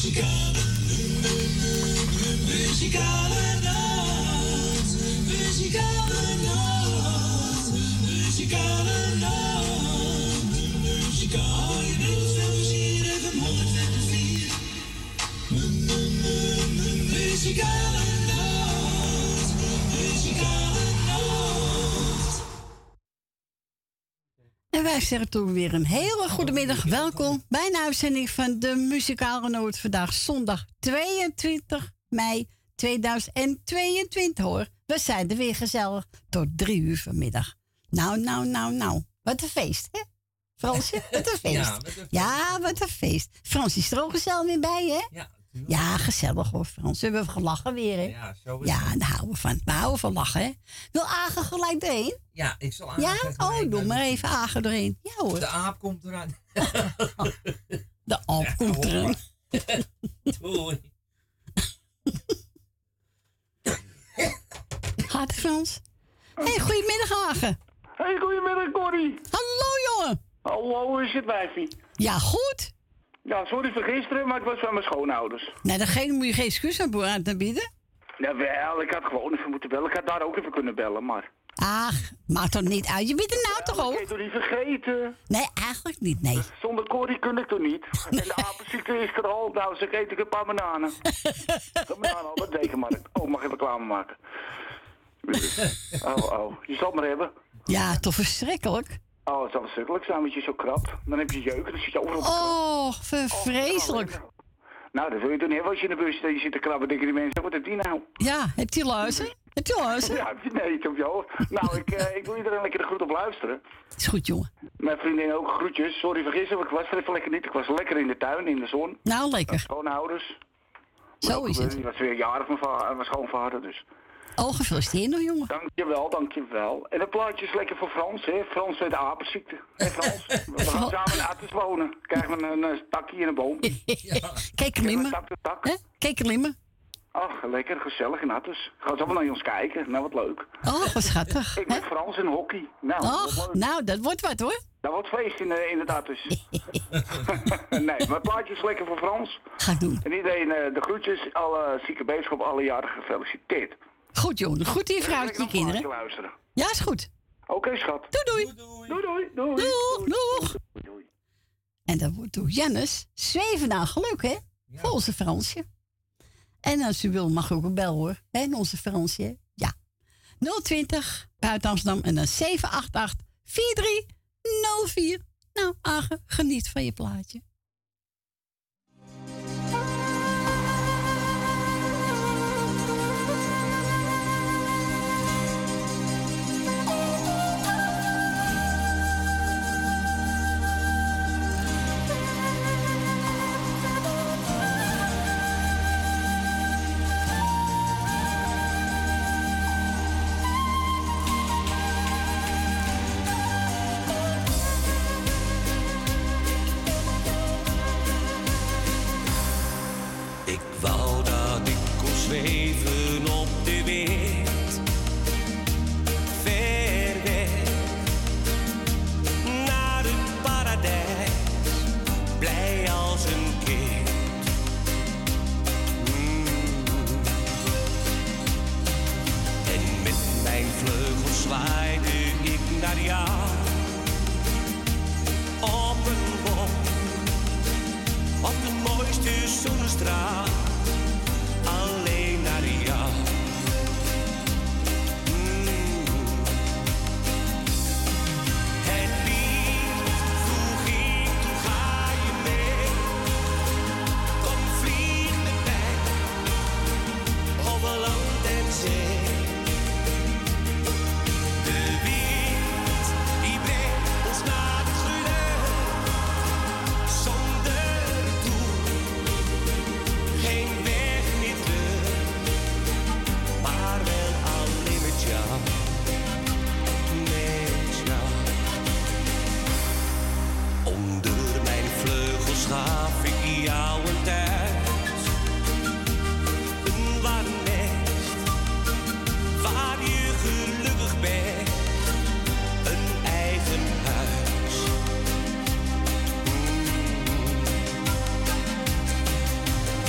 Muzikale nacht, muzikale nacht, muzikale nacht, muzikale nacht, muzikale nacht, muzikale nacht. En wij zeggen toen weer een hele goede middag. Welkom bij een uitzending van de Muzikale Noot. Vandaag zondag 22 mei 2022 hoor. We zijn er weer gezellig tot 3 uur vanmiddag. Nou. Wat een feest, hè? Fransje, wat een feest. Ja, wat een feest. Frans is er ook gezellig weer bij, hè? Ja, ja, gezellig hoor, Frans. We hebben gelachen weer, hè? Ja, zo is ja, het. daar houden we van. We houden van lachen, hè? Wil Agen gelijk erheen? Ja, ik zal aan. Ja? Oh, doe maar even Agen erheen. Ja hoor. De aap komt eraan. De aap komt eraan. Doei. Gaat het, Frans? Hey, goedemiddag, Agen. Hey, goedemiddag, Corrie. Hallo, jongen. Hallo, hoe is het, wijfie? Ja, goed. Ja, sorry voor gisteren, maar ik was bij mijn schoonouders. Nee, dan moet je geen excuus aan te bieden. Jawel, ik had gewoon even moeten bellen. Ik had daar ook even kunnen bellen, maar... Ach, maakt toch niet uit. Je bent er nou toch ook? Ik heb het toch niet vergeten? Nee, eigenlijk niet, nee. Zonder Corrie kun ik toch niet? En de apenziekte is er al. Nou, zeg, eet ik een paar bananen. Bananen al, dat dekenmarkt. Oh, mag even reclame maken. Oh. Je zal het maar hebben. Ja, toch verschrikkelijk. Oh, het zal verschrikkelijk zijn, want je zo krap. Dan heb je jeuk, dan zit je overal op de krab. Oh, vreselijk. Nou, dat wil je toch niet hebben als je in de bus zit, je zit te krabben. Denken die mensen, wat is die nou? Ja, heb je luisteren? Heb je luisteren? Ja, nee, ik heb je hoor. Nou, ik wil iedereen lekker de groet op luisteren. Is goed, jongen. Mijn vriendin ook groetjes. Sorry voor gisteren, ik was er even lekker niet. Ik was lekker in de tuin, in de zon. Nou, lekker. Schoonouders. Zo is het. Die was weer jarig, mijn schoonvader, dus. Oh, gefeliciteerd nog, jongen. Dankjewel. En een plaatje is lekker voor Frans, hè. Frans met de apenziekte. Hé, Frans, we gaan samen in Attes wonen. Krijgen we een takje in een boom. Kijk, Klimmen. Kijk, Klimmen. Ach, lekker, gezellig in Attes. Gaan ze allemaal naar ons kijken. Nou, wat leuk. Oh, wat schattig. Ik met Frans in hockey. Nou, Och, nou, dat wordt wat, hoor. Dat wordt feest in het Attes. Nee, maar plaatje is lekker voor Frans. Ga doen. En iedereen de groetjes, alle zieke beterschap, alle jaren gefeliciteerd. Goed, jongen. Goed in je vrouw en je kinderen. Luisteren. Ja, is goed. Oké, schat. Doei. Doeg. En dat wordt door Jannes. Zweven naar geluk, hè? Ja. Voor onze Fransje. En als u wil, mag u ook een bel, hoor. En onze Fransje, hè? Ja. 020, buiten Amsterdam. En dan 788-4304. Nou, Agen, geniet van je plaatje. Zweven op de wind, ver weg, naar het paradijs, blij als een kind. En met mijn vleugels zwaaide ik naar jou, op een boom, op de mooiste zonnestraal. Alleen naar jou. Het lied vroeg ik, toen ga je mee. Kom vlieg met mij, over land en zee. De wind die brengt ons naar het geluk, zonder doel, geen weg. Maar wel alleen met jou, Onder mijn vleugels gaf ik jou een thuis, een warm nest, waar je gelukkig bent, een eigen huis.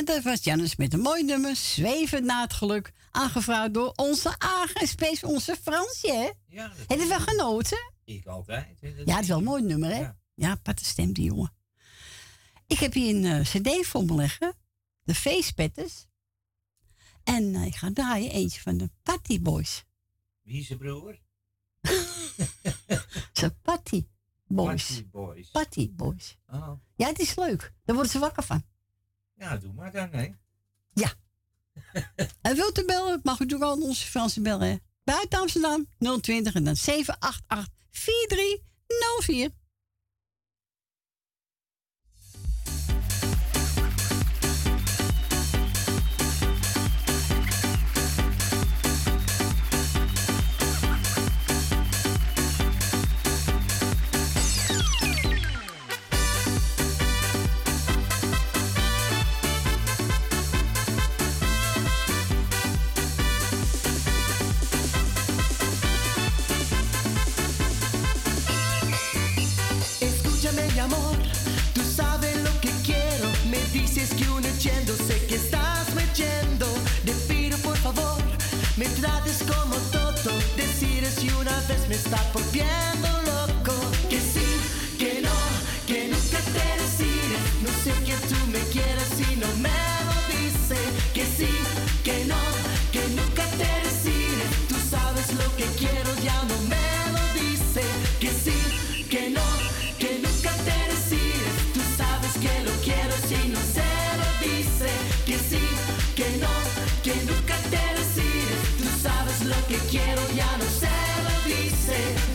dat was Jannes met een mooi nummer. Zwevend naar het geluk. Aangevraagd door onze Agen. En speciaal onze Fransje, hè? Ja, dat Heb je wel genoten? ik altijd. Ja, het is wel een mooi nummer, hè? Ja. Ja, aparte stem, die jongen. Ik heb hier een cd voor me liggen. De Feestpetters. En ik ga draaien eentje van de Patty Boys. Wie is zijn broer? Ze Patty Boys. Party Boys. Patty Boys. Oh. Ja, het is leuk. Daar worden ze wakker van. Ja, doe maar dan, hè. Ja. En wilt u bellen, mag u natuurlijk al onze Franse bellen. Hè? Buiten Amsterdam 020 en dan 788 4304. Sé que estás metiendo, te pido por favor, me trates como todo. Decir si una vez me está volviendo loco. Que sí, que no, que nunca te decides. No sé que tú me quieras si no me lo dices. Que sí, que no, que nunca te decides. Tú sabes lo que quiero, ya no me lo dices. Que sí, que no, que nunca te decides. Tú sabes que lo quiero si no sé. Que sí, que no, que nunca te decides. Tú sabes lo que quiero, ya no se lo dice.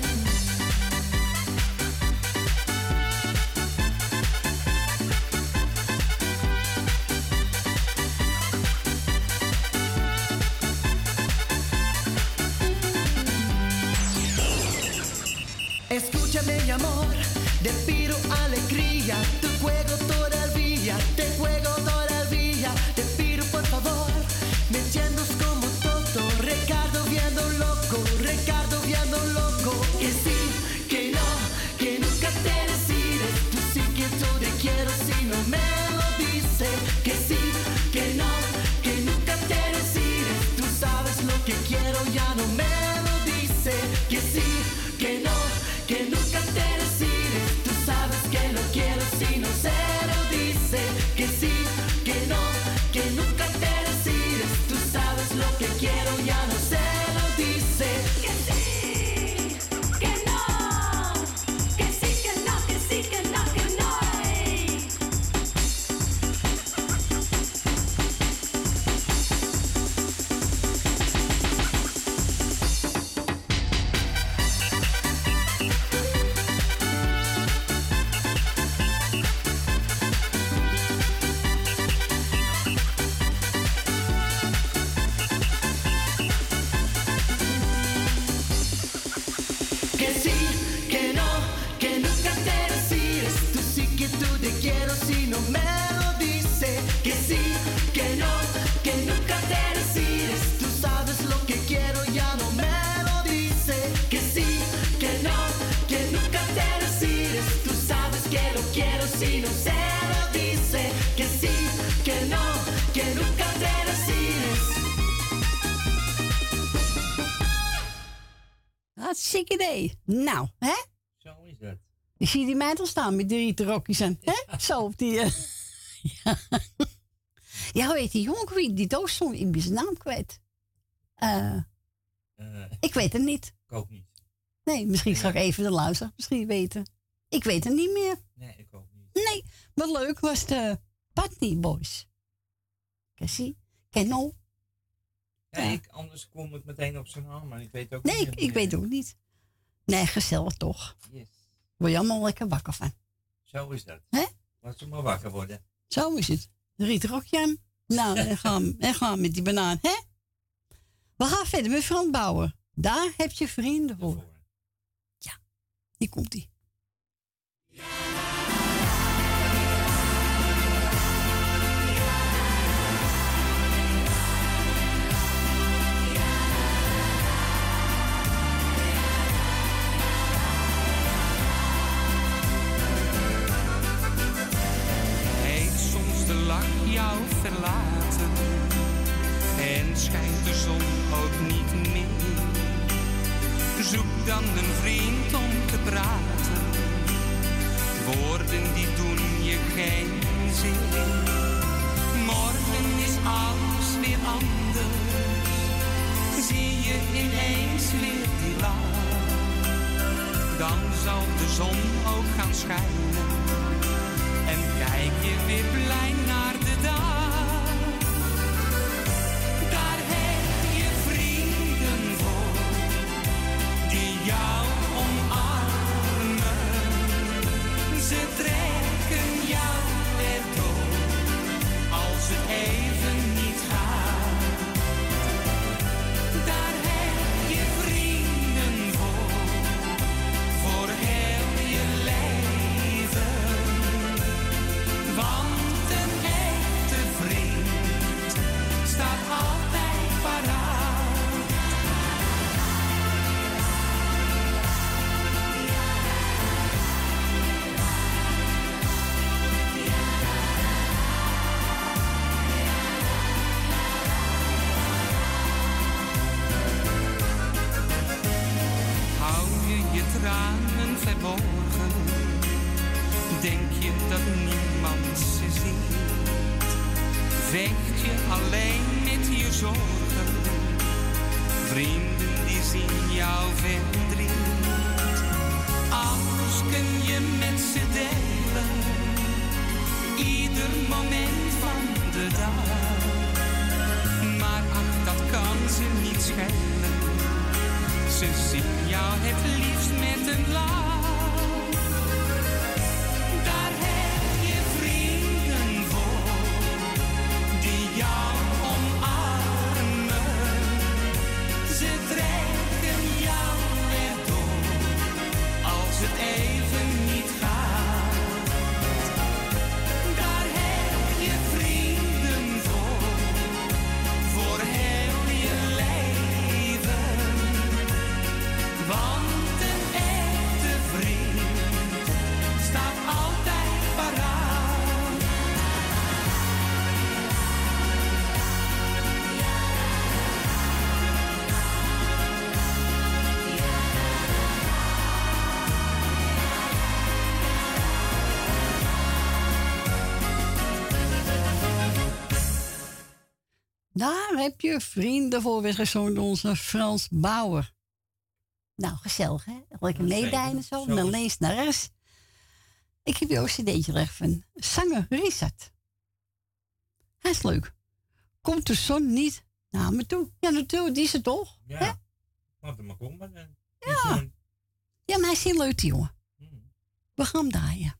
Escúchame, mi amor, te pido alegría. Te juego todavía, te juego todavía. Te pido por favor, me entiendes como todo. Ricardo viendo loco, Ricardo viendo loco. Que sí, que no, que nunca te decides. Tú sí que tú te quiero si no me lo dices. Que sí, que no, que nunca te decides. Tú sabes lo que quiero, ya no me lo dices. Que sí, que no, que nunca te decides. Tú sabes que lo quiero si no se lo dice. Que sí, que no, que nunca te decides. Tú sabes lo que quiero, ya no se lo dice. Que sí, que no, que sí, que no, que sí, que no, que no. Que sí, que no, que nunca te decides. Tú sí que tú te quiero si no me lo dices. Que sí, que no, que nunca te decides. Tú sabes lo que quiero, ya no me lo dices. Que sí, que no, que nunca te decides. Tú sabes que lo quiero si no se lo dice. Que sí, que no, que nunca te decides. Hartstikke idee. Nou, hè? Zo is dat. Ik zie die meid al staan met die rieten rokjes aan. Hè? Zo op die... Ja. Ja, hoe heet die jongen die doos stond? Ik ben zijn naam kwijt. Ik weet het niet. Ik ook niet. Nee, misschien ga ik even de luisteraar misschien weten. Ik weet het niet meer. Nee, ik ook niet. Nee, wat leuk was de Patty Boys. Cassie, Kennel. Ja, anders kom ik meteen op zijn naam, maar ik weet ook Nee, niet. ik weet het ook niet. Nee, gezellig toch. Yes. Word je allemaal lekker wakker van. Zo is dat. Hè? Laat ze maar wakker worden. Zo is het. Riet rokje aan. Nou, en gaan met die banaan, hè? We gaan verder met Frans Bauer. Daar heb je vrienden voor. Ja, hier komt-ie. Heet soms de lach jou jou verlaten en schijnt de zon ook niet meer. Zoek dan een vriend om te praten, woorden die doen je geen zin. Morgen is alles weer anders, zie je ineens weer die lach. Dan zal de zon ook gaan schijnen en kijk je weer blij naar de dag. Daar heb je vrienden voor, die jou omarmen. Ze trekken jou erdoor, als het even niet gaat. Daar heb je vrienden voor heel je leven. Want een echte vriend staat altijd paraat. Hou je je tranen verborgen, denk je dat niemand ze ziet? Vecht je alleen met je zorgen, vrienden die zien jouw verdriet. Alles kun je met ze delen, ieder moment van de dag. Maar ach, dat kan ze niet schelen, ze zien jou het liefst met een lach. Daar heb je vrienden voor, die jou omarmen. Ze trekken jou erdoor, als het even niet gaat. Daar heb je vrienden voor heel je leven. Want een echte vriend staat altijd paraat. Daar heb je vrienden voor weer gezongen door onze Frans Bauer. Nou, gezellig, hè? Lekker meedijnen zo. Dan lees naar rechts. Ik heb je ook een cd'tje leggen van zanger Richard. Hij is leuk. Komt de zon niet naar me toe? Ja, natuurlijk, die is het toch? Ja. Hè? Laat hem maar komen dan. Ja. Ja, maar hij is heel leuk, die jongen. We gaan hem draaien.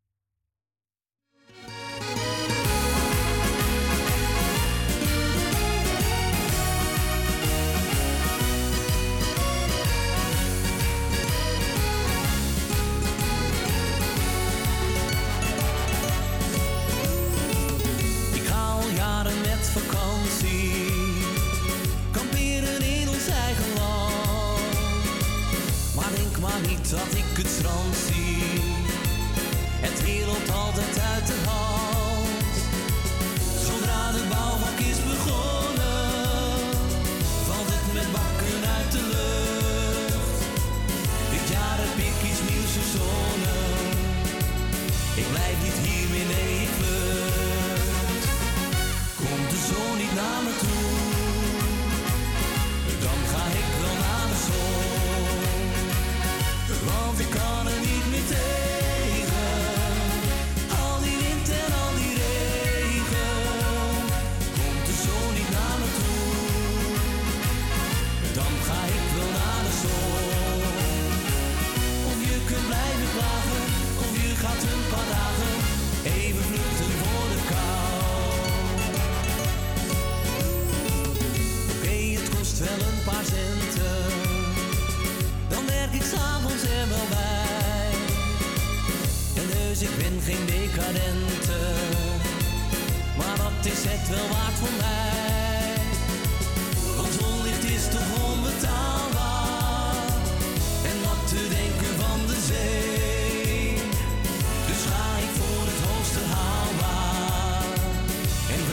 Ik ga al jaren met vakantie, kamperen in ons eigen land. Maar denk maar niet dat ik het strand zie, het wereld altijd uit de hand. Zodra de bouwvak is begonnen, valt het met bakken uit de lucht. Dit jaar heb ik iets nieuws verzonnen, ik blijf niet hier meer, nee ik vlucht. Komt de zon niet naar me toe, dan ga ik wel naar de zon. Want ik kan er niet meer tegen, al die wind en al die regen. Komt de zon niet naar me toe, dan ga ik wel naar de zon. Of je kunt blijven klagen, of je gaat een paar dagen even vluchten voor de kou. Oké, het kost wel een paar centen, dan werk ik 's avonds er wel bij. En dus ik ben geen decadente, maar dat is het wel waard voor mij. Want zonlicht is toch onbetaalbaar, en wat te denken van de zee. Dus ga ik voor het hoogste haalbaar, en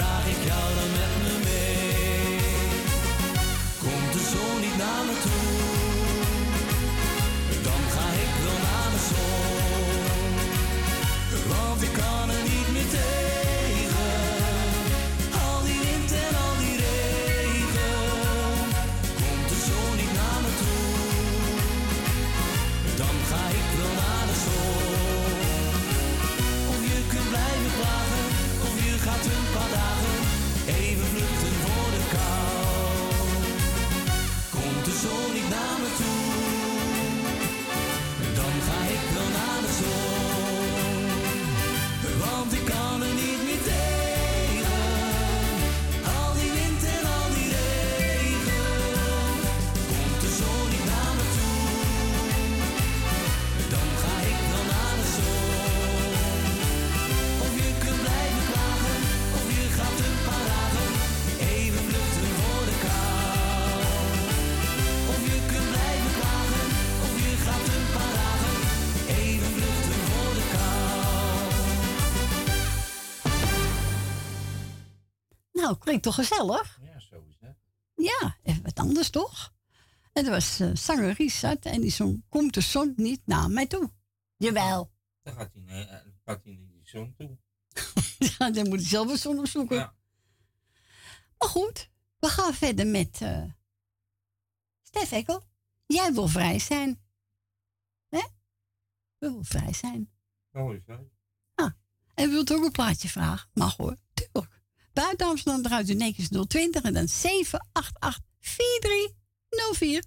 Nou, klinkt toch gezellig? Ja, zo is het. Ja, even wat anders toch? En er was zanger Richard en die zong Komt de zon niet naar mij toe? Jawel. Dan pakt hij niet die zon toe. Ja, dan moet hij zelf een zon opzoeken. Ja. Maar goed, we gaan verder met Stef Ekkel. Jij wil vrij zijn. Hè? We willen vrij zijn. Zo is het. Ah, en wilt ook een plaatje vragen? Mag hoor, tuurlijk. Buiten Amsterdam eruit de nekens 020 en dan 788 4304.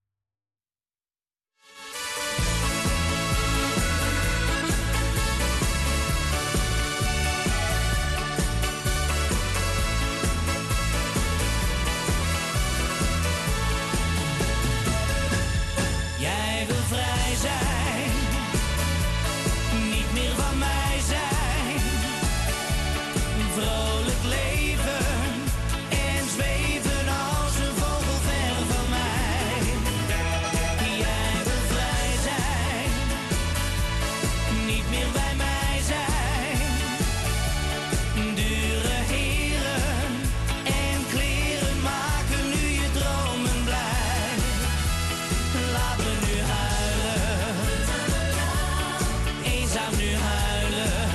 Jij wil vrij zijn, niet meer van mij zijn. Vrolijk leven en zweven als een vogel ver van mij. Jij wil vrij zijn, niet meer bij mij zijn. Dure heren en kleren maken nu je dromen blij. Laat me nu huilen, eenzaam nu huilen,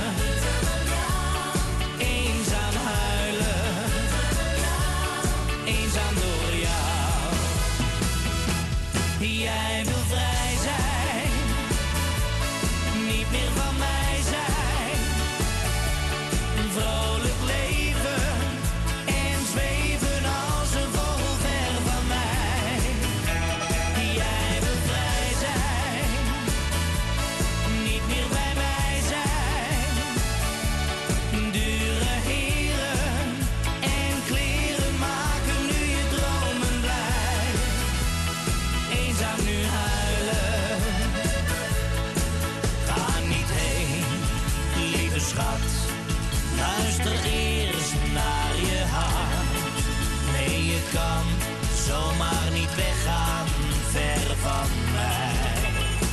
eenzaam huilen, eenzaam door jou. Jij wil vrij zijn, niet meer van mij zijn. Vrolijk leven en zweven als een vogel ver van mij. Jij wil vrij zijn, niet meer bij mij zijn. Dure heren en kleren maken nu je dromen blij. Eenzaam nu huilen, ga niet heen, lieve schat. Luister eerst naar je hart. Nee, je kan zomaar niet weggaan ver van mij.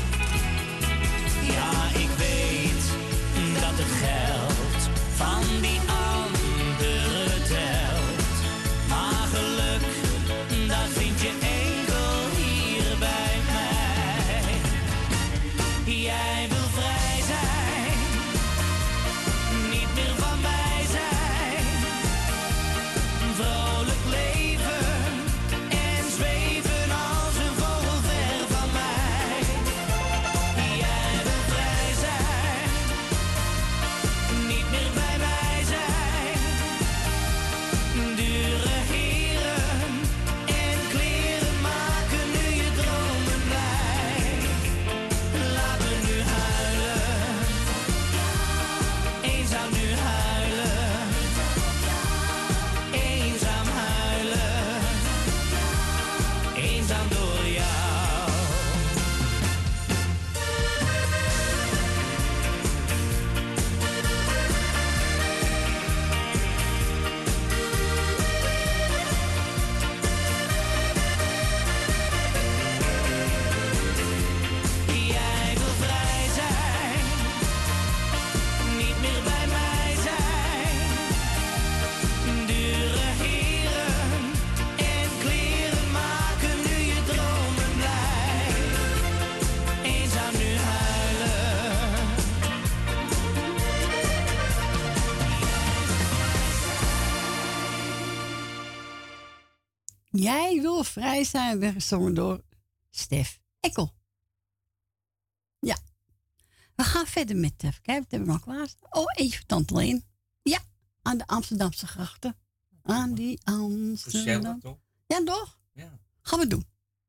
Ja, ik weet dat het geld van die anderen telt. Maar geluk, dat vind je enkel hier bij mij. Jij wil vrij zijn, niet meer van mij zijn. Vrolijk leven en zweven als een vogel ver van mij. Jij wil vrij zijn, niet meer bij mij zijn. Dure heren en kleren maken nu je dromen blij. Laat me nu huilen, eenzaam nu huilen, eenzaam huilen, eenzaam door jou. Jij wil vrij zijn, niet meer bij mij zijn. Dure heren en kleren maken nu je dromen blij. Eenzaam nu huilen. Jij wil vrij zijn, weggezongen door Stef Ekkel. Ja. We gaan verder met, even kijken, wat hebben we nog klaar? Oh, eentje van Tante Leen. Ja, aan de Amsterdamse grachten. Aan die Gezellig Amsterdam. toch? Ja, toch? Ja. Gaan we doen.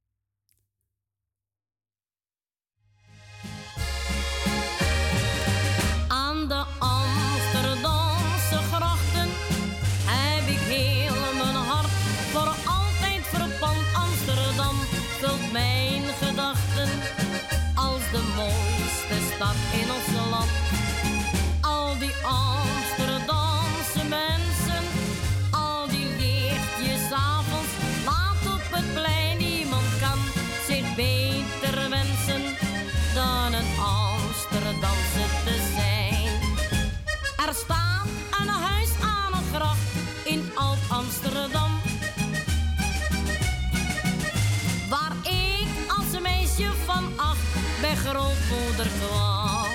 Aan de Amsterdamse grachten heb ik heel mijn hart voor altijd verpand. Amsterdam vult mijn gedachten als de mooiste stad in ons land. Al die Amsterdamse mensen, al die lichtjes 's avonds laat op het plein. Niemand kan zich beter wensen dan een Amsterdamse te zijn. Er staat een huis aan een gracht in oud zolder kwam.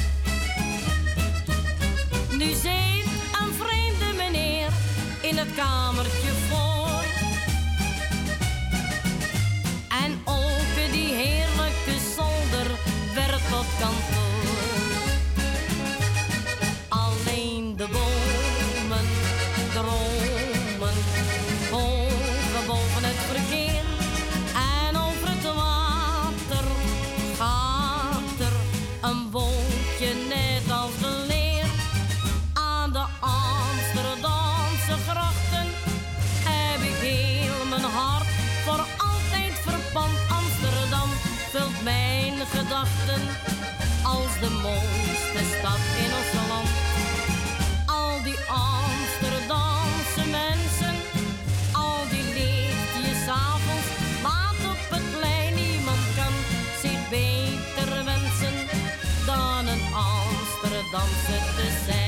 Nu zit een vreemde meneer in het kamertje voor. En ook die heerlijke zolder werd tot kantoor. Alleen de bomen dromen hoog boven het verkeer. En over het water gaat er een bootje net als de leer. Aan de Amsterdamse grachten heb ik heel mijn hart voor altijd verpand. Amsterdam vult mijn gedachten als de mooiste stad in ons land. Al die Amsterdamse mensen, al die lichtjes 's avonds laat op het plein. Niemand kan zich beter wensen dan een Amsterdamse te zijn.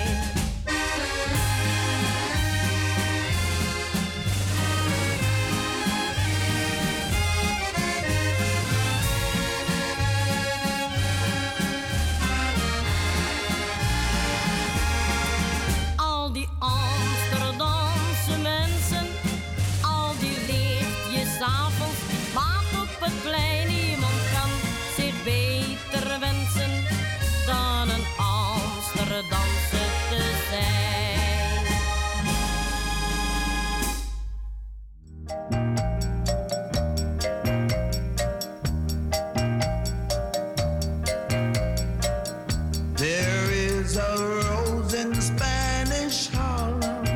Al die Amsterdamse mensen, al die lichtjes 's avonds laat op het plein. Niemand kan zich beter wensen dan een Amsterdamse te zijn. There is a rose in Spanish Harlem,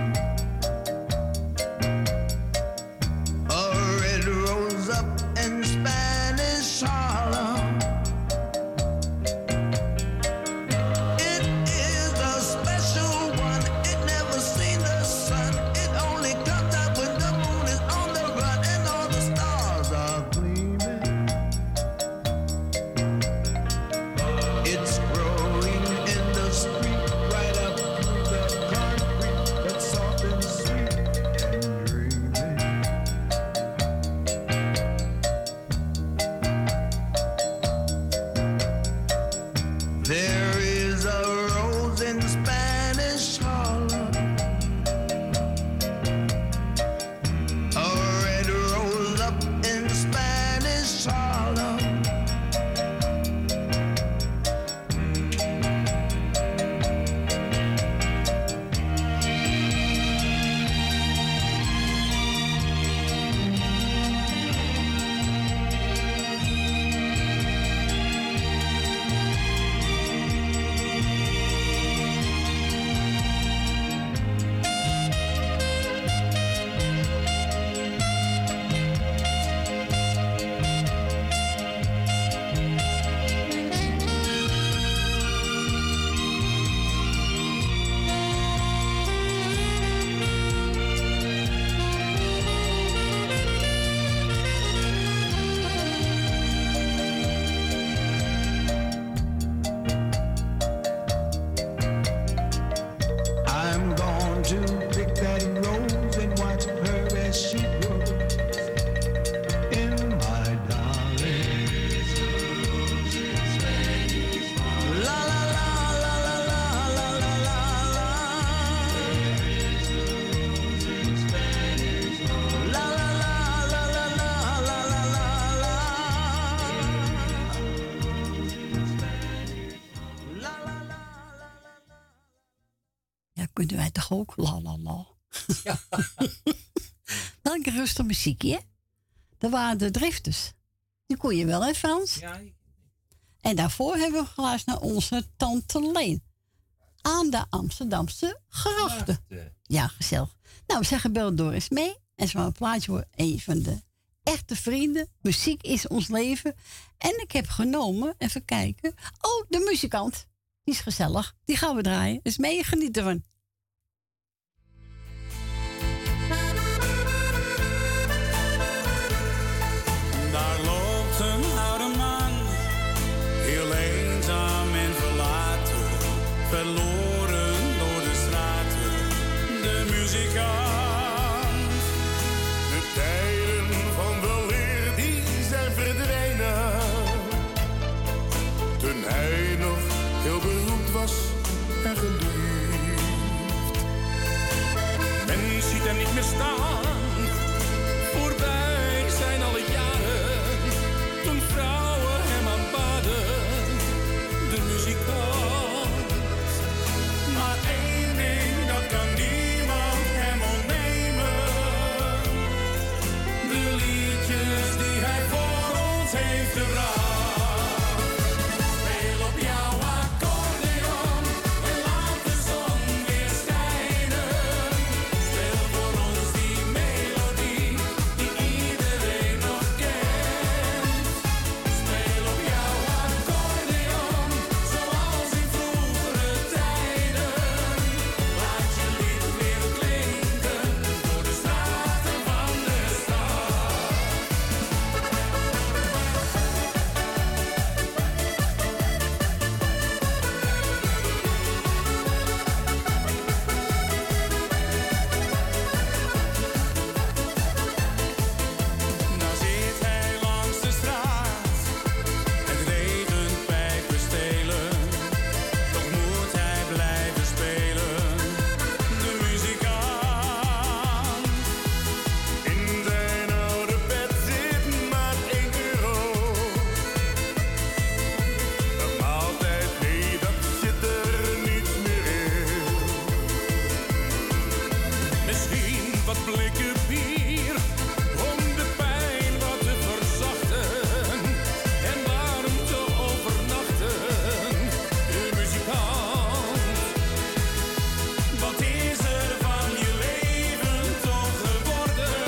a red rose up in Spanish Harlem. It is a special one, it never seen the sun. It only comes out when the moon is on the run and all the stars are gleaming. It's growing in the street right up through the concrete that's soft and sweet and dreaming. There is a rose in Spanish Harlem, a red rose up in Spanish Harlem. I'm going to pick that rose and watch her as she grows in my darling. La la la la la la la la la la. La la la la la la la la la la. La la la. Ja, kunnen wij toch ook? La la la. Welke rustig muziekje, hè? Dat waren de Drifters. Die kon je wel, hè Frans? Ja, En daarvoor hebben we geluisterd naar onze Tante Leen. Aan de Amsterdamse grachten. Ja, gezellig. Nou, we zeggen bel Doris mee. En ze wil een plaatje voor een van de echte vrienden. Muziek is ons leven. En ik heb genomen, even kijken. Oh, de muzikant. Die is gezellig. Die gaan we draaien. Dus mee genieten van. Daar loopt een oude man, heel eenzaam en verlaten, verloren door de straten, de muzikant. De tijden van weleer die zijn verdwenen, de heel beroemd was en geliefd. Men ziet hem niet meer staan, voorbij zijn alle jaren, toen vrouwen hem aanbaden, de muzikant. Maar één ding, dat kan niemand hem ontnemen, de liedjes die hij voor ons heeft gebracht. Speel op jouw accordeon en laat de zon weer schijnen. Speel voor ons die melodie die iedereen nog kent. Speel op jouw accordeon zoals in vroegere tijden. Laat je lied weer klinken door de straten van de stad. Nou zit hij langs de straat, het regent pijpen stelen, toch moet hij blijven spelen, de muzikant. In zijn oude bed zit maar €1. Dat maaltijd, nee, dat zit er niet meer in. Misschien wat blikken bier om de pijn wat te verzachten en waarom te overnachten, de muzikant. Wat is er van je leven toch geworden?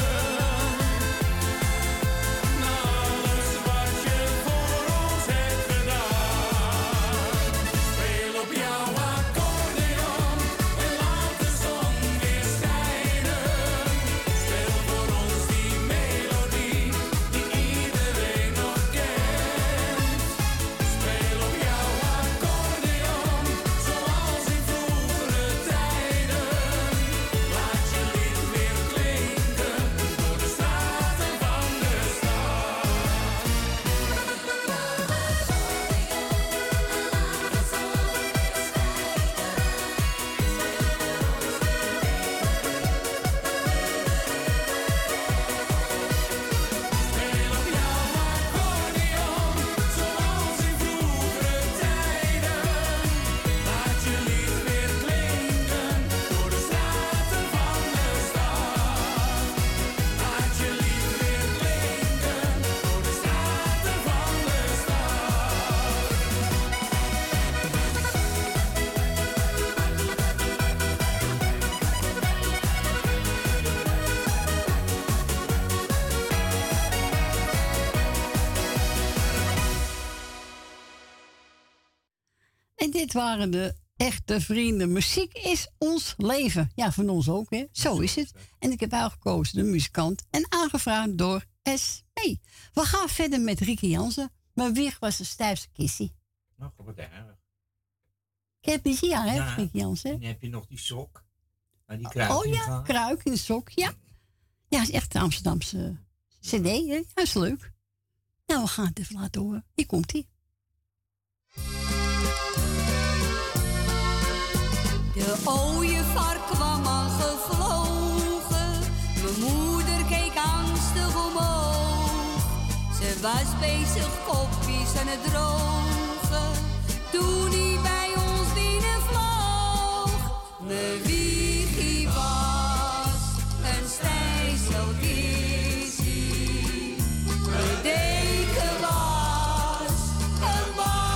Na alles wat je voor ons hebt gedaan. Speel op jouw accordeon en laat de zon weer schijnen. Speel voor ons die melodie die iedereen nog kent. Speel op jouw accordeon zoals in vroegere tijden. Laat je lied weer klinken door de straten van de stad. Speel op jouw accordeon zoals in vroegere tijden. Laat je lied weer klinken door de straten van de stad. Laat je lied weer klinken door de straten van de En dit waren de echte vrienden. Muziek is ons leven. Ja, van ons ook, hè. Zo is het. En ik heb uitgekozen de muzikant en aangevraagd door S.P. We gaan verder met Rieke Jansen. Mijn wieg was een stijfse kissie. Nou, wat erg. Kijk eens hier, hè, Ja. Rieke Jansen. En dan heb je nog die sok. Waar die kruik Oh in ja, gaat. kruik in de sok, ja. Ja, is echt een Amsterdamse cd, hè. Ja, is leuk. Nou, we gaan het even laten horen. Hier komt-ie. De ooievaar kwam aangevlogen. Mijn moeder keek angstig omhoog. Ze was bezig kopjes aan het drogen. Toen hij bij ons binnenvloog. Mijn wiegie was een stijzelkissie. Mijn deken was een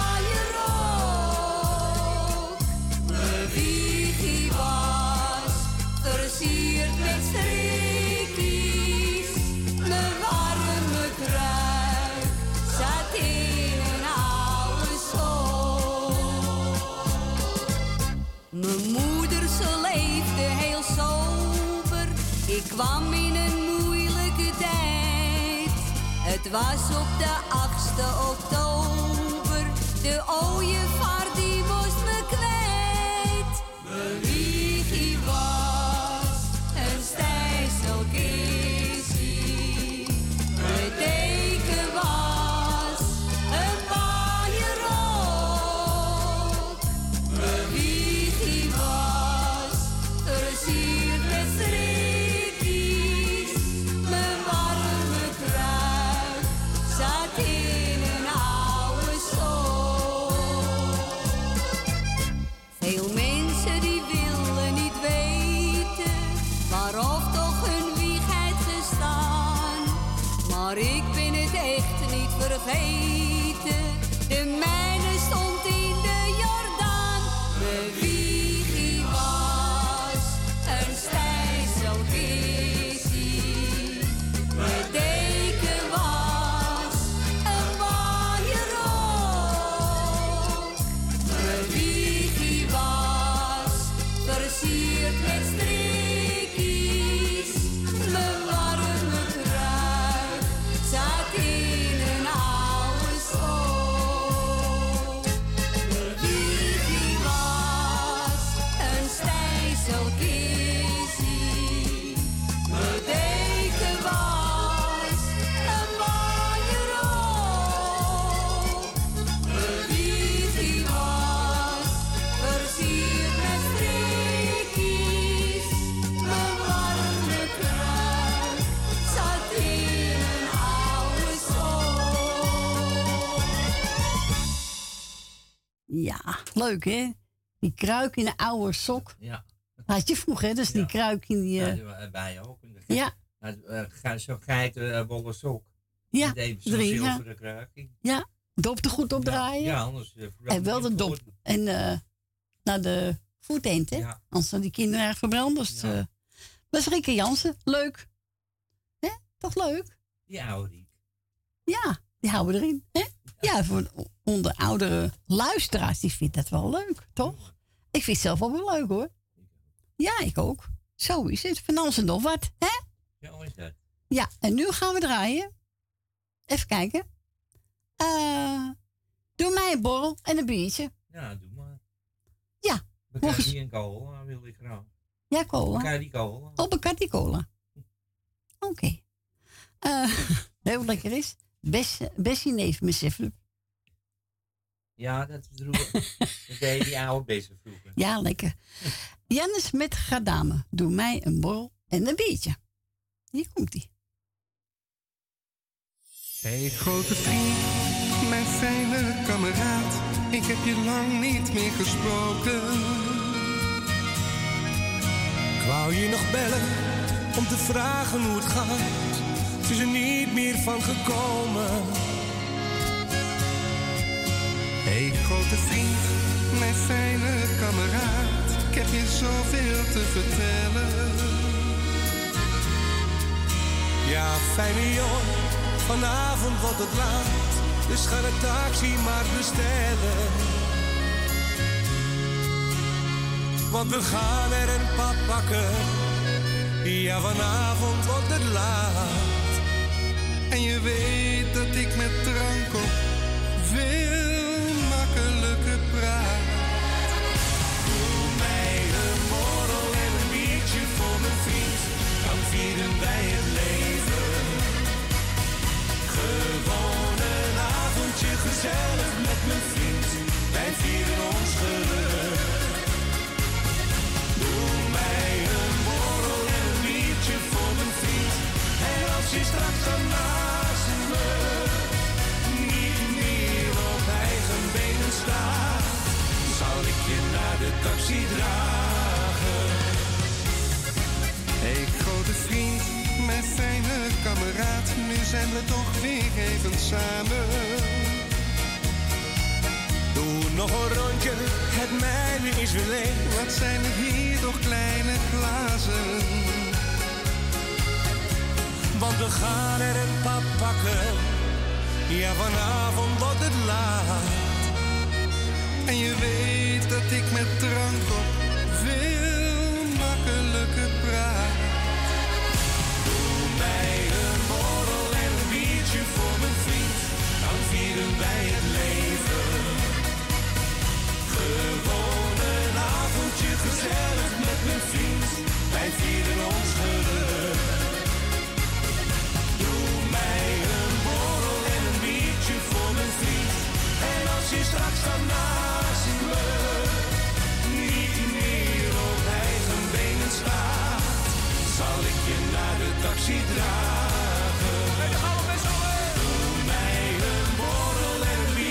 waaierrok. Mijn wiegie was versierd met strikjes. Mijn warme kruik zat in een oude sok. Mijn moeder, ze leefde heel sober. Ik kwam in een moeilijke tijd. Het was op de 8e oktober. De ooievaar die moest me kwijt. Mijn wiegie was een stijzelkissie. Mijn deken was een waaierrok. profeten. De mijne stond in de Jordaan. Mijn wiegje was een stijzelkissie. Mijn deken was een waaierrok. Mijn wiegje was versierd met streekjes. Mijn warme kruik zat in een oude school. Mijn wiegje was een stijzelkissie. Mijn deken was een waaierrok. Mijn wiegje was versierd met streekjes. Mijn warme kruik zat in een oude school. Ja, leuk hè? Die kruik in een oude sok. Ja. Had je vroeger, hè? Dus die kruik in die... Ja, die wij ook. Ja. Zo'n geitenwolle sok. Ja, Met even zo'n drie, ja. zilveren kruikje. Ja, dop er goed op draaien. Ja, anders... En wel de dop. En naar de voetend, hè? Ja. Anders zijn die kinderen erg verbrand. Dus, dat is Rieke Jansen. Leuk. Hè? Toch leuk? Die oude Riek. Ja, die houden we erin. Hè? Ja, voor onder oudere luisteraars, die vindt dat wel leuk, toch? Ik vind het zelf ook wel leuk, hoor. Ja, ik ook. Zo is het. Van alles en nog wat, hè? Zo is dat. Ja, en nu gaan we draaien. Even kijken. Doe mij een borrel en een biertje. Ja, doe maar. Ja. Bacardi en cola wil ik graag. Ja, cola. Bacardi cola. Oh, Bacardi cola. Oké. Heel lekker is. Bessie neef met Seflup. Ja, dat deed die oude bessen vroeger. Ja, lekker. Jannes met Gadame. Doe mij een borrel en een biertje. Hier komt-ie. Hey grote vriend, mijn fijne kameraad, ik heb je lang niet meer gesproken. Ik wou je nog bellen om te vragen hoe het gaat, het is er niet meer van gekomen. Hey grote vriend, mijn fijne kameraad, ik heb je zoveel te vertellen. Ja, fijne jongen, vanavond wordt het laat, dus ga de taxi maar bestellen. Want we gaan er een pad pakken, ja vanavond wordt het laat. En je weet dat ik met drank op veel makkelijker praat. Doe mij een borrel en een biertje voor mijn vriend, dan vieren wij het leven. Gewoon een avondje gezellig met mijn vriend, wij vieren ons geluk. Doe mij een borrel en een biertje voor mijn vriend, en als je straks dan naast me niet meer op eigen benen staat, zal ik je naar de taxi dragen. Hey grote vriend, mijn fijne kameraad, nu zijn we toch weer even samen. Doe nog een rondje, het mijne is weer leeg. Wat zijn er hier toch kleine glazen? Want we gaan er een pap pakken, ja vanavond wordt het laat. En je weet dat ik met drank op veel makkelijker praat. Doe mij een borrel en een biertje voor mijn vriend, dan vieren wij het leven. Gewoon een avondje gezellig met mijn vriend, wij vieren ons geluk. Doe mij een borrel en een biertje voor mijn vriend, en als je straks dan naast me niet meer op eigen benen staat, zal ik je naar de taxi dragen. Doe mij een borrel en een biertje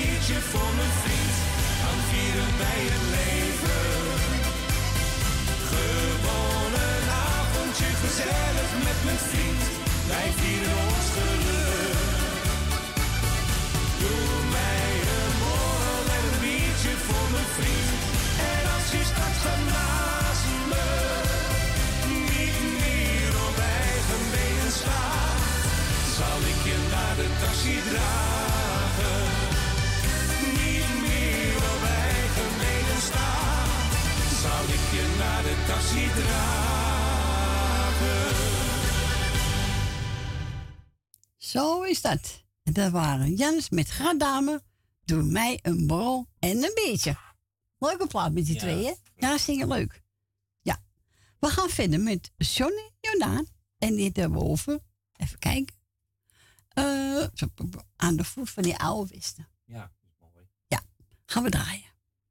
is dat. En dat waren Jans met Gradame. Doe mij een borrel en een biertje. Leuke plaat met die twee, hè? Ja, zingen leuk. Ja. We gaan verder met Johnny Jordaan. En dit daarboven. Even kijken. Aan de voet van die oude Westen. Ja, dat is mooi. Ja, gaan we draaien.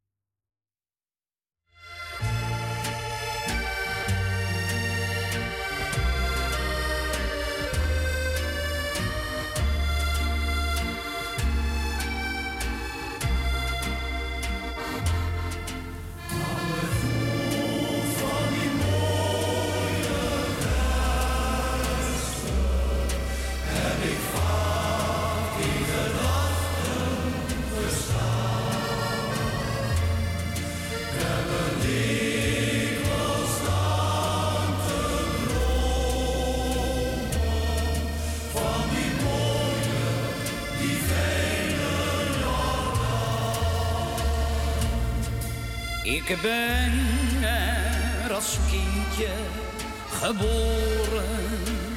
Ik ben er als kindje geboren.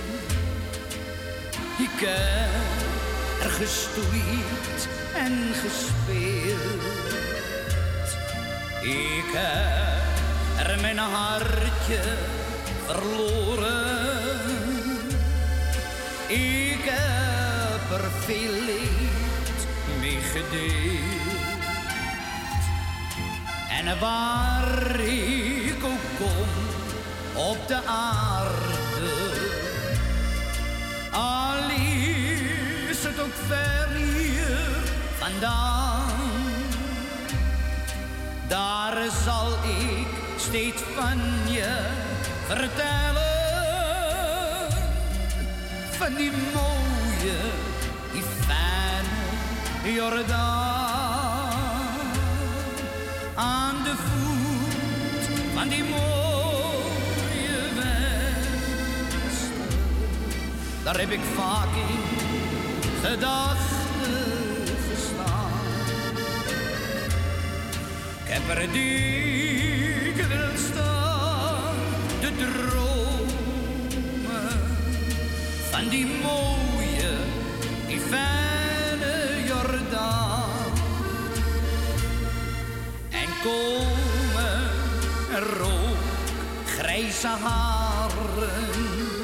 Ik heb er gestoeid en gespeeld. Ik heb er mijn hartje verloren. Ik heb er veel leed mee gedeeld. En waar ik ook kom op de aarde, al is het ook ver hier vandaan, daar zal ik steeds van je vertellen, van die mooie, die fijne Jordaan. Aan de voet van die mooie Westen, daar heb ik vaak in gedachten gestaan. Ik heb er dikwijls staan te dromen van die mooie, die fijne Jordaan. Komen er ook grijze haren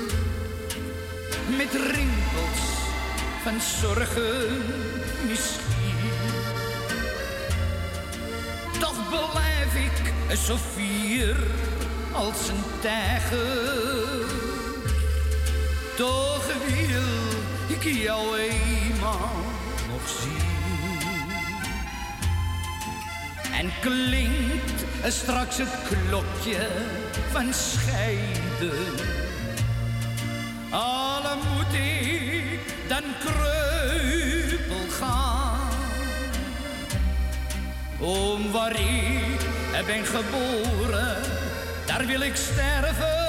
met rimpels van zorgen misschien. Toch blijf ik zo fier als een tijger. Toch wil ik jou eenmaal nog zien. En klinkt straks het klokje van scheiden. Alle moet ik dan kreupel gaan. Om waar ik ben geboren, daar wil ik sterven.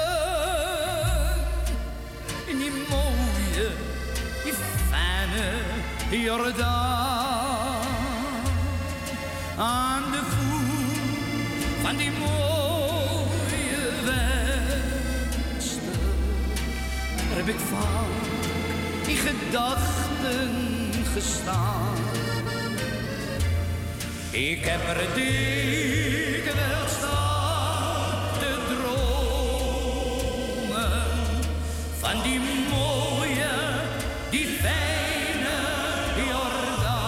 In die mooie, die fijne Jordaan. Aan de voet van die mooie Westen, daar heb ik vaak in gedachten gestaan. Ik heb er dikwijls staan te dromen van die mooie, die fijne Jordaan.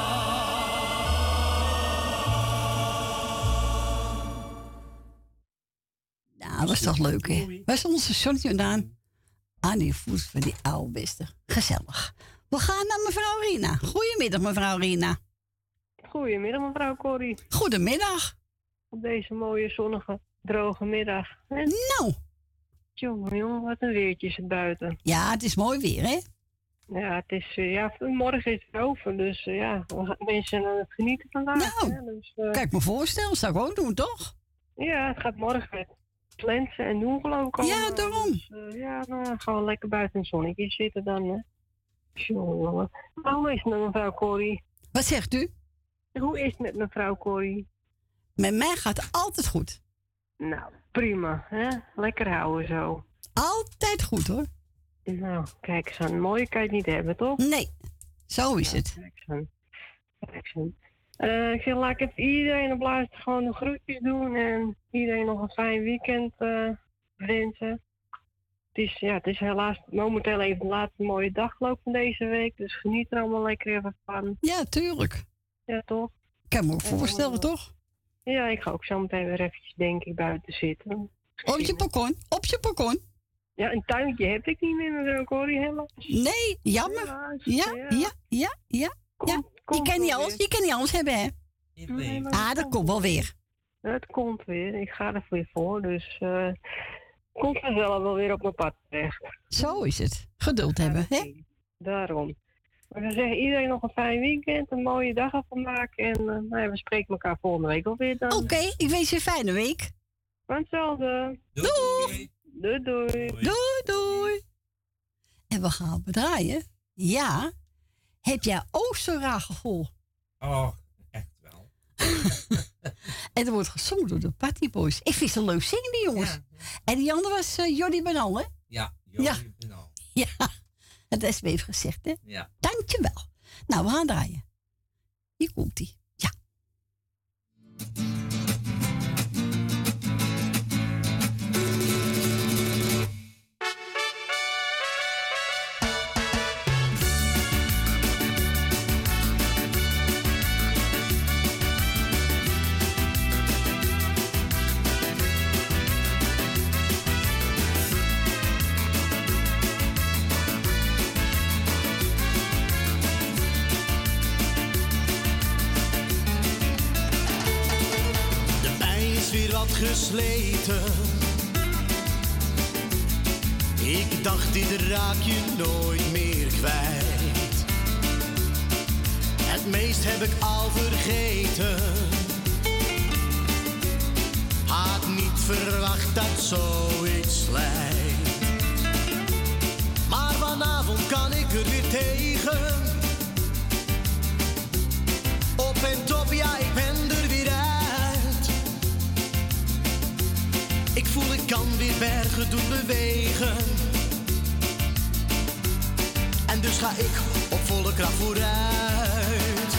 Dat was toch leuk, hè? Was onze Johnny Jordaan aan die voet van die oude Westen. Gezellig. We gaan naar mevrouw Rina. Goedemiddag, mevrouw Rina. Goedemiddag, mevrouw Corrie. Goedemiddag. Op deze mooie, zonnige, droge middag. Hè? Nou. Jongen, wat een weertje is het buiten. Ja, het is mooi weer, hè? Ja, het is, morgen is het over, dus mensen zijn aan het genieten vandaag. Nou, hè? Dus, kan ik me voorstellen, zou ik ook doen, toch? Ja, het gaat morgen met lenzen en doen, geloof ik al. Ja, daarom. Dus, dan gaan we lekker buiten in het zonnetje zitten dan, hè. Jongen. Maar hoe is het met mevrouw Corrie? Wat zegt u? Hoe is het met mevrouw Corrie? Met mij gaat het altijd goed. Nou, prima, hè? Lekker houden zo. Altijd goed, hoor. Nou, kijk eens aan. Mooie kan je het niet hebben, toch? Nee, zo is het. Kijk eens aan. Kijk eens aan. Ik zeg, laat ik even iedereen op luisteren gewoon de groetjes doen. En iedereen nog een fijn weekend wensen. Het is helaas momenteel even de laatste mooie dagloop van deze week. Dus geniet er allemaal lekker even van. Ja, tuurlijk. Ja, toch? Ik kan me ook voorstellen, toch? Ja, ik ga ook zo meteen weer eventjes, denk ik, buiten zitten. Op je balkon, op je balkon. Ja, een tuintje heb ik niet meer met een Corrie, helaas. Nee, jammer. Ja. Je kan niet alles hebben, hè? Nee, dat komt wel weer. Het komt weer. Ik ga er weer voor, dus komt vanzelf wel weer op mijn pad terecht. Zo is het. Geduld hebben, hè? Daarom. Maar we zeggen iedereen nog een fijn weekend, een mooie dag ervan maken. En we spreken elkaar volgende week alweer dan. Oké, ik wens je een fijne week. Van hetzelfde. Doei. Doei. Doei. En we gaan bedraaien. Ja. Heb jij ook zo'n raar gevoel? Oh, echt wel. En er wordt gezongen door de Patty Boys. Ik vind ze leuk zingen, die jongens. Ja. En die andere was Jordi Benal, hè? Ja, Jordi Benal. Ja, het is even gezegd, hè? Ja. Dankjewel. Nou, we gaan draaien. Hier komt-ie. Ja. Weer wat gesleten. Ik dacht, dit raak je nooit meer kwijt. Het meest heb ik al vergeten. Had niet verwacht dat zoiets lijkt. Maar vanavond kan ik er weer tegen. Op en top, ja, ik ben er weer uit. Ik voel, ik kan weer bergen doen bewegen. En dus ga ik op volle kracht vooruit.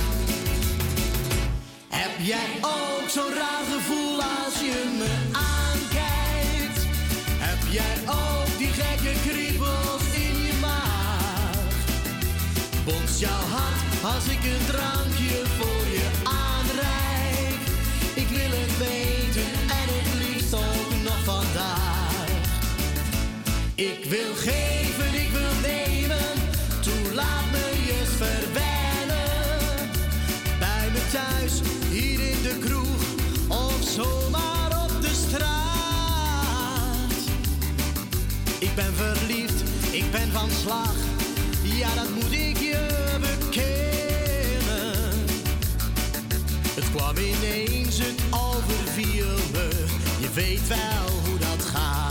Heb jij ook zo'n raar gevoel als je me aankijkt? Heb jij ook die gekke kriebels in je maag? Bonst jouw hart als ik een drankje voor je aanreik? Ik wil het weten en het liefst ook nog vandaag. Ik wil geven, ik wil nemen, toe laat me je eens verwennen. Bij me thuis, hier in de kroeg, of zomaar op de straat. Ik ben verliefd, ik ben van slag, ja dat moet ik je bekennen. Het kwam ineens, het overviel me, je weet wel hoe dat gaat.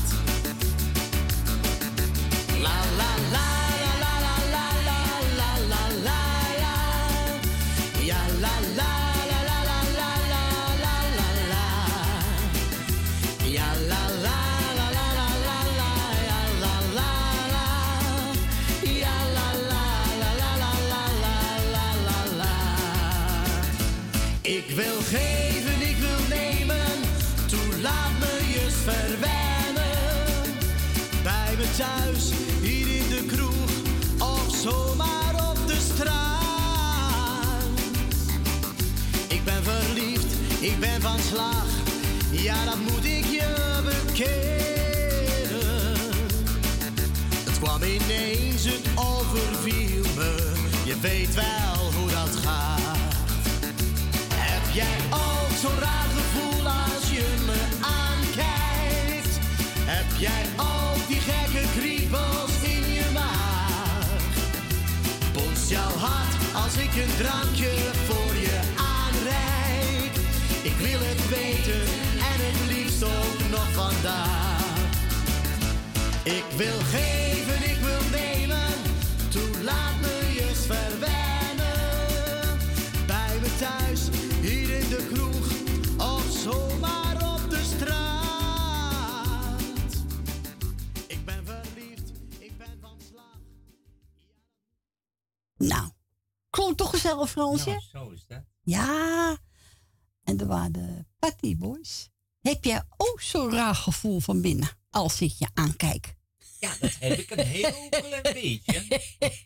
La la la la la la la la la la la. Ja la la la la la la la la la la. Ja la la la la la la la ja la la la. Ja la la la la la la la la la. Ik wil geven, ik wil nemen, toe laat me je eens verwennen. Bij me thuis, hier in de kroeg, of zomaar op de straat. Ik ben verliefd, ik ben van slag, ja dat moet ik je bekennen. Het kwam ineens, het overviel me, je weet wel hoe dat gaat. Heb jij ook zo'n raar gevoel als je me aankijkt? Heb jij ook die gekke kriebels in je maag? Bonst jouw hart als ik een drankje voor je aanreik? Ik wil het weten en het liefst ook nog vandaag. Ik wil geven, ik wil nemen, toe laat me je eens verwennen. Bij me thuis, hier in de kroeg, of zomaar op de straat. Ik ben verliefd, ik ben gezellig, Fransje? Ja, zo is dat. Ja. En er waren de Patty Boys. Heb jij ook zo'n raar gevoel van binnen als ik je aankijk? Ja, dat heb ik een heel klein beetje.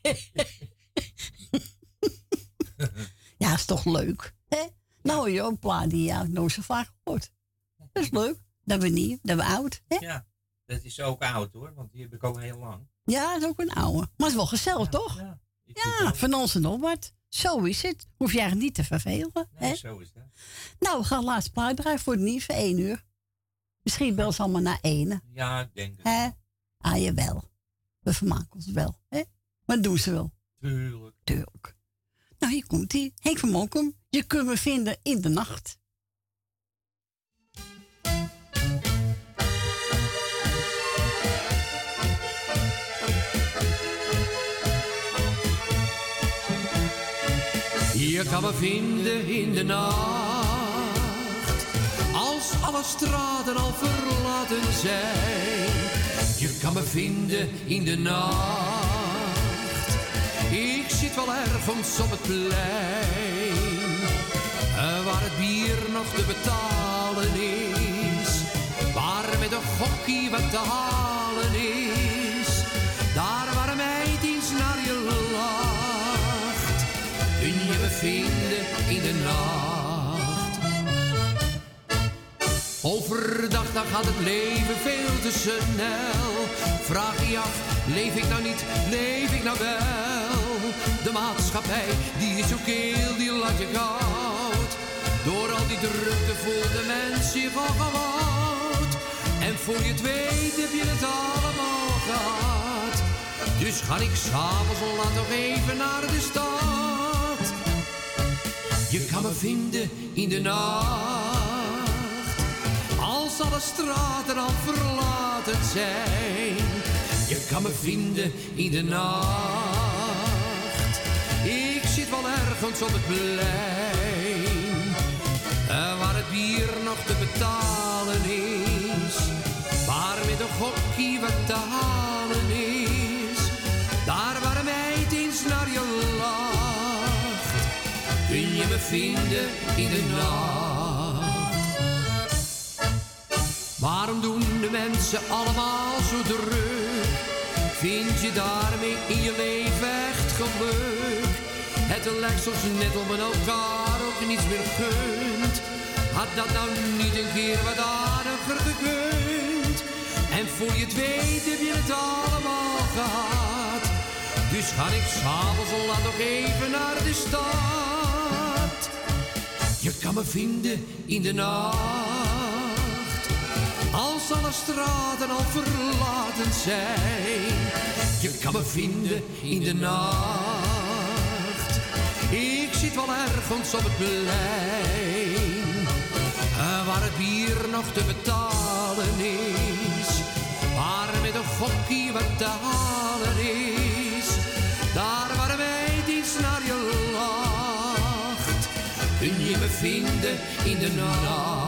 Ja, is toch leuk, hè? Nou, joh, een plaat die je nooit zo vaak gehoord. Dat is leuk. Dat we nieuw, dat we oud, hè? Ja, dat is ook oud hoor, want die heb ik al heel lang. Ja, dat is ook een oude. Maar het is wel gezellig, toch? Ja, Ja, van ons en nog wat. Zo is het. Hoef je eigenlijk niet te vervelen. Nee, hè? zo is dat. Nou, we gaan laatst plaat draaien voor het nieuws voor 1 uur. Misschien bel ze allemaal naar 1. Ja, ik denk het. Hè? Ah, jawel. We vermaken ons wel, hè? Maar doen ze wel. Tuurlijk. Tuurlijk. Nou, hier komt hij. Henk van Mokum. Je kunt me vinden in de nacht. Je kan me vinden in de nacht, als alle straten al verlaten zijn. Je kan me vinden in de nacht, ik zit wel ergens op het plein, waar het bier nog te betalen is, waar met een gokkie wat te halen is, daar waar een meid eens naar je lacht, kun je me vinden in de nacht. Overdag dan gaat het leven veel te snel. Vraag je af, leef ik nou niet, leef ik nou wel? De maatschappij, die is zo keel, die laat je koud. Door al die drukte voelt de mens zich al gewoon. En voor je het weet heb je het allemaal gehad. Dus ga ik s'avonds laat nog even naar de stad. Je kan me vinden in de nacht, als alle straten al verlaten zijn. Je kan me vinden in de nacht, ik zit wel ergens op het plein, waar het bier nog te betalen is, waar met een gokkie wat te halen is, daar waar een meid eens naar je lacht, kun je me vinden in de nacht. Waarom doen de mensen allemaal zo druk? Vind je daarmee in je leven echt geluk? Het lijkt soms net om men elkaar ook niets meer gunt. Had dat nou niet een keer wat aardiger gekund? En voor je het weet heb je het allemaal gehad. Dus ga ik s'avonds laat nog even naar de stad. Je kan me vinden in de nacht, als alle straten al verlaten zijn. Je kan me vinden in de nacht, ik zit wel ergens op het plein, waar het bier nog te betalen is, waar met een gokkie wat te halen is, daar waar een meid iets naar je lacht, kun je me vinden in de nacht.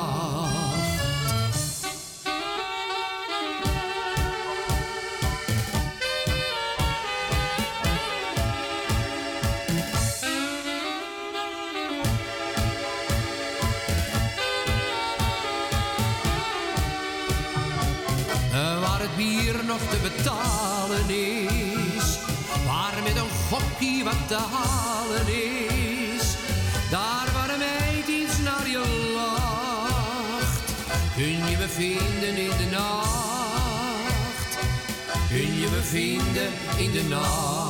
Waar het bier nog te betalen is, waar met een gokkie wat te halen is, daar waar een meid iets naar je lacht, kun je me vinden in de nacht, kun je me vinden in de nacht.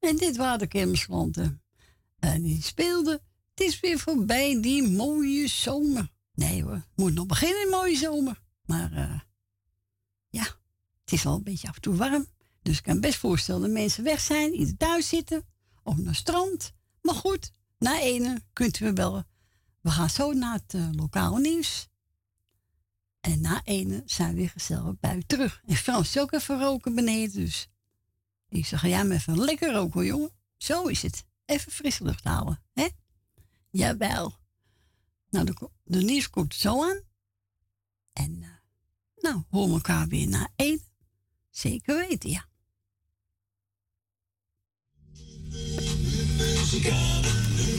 En dit waren de kermisklanten. En die speelden. Het is weer voorbij, die mooie zomer. Nee hoor, moet nog beginnen, een mooie zomer. Maar ja, het is al een beetje af en toe warm. Dus ik kan best voorstellen dat mensen weg zijn, in thuis zitten. Of naar het strand. Maar goed, na 1 kunt u me bellen. We gaan zo naar het lokale nieuws. En na 1 zijn we weer gezellig buiten terug. En Frans is ook even roken beneden, dus... Ik zeg, ja, maar even lekker roken, jongen. Zo is het. Even frisse lucht halen, hè? Jawel. Nou, de nieuws komt zo aan. En, nou, horen we elkaar weer na 1. Zeker weten, ja. Muzikale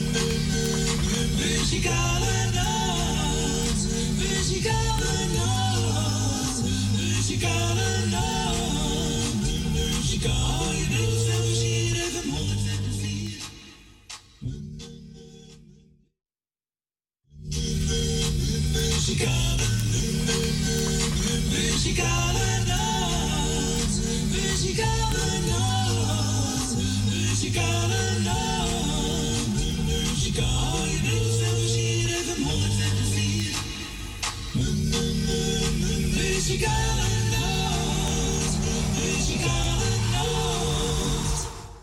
nacht, muzikale nacht, muzikale nacht, muzikale. Je bent veel plezier, even 104. Muzikale nacht, muzikale nacht, muzikale nacht, muzikale. Je bent veel plezier, even 104. Muzikale nacht, muzikale nacht.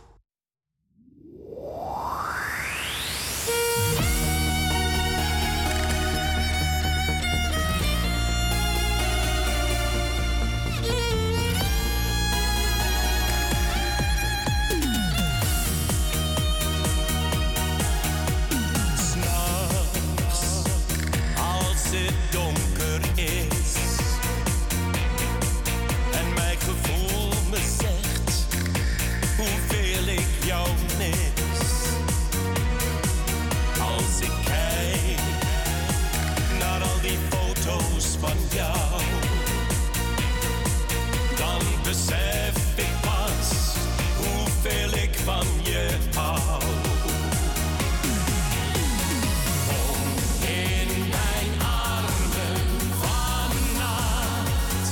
Als het donker is en mijn gevoel me zegt hoeveel ik jou mis. Als ik kijk naar al die foto's van jou, dan besef ik pas hoeveel ik van je hou. In mijn armen vannacht.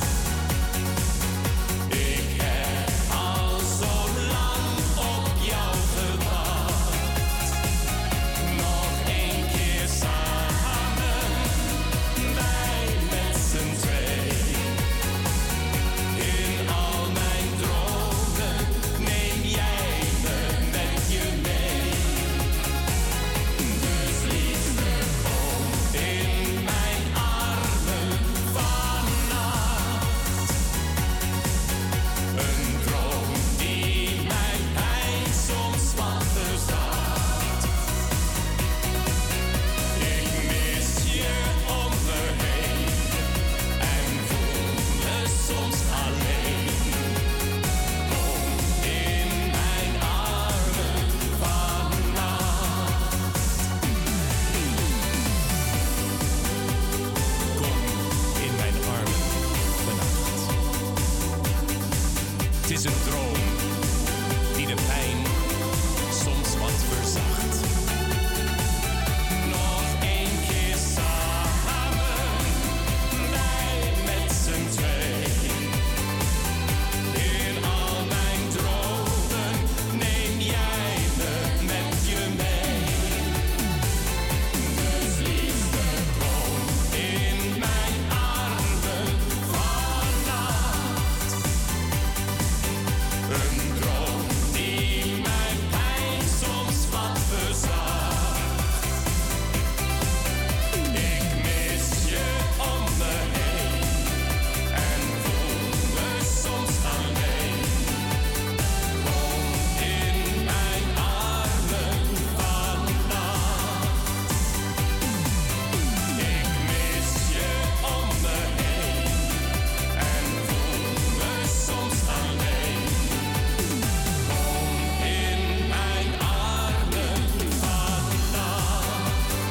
Ik heb al zo lang op jou gewacht. Nog een keer samen, wij met z'n twee. In al mijn dromen neem jij me met je mee. Dus liefste, kom in mijn armen vannacht. Een droom die mijn pijn soms wat verzacht. Ik mis je om me heen en voel me soms alleen. Kom in mijn armen vannacht. Kom in mijn armen vannacht. Het is een droom die de pijn soms wat verzacht. Nog een keer samen, wij met z'n twee. In al mijn dromen neem jij me met je mee. Dus liefste, kom in mijn armen vannacht. Een droom die mijn pijn soms wat verzacht. Ik mis je om me heen en voel me soms alleen. Kom in mijn armen vannacht. Ik mis je om me heen en voel me soms alleen. Kom in mijn armen vannacht.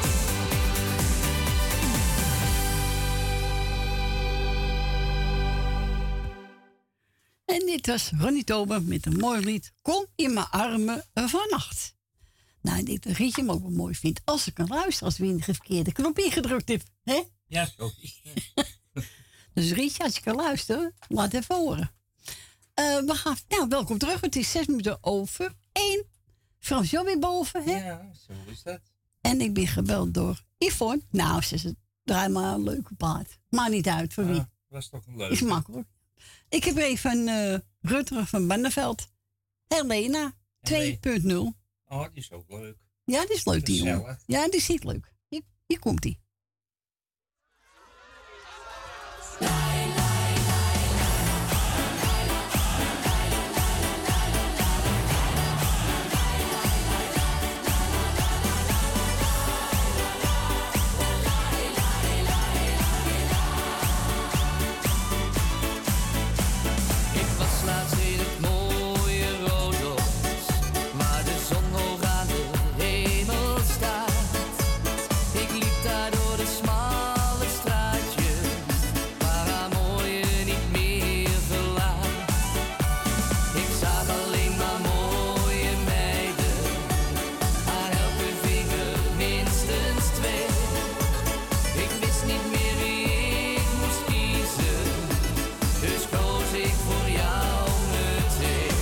En dit was Ronnie Tober met een mooi lied. Kom in mijn armen vannacht. Nou, dit Rietje me ook wel mooi vindt. Als ik kan luisteren, als wie de verkeerde knop ingedrukt heeft. Hè? Ja, zo is het. Dus Rietje, als je kan luisteren, laat even horen. We gaan, nou, welkom terug. Het is 6 minuten over 1. Frans Jan weer boven, hè? Ja, zo is dat. En ik ben gebeld door Yvonne. Nou, ze zegt, draai maar een leuke plaat. Maakt niet uit voor wie. Ah, was toch een leuke. Is makkelijk. Ik heb even Rutger van Banneveld. Helena 2.0. Oh, die is ook leuk. Ja, die is leuk, die jongen. Gezellig. Ja, die is niet leuk. Hier komt die. Ik was laatst in het mooie Rodos, waar de zon hoog aan de hemel staat. Ik liep daar door de smalle straatjes, waar haar mooie niet meer verlaat. Ik zag alleen maar mooie meiden, aan elke vinger minstens 2. Ik wist niet meer wie ik moest kiezen, dus koos ik voor jou meteen.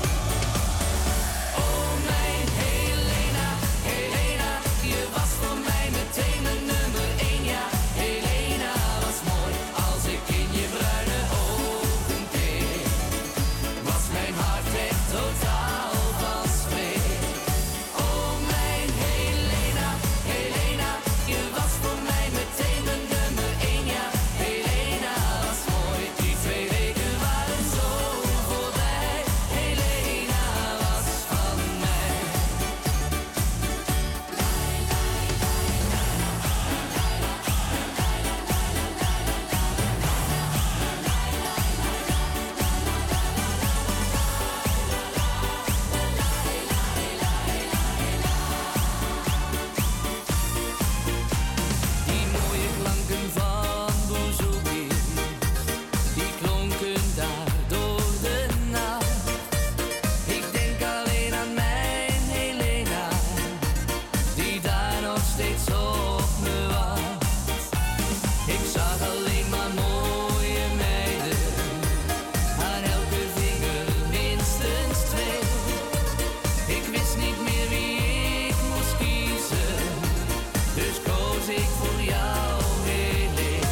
Oh mijn Helena, Helena, je was voor mij meteen mijn nummer 1. Ja, Helena was mooi als ik in je bruine ogen keek. Was mijn hart echt totaal van streek. Oh mijn Helena, Helena, je was voor mij meteen mijn nummer 1. Ja, Helena was mooi. Die 2 weken waren zo voorbij. Helena was van mij. Die mooie klanken van bouzouki, die klonken daar door de nacht. Ik denk alleen aan mijn Helena, die daar nog steeds op me wacht. Ik zag alleen maar mooie meiden, aan elke vinger minstens 2. Ik wist niet meer wie ik moest kiezen, dus koos ik voor jou, Helena.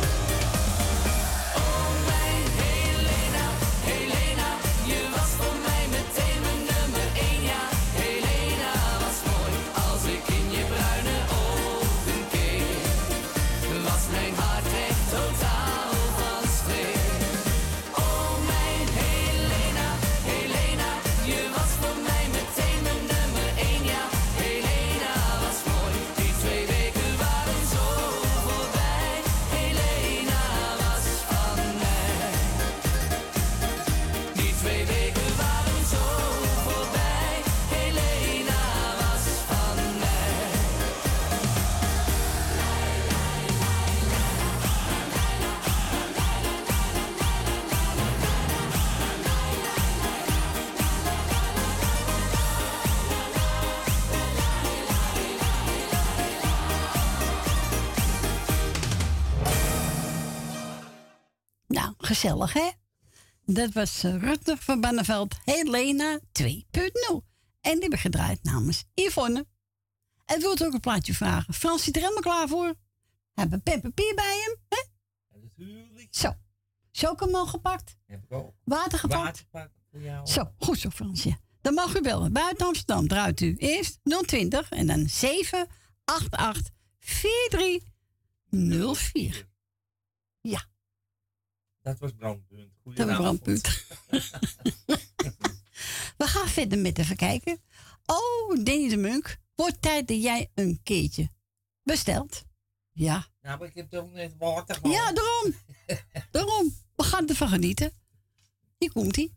Oh mijn Helena, Helena, je was voor mij meteen mijn nummer 1. Ja, Helena was mooi als ik in je bruine ogen keek. Was mijn hart echt totaal van streek. Oh mijn Helena, Helena, je was voor mij meteen mijn nummer 1. Ja, Helena was mooi. Die 2 weken waren zo voorbij. Helena was van mij. Die 2 weken waren zo voorbij. Helena was van mij. Nou, gezellig, hè? Dat was Rutger van Banneveld, Helena 2.0. En die hebben gedraaid namens Yvonne. En wilt ook een plaatje vragen? Frans zit er helemaal klaar voor. Hebben pen en papier bij hem, hè? Natuurlijk. Zo. Chocomel gepakt. Heb ik ook. Water gepakt. Water pakken voor jou. Zo, goed zo, Fransje. Dan mag u bellen. Buiten Amsterdam draait u eerst 020 en dan 788 4304. Ja. Dat was Brandpunt. Dat was Goedenavond. Brandpunt. We gaan verder met even kijken. Oh, Danny de Munk. Wordt tijd dat jij een keertje bestelt. Ja. Nou, maar ik heb toch net water gehad. Ja, daarom. Daarom. We gaan ervan genieten. Hier komt-ie.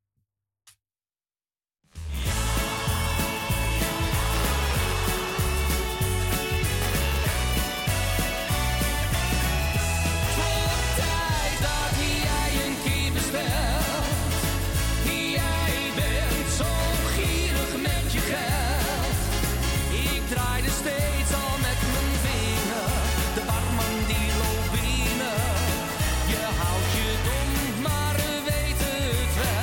Tijd dat jij een keer bestelt. Jij bent zo gierig met je geld. Ik draaide steeds al met mijn vinger. De barman die loopt binnen. Je houdt je dom, maar weet het wel.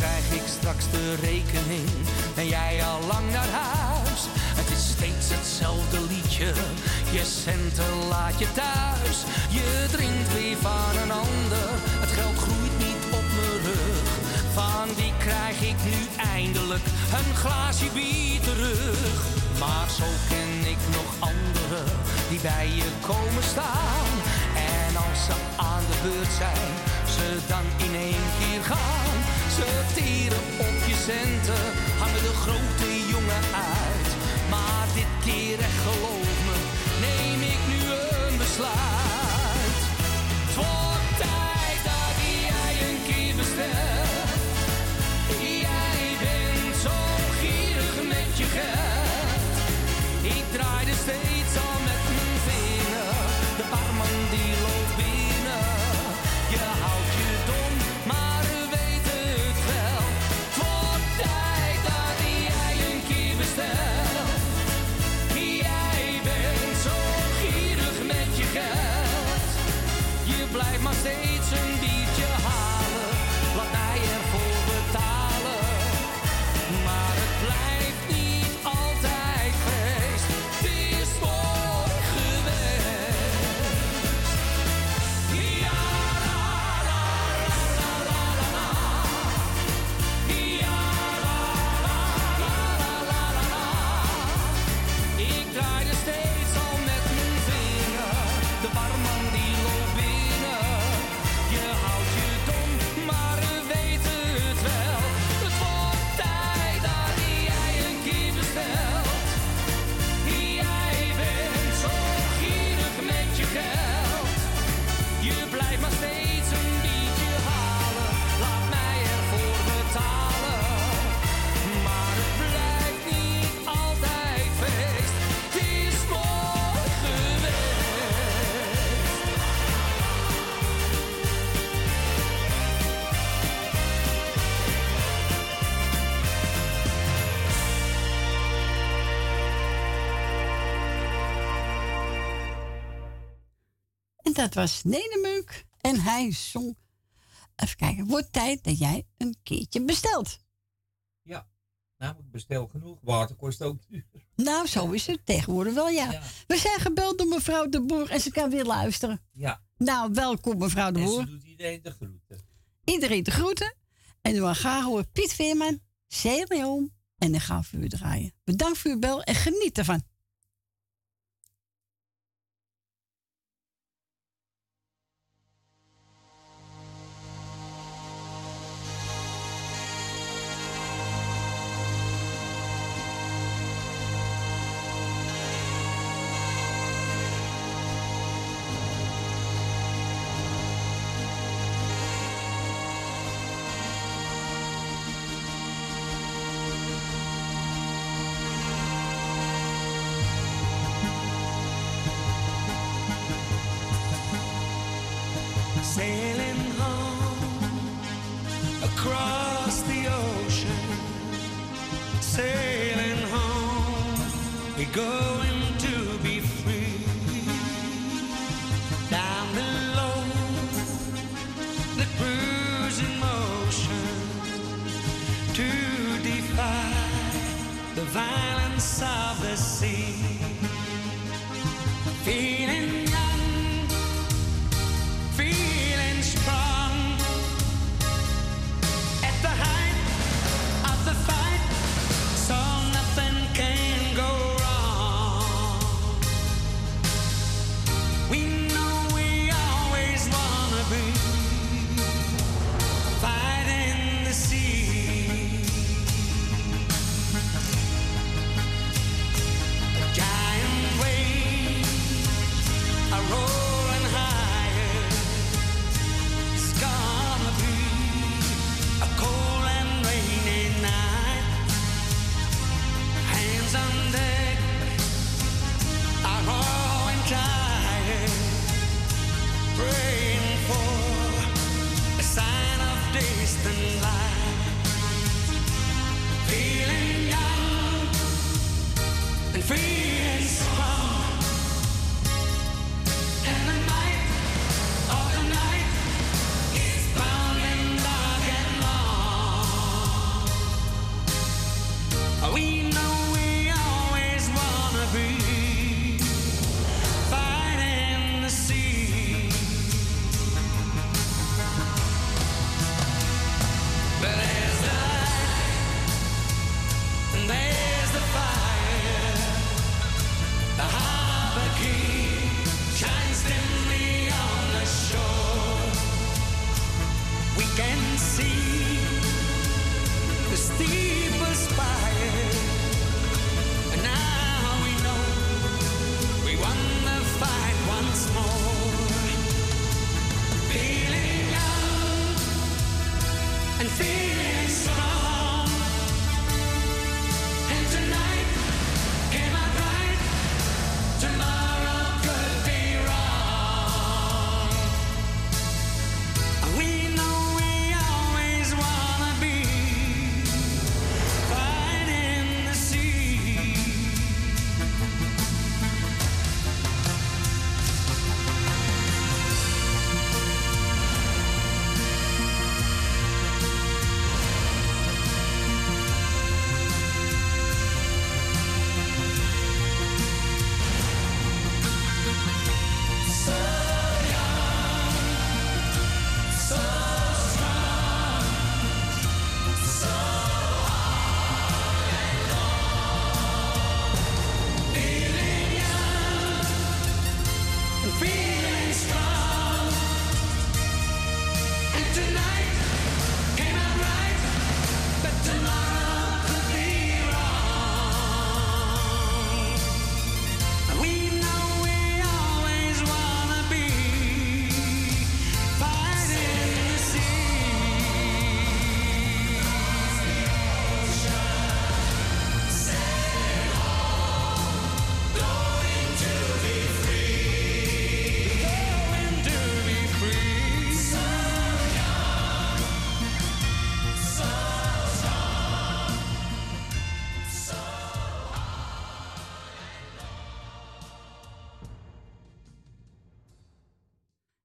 krijg ik straks de rekening en jij al lang naar huis. Het is steeds hetzelfde liedje, je centen laat je thuis. Je drinkt weer van een ander, het geld groeit niet op mijn rug. Van wie krijg ik nu eindelijk een glaasje bier terug? Maar zo ken ik nog anderen die bij je komen staan. En als ze aan de beurt zijn, ze dan in één keer gaan. Ze teren op je centen, hangen de grote jongen uit. Maar dit keer echt geloof me, neem ik nu een besluit. Het wordt tijd dat jij een keer bestelt. Jij bent zo gierig met je geld. Ik draai er steeds al met mijn vinger. De barman die loopt binnen. Je houdt je dom, maar we weten het wel. Het wordt tijd dat jij een keer bestelt. Jij bent zo gierig met je geld. Je blijft maar steeds een biertje halen. Laat mij ervoor betalen. Maar het blijft niet altijd feest. Het is mooi geweest. Ja, la, la, la, la, la, la, la. Ja, la, la, la, la, la, la, la. Ik draai er steeds al met mijn vinger. De barman die loopt binnen. Je houdt je dom, maar we weten het wel. Het wordt tijd dat jij een keer bestelt. Jij bent zo gierig met je geld. Je blijft maar steeds een biertje halen. Laat mij ervoor betalen. Maar het blijft niet altijd feest. Het is mooi geweest. En dat was Nenemeuk. En hij zong... Even kijken, wordt tijd dat jij een keertje bestelt. Ja, nou, ik bestel genoeg. Water kost ook duur. Nou, zo is het tegenwoordig wel, ja. We zijn gebeld door mevrouw de Boer en ze kan weer luisteren. Ja. Nou, welkom mevrouw de En Boer. ze doet iedereen de groeten. Iedereen de groeten. En dan gaan we horen Piet Veerman, C. Leon. En dan gaan we voor u draaien. Bedankt voor uw bel en geniet ervan. Sailing home across the ocean, sailing home, we're going to be free. Down below, the cruising motion, to defy the violence of the sea. Feeling young, feeling strong, at the height of the fight, so nothing can go wrong. We know we always wanna be fighting the sea. Giant waves are rolling higher. It's gonna be a cold and rainy night. Hands on deck are growing tired, praying for a sign of distant light. Feeling young and feeling strong, and the night of the night is bound and dark and long.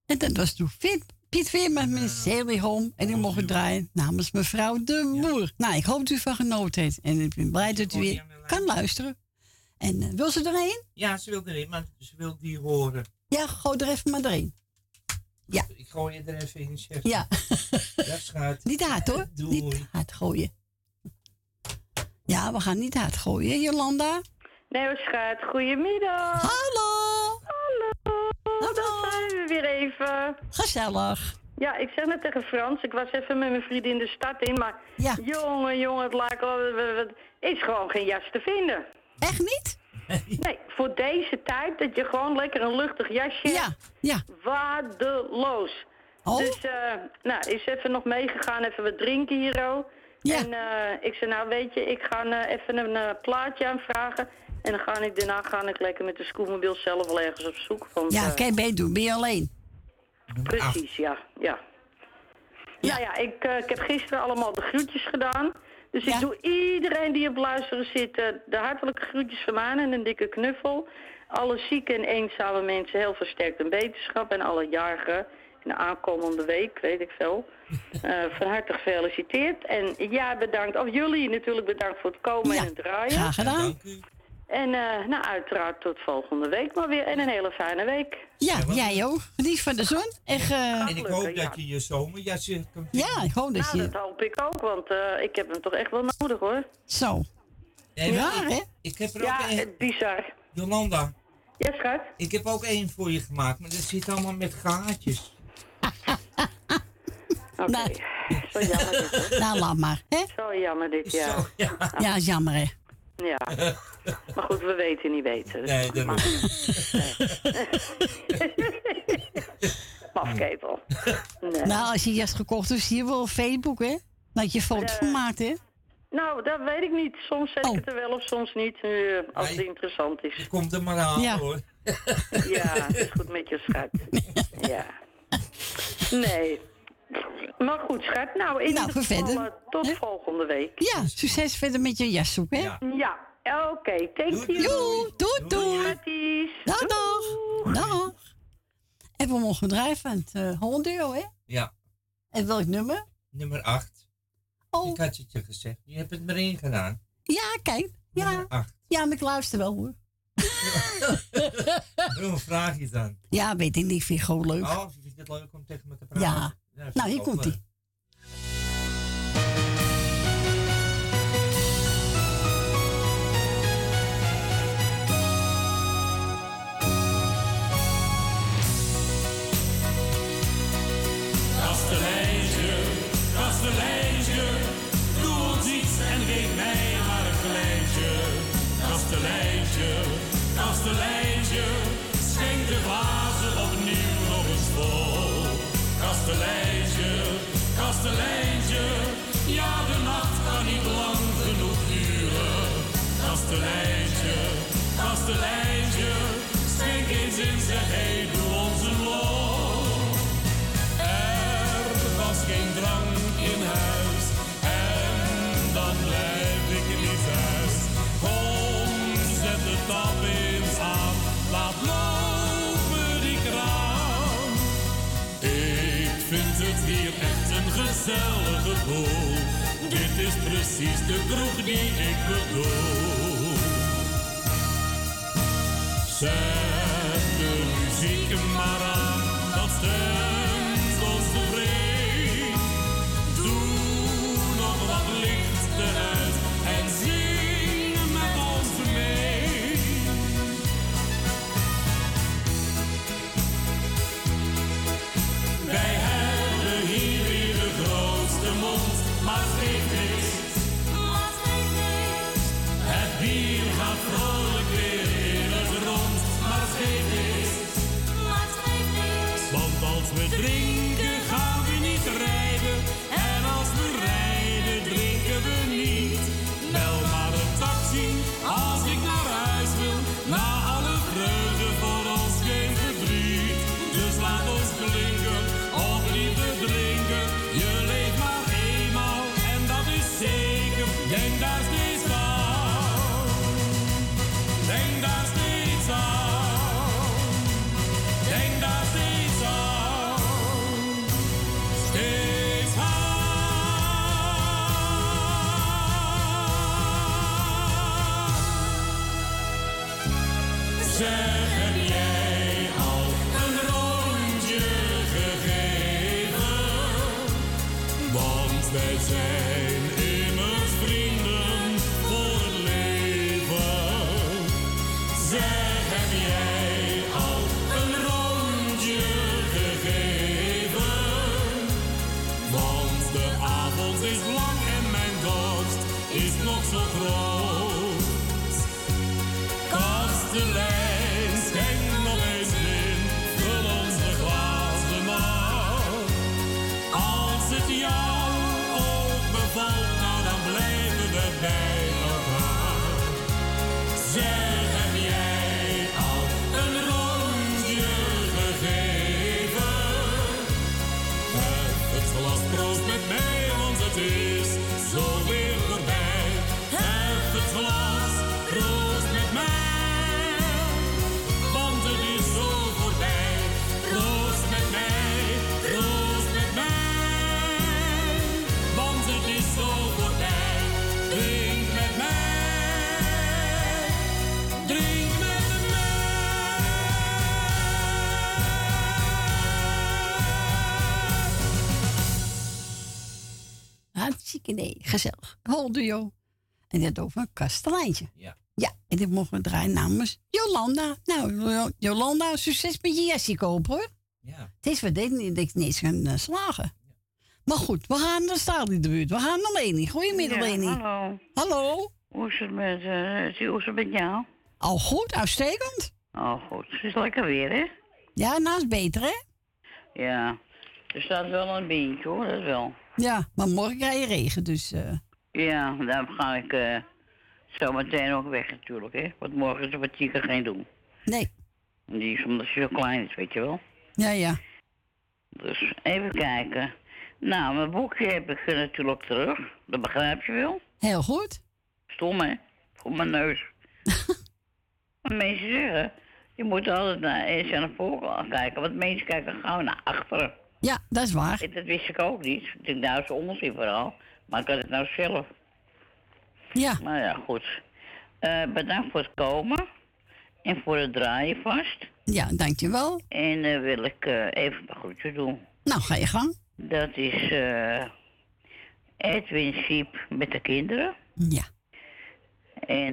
En dat was toen Piet Veerman met Sailing Home. En ik mocht het draaien namens mevrouw De Boer. Nou, ik hoop dat u van genoten heeft. En ik ben blij dat u weer kan luisteren. En wil ze erheen? Ja, ze wil erin, maar ze wil die horen. Ja, gooi er even maar erin. Ja. Ik gooi je er even in, chef. Ja. Ja, schat. Niet hard hoor. Doei. Niet hard gooien. Ja, we gaan niet hard gooien, Jolanda. Nee hoor, schat. Goedemiddag. Hallo. Hallo. Daar zijn we weer even. Gezellig. Ja, ik zeg net tegen Frans, ik was even met mijn vriendin de stad in, maar jongen, het lijkt wel, is gewoon geen jas te vinden. Echt niet? Nee, voor deze tijd dat je gewoon lekker een luchtig jasje hebt. Ja. Waardeloos. Oh. Dus, is even nog meegegaan, even wat drinken hier. Oh. Ja. En ik zei, nou weet je, ik ga even een plaatje aanvragen. En dan daarna ga ik lekker met de scootmobiel zelf wel ergens op zoek. Want, Ja, kan je beter doen. Ben je alleen? Precies, ja. Nou ja, ik heb gisteren allemaal de groetjes gedaan. Dus ik doe iedereen die op luisteren zit de hartelijke groetjes van me aan en een dikke knuffel. Alle zieke en eenzame mensen heel versterkt en beterschap. En alle jarigen in de aankomende week, weet ik veel. Van harte gefeliciteerd. En ja, bedankt. Of jullie natuurlijk bedankt voor het komen en het draaien. Graag gedaan. Dank u. En uiteraard tot volgende week maar weer. En een hele fijne week. Ja, jij ook. Lief van de zon. En ik hoop dat je je zomerjasje kan vinden. Ja, ik hoop dat je... dat hoop ik ook, want ik heb hem toch echt wel nodig hoor. Zo. Raar, hè? Ik heb er ook een. Bizar. Jolanda. Ja, schat? Ik heb ook één voor je gemaakt, maar dat zit allemaal met gaatjes. Oké. Zo jammer dit, hè? Nou, laat maar. Hè? Zo jammer dit, ja. Zo, ja. Ja, is jammer, hè? Ja. Maar goed, we weten niet weten. Dus Nee, daarom. Mafketel. Nee. Nou, als je jas gekocht hebt, zie je wel op Facebook, hè? Dat je foto's van maakt, hè? Nou, dat weet ik niet. Soms zet ik het er wel of soms niet, als het interessant is. Komt er maar aan, hoor. Ja, het is goed met je schat. Ja. Nee. Maar goed, schat. Nou, in ieder geval tot volgende week. Ja, succes verder met je jas zoeken, hè? Ja, oké. Thank you. Doei. Dag. Dag. En we mogen draaien van het Hollanduo, hè? Ja. En welk nummer? Nummer 8. Oh. Ik had het je gezegd. Je hebt het erin gedaan. Ja, kijk. Ja. Nummer 8. Ja, maar ik luister wel, hoor. Waarom vraag je het dan? Ja, weet ik niet. Vind ik gewoon leuk. Oh, vind je het leuk om tegen me te praten? Ja. Nou, hier komt ie. Kasteleintje, doe ons iets en geef mij maar een kleintje. Kasteleintje, schenk de glazen opnieuw nog eens vol. Kasteleintje, ja de nacht kan niet lang genoeg duren. Kasteleintje, schenk eens in, zeg hey, doe ons een lol. Er was geen drank in huis en dan blijf ik niet thuis. Kom, zet de tap eens aan, laat lopen die kraan. Ik vind het hier echt een gezellige boel. Dit is precies de kroeg die ik bedoel. Zet de muziek maar aan, dat stemt ons tevreden. Doe nog wat lichten uit en zing met ons mee. Wij hebben hier weer de grootste mond, maar het geeft niks. Het bier gaat vrolijk weer in het rond, maar het geeft niks. Want als we drinken gaan we niet rijden, en als we rijden drinken we niet. Bel maar een taxi als ik naar huis wil, na alle vreugde voor ons geen verdriet. Dus laat ons klinken, of liefde drinken, je leeft maar eenmaal en dat is zeker, denk daar steeds aan. Zeg, heb jij al een rondje gegeven? Want wij zijn immers vrienden voor het leven. Zeg, heb jij al een rondje gegeven? Want de avond is lang en mijn dorst is nog zo groot. Kastelein, schenk nog eens in, vul onze glazen maar. Als het jou ook bevalt, nou dan blijven we bij elkaar. Zeg, heb jij al een rondje gegeven? Hef het glas, proost met mij, want het is zo weer voorbij. Hef het glas, proost met mij. Want het is zo voorbij. Proost met mij, proost met mij. Want het is zo voorbij. Drink met mij. Drink met Hartstikke nee, gezellig. Holduo. En dit over een kasteleintje. Ja. Ja, en dit mogen we draaien namens Jolanda. Nou, Jolanda, succes met je jasje kopen, hoor. Ja. Het is wat dit niet dat ik niet eens gaan slagen. Maar goed, we gaan naar Staal in de buurt. We gaan naar Leni. Goedemiddag, Ja, Leni. hallo. Hallo. Hoe is het met jou? Al goed, uitstekend. Oh, goed. Het is lekker weer, hè? Ja, naast beter, hè? Ja. Er staat wel een beentje, hoor. Dat wel. Ja, maar morgen krijg je regen, dus... Ja, daar ga ik zo meteen ook weg natuurlijk, hè. Want morgen is de Watika geen doen. Nee. Die is omdat ze zo klein is, weet je wel. Ja, ja. Dus even kijken. Nou, mijn boekje heb ik natuurlijk terug. Dat begrijp je wel. Heel goed. Stom, hè? Voor mijn neus. Maar mensen zeggen, je moet altijd eens naar voren kijken. Want mensen kijken gauw naar achteren. Ja, dat is waar. Dat wist ik ook niet. Ik denk, nou is een onzin verhaal. Maar ik had het nou zelf. Ja. Nou ja, goed. Bedankt voor het komen. En voor het draaien vast. Ja, dankjewel. En wil ik even een groetje doen. Nou, ga je gang. Dat is Edwin Siep met de kinderen. Ja. En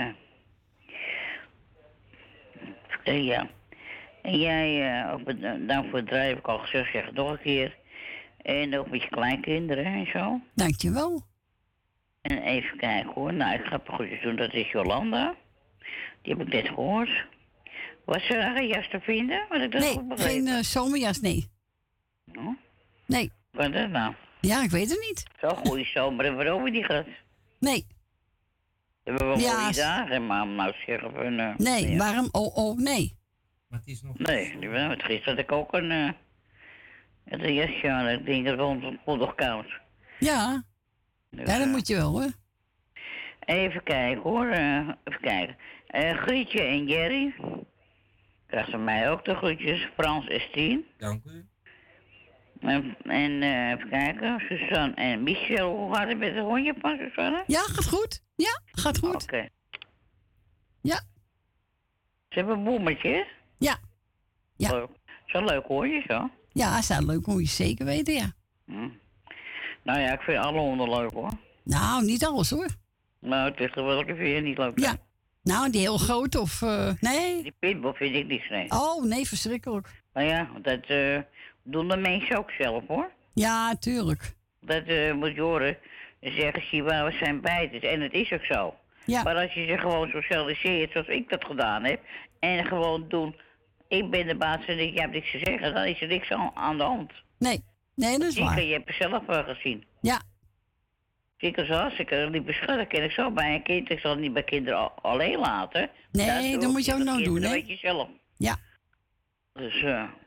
ja. En jij, dank voor het draaien, heb ik al gezegd, zeg het nog een keer. En ook met je kleinkinderen en zo. Dankjewel. En even kijken hoor. Nou, ik ga het goed doen. Dat is Jolanda. Die heb ik net gehoord. Was er een jas te vinden? Had ik dat goed Nee, begrepen? geen zomerjas, nee. Oh? Nee. Wat is dat nou? Ja, ik weet het niet. Zo'n goede zomer hebben we ook niet gehad. Nee. We hebben wel Ja, mooie dagen, maar om nou te zeggen van... Nee, ja. waarom? Oh, nee. Maar het is nog... Nee, gisteren had ik ook een jasje aan. Ik denk dat het wel nog koud. Ja. Dus, Ja, dat moet je wel, hoor. Even kijken hoor. Even kijken. Grietje en Jerry. Krijgt van mij ook de groetjes. Frans en Stien. Dank u. En even kijken. Suzanne en Michel. Hoe gaat het met het hondje van Suzanne? Ja, gaat goed. Ja, gaat goed. Oké. Ja. Ze hebben een boemetje. Ja. Ja. Leuk. Zo'n leuk hondje zo. Ja, zijn leuk hoor, zeker weten, ja. Nou ja, ik vind alle honden leuk hoor. Nou, niet alles hoor. Nou, het ligt er welke vind je niet leuk. Ja. Nou, die heel groot of... nee. Die pitbull vind ik niks, nee. Oh, nee, verschrikkelijk. Nou ja, dat doen de mensen ook zelf hoor. Ja, tuurlijk. Dat moet je horen. Dan zeggen ze, we zijn bijters. En het is ook zo. Ja. Maar als je ze gewoon socialiseert zoals ik dat gedaan heb. En gewoon doen, ik ben de baas en ik heb niks te zeggen. Dan is er niks aan de hand. Nee, nee, dat is waar. Je hebt het zelf gezien. Ja. Ik was hartstikke liep beschut. Ken ik zo bij een kind. Ik zal het niet bij kinderen alleen laten. Nee, dat moet je ook nou doen, hè? Dat weet je zelf. Ja. Dus,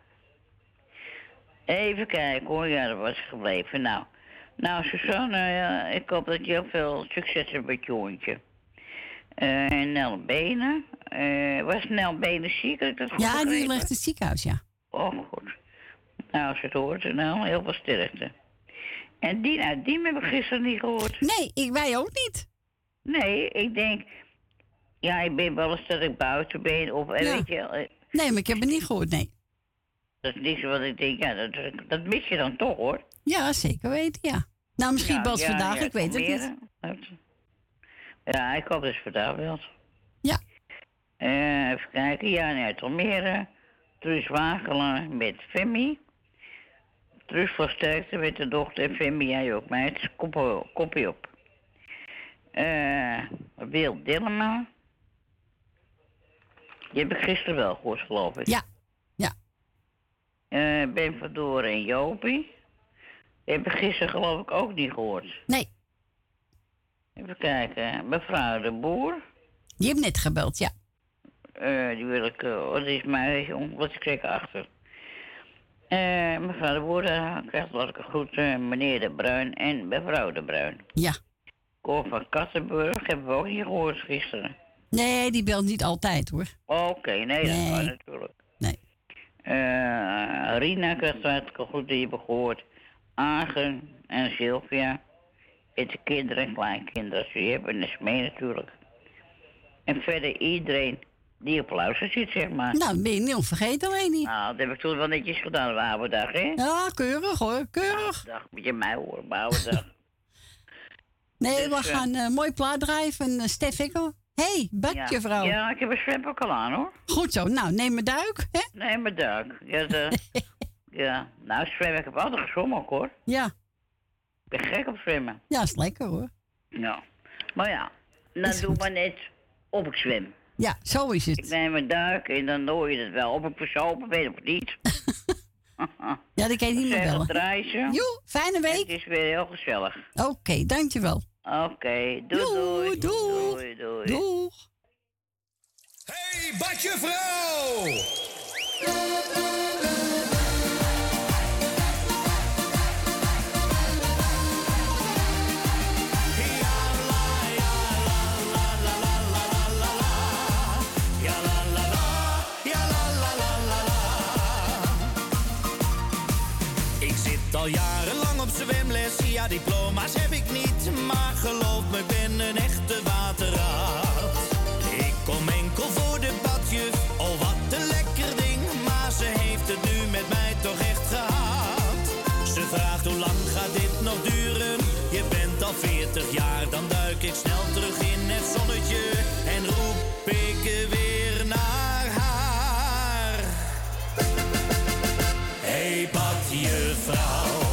even kijken hoor. Ja, dat was gebleven. Nou, Suzanne, ik hoop dat je heel veel succes hebt met je hondje. Nel Benen. Was Nel Benen ziek? Had ik dat goed Ja, die begrepen? ligt in het ziekenhuis, ja. Oh, goed. Nou, als je het hoort, nou, heel veel sterkte. En die heb ik gisteren niet gehoord. Nee, wij ook niet. Nee, ik denk, Ja, ik ben wel eens dat ik buiten ben. Of, weet je, Nee, maar ik heb het niet gehoord, nee. dat is niks wat ik denk, ja, dat mis je dan toch, hoor. Ja, zeker weten, ja. Nou, misschien belt vandaag, ik weet het niet. Ja, ik hoop dat ze vandaag belt. Ja. Even kijken, Jan uit Almere. Truus Wagelen met Femi. Truus voor sterkte met de dochter en Femi, jij ook, meid. Kopie op. Wil Dillema. Die heb ik gisteren wel gehoord, geloof ik. Ja. Ben van Doren en Jopie. Die heb ik gisteren geloof ik ook niet gehoord. Nee. Even kijken. Mevrouw de Boer. Die heeft net gebeld, ja. Die wil ik... dat is mij, jong. Wat ik zeker achter. Mevrouw de Boer krijgt wat ik goed. Meneer de Bruin en mevrouw de Bruin. Ja. Cor van Kattenburg hebben we ook niet gehoord gisteren. Nee, die belt niet altijd, hoor. Oké, nee, dat is waar natuurlijk. Nee. Rina krijgt hartstikke goed, die hebben gehoord. Agen en Sylvia. En de kinderen en kleinkinderen, die hebben en de smee natuurlijk. En verder iedereen die op luister zit, zeg maar. Nou, dat ben je niet onvergeten, alleen niet. Nou, dat heb ik toen wel netjes gedaan, de oude dag, hè? Ja, keurig hoor, keurig. Dag, moet je mij horen, mijn oude dag. Nee, we gaan een mooi plaat draaien van Stef Ekkel. Hey, badje vrouw. Ja, ik heb een zwem ook al aan, hoor. Goed zo, nou, neem een duik, hè? Neem een duik. Ja, nou, zwemmen, ik heb altijd gezwommen ook, hoor. Ja. Ik ben gek op zwemmen. Ja, is lekker, hoor. Ja. Maar ja, dan doe maar net of ik zwem. Ja, zo is het. Ik neem een duik en dan hoor je het wel. Of ik verzopen ben of niet. Ja, dat kan je niet meer bellen. Draaien. Joe, fijne week. Het is weer heel gezellig. Oké, dankjewel. Oké, doei. Doeg. Hey, badje vrouw! Al jarenlang op zwemles, ja diploma's heb ik niet. Maar geloof me, ik ben een echte waterraad. Ik kom enkel voor de badjuf, oh wat een lekker ding. Maar ze heeft het nu met mij toch echt gehad. Ze vraagt hoe lang gaat dit nog duren? Je bent al 40 jaar, dan duik ik snel terug in het zonnetje. En roep ik weer naar haar. Hey badjevrouw.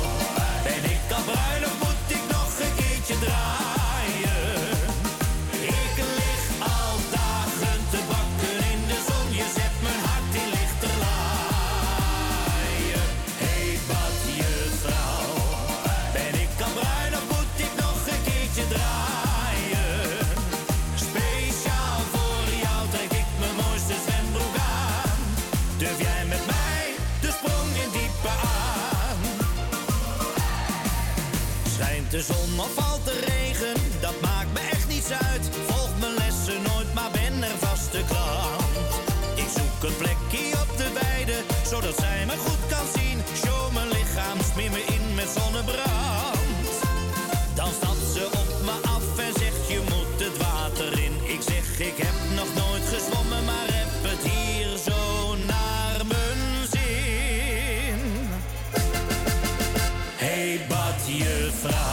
De zon of valt de regen, dat maakt me echt niets uit. Volg mijn lessen nooit, maar ben er vaste klant. Ik zoek een plekje op de weide, zodat zij me goed kan zien. Show mijn lichaam, smeer me in met zonnebrand. Dan stapt ze op me af en zegt je moet het water in. Ik zeg ik heb nog nooit gezwommen, maar heb het hier zo naar mijn zin. Hey badjevrouw.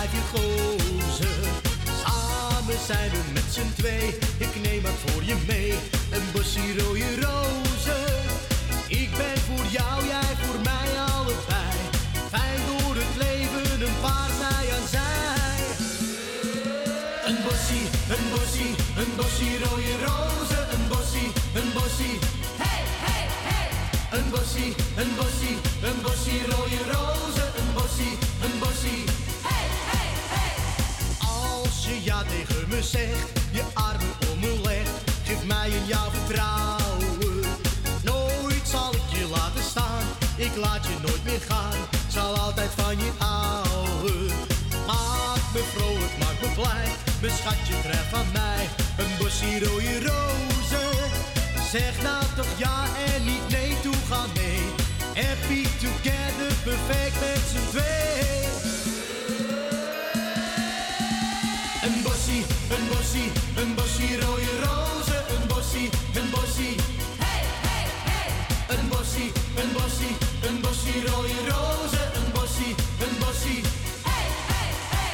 je gozer. Samen zijn we met z'n twee, ik neem het voor je mee. Een bosje rode rozen. Ik ben voor jou, jij voor mij, allebei. Fijn door het leven, een paar zij aan zij. Een bosje, een bosje, een bosje rode rozen. Een bosje, een bosje. Hey, hey, hey. Een bosje, een bosje, een bosje rode rozen. Een bosje, een bosje. Hey, hey, hey. Als je ja tegen me zegt, je armen om me legt, geef mij in jouw vertrouwen. Nooit zal ik je laten staan, ik laat je nooit meer gaan, zal altijd van je houden. Maak me vrolijk, maak me blij, mijn schatje krijgt van mij een bosje rode rozen. Zeg nou toch ja en niet nee, toe ga mee. Happy together, perfect met z'n twee. Een bosje, een bosje, een bosje rode rozen. Een bosje, een bosje. Hey, hey, hey. Een bosje, een bosje, een bosje rode rozen. Een bosje, een bosje. Hey, hey, hey.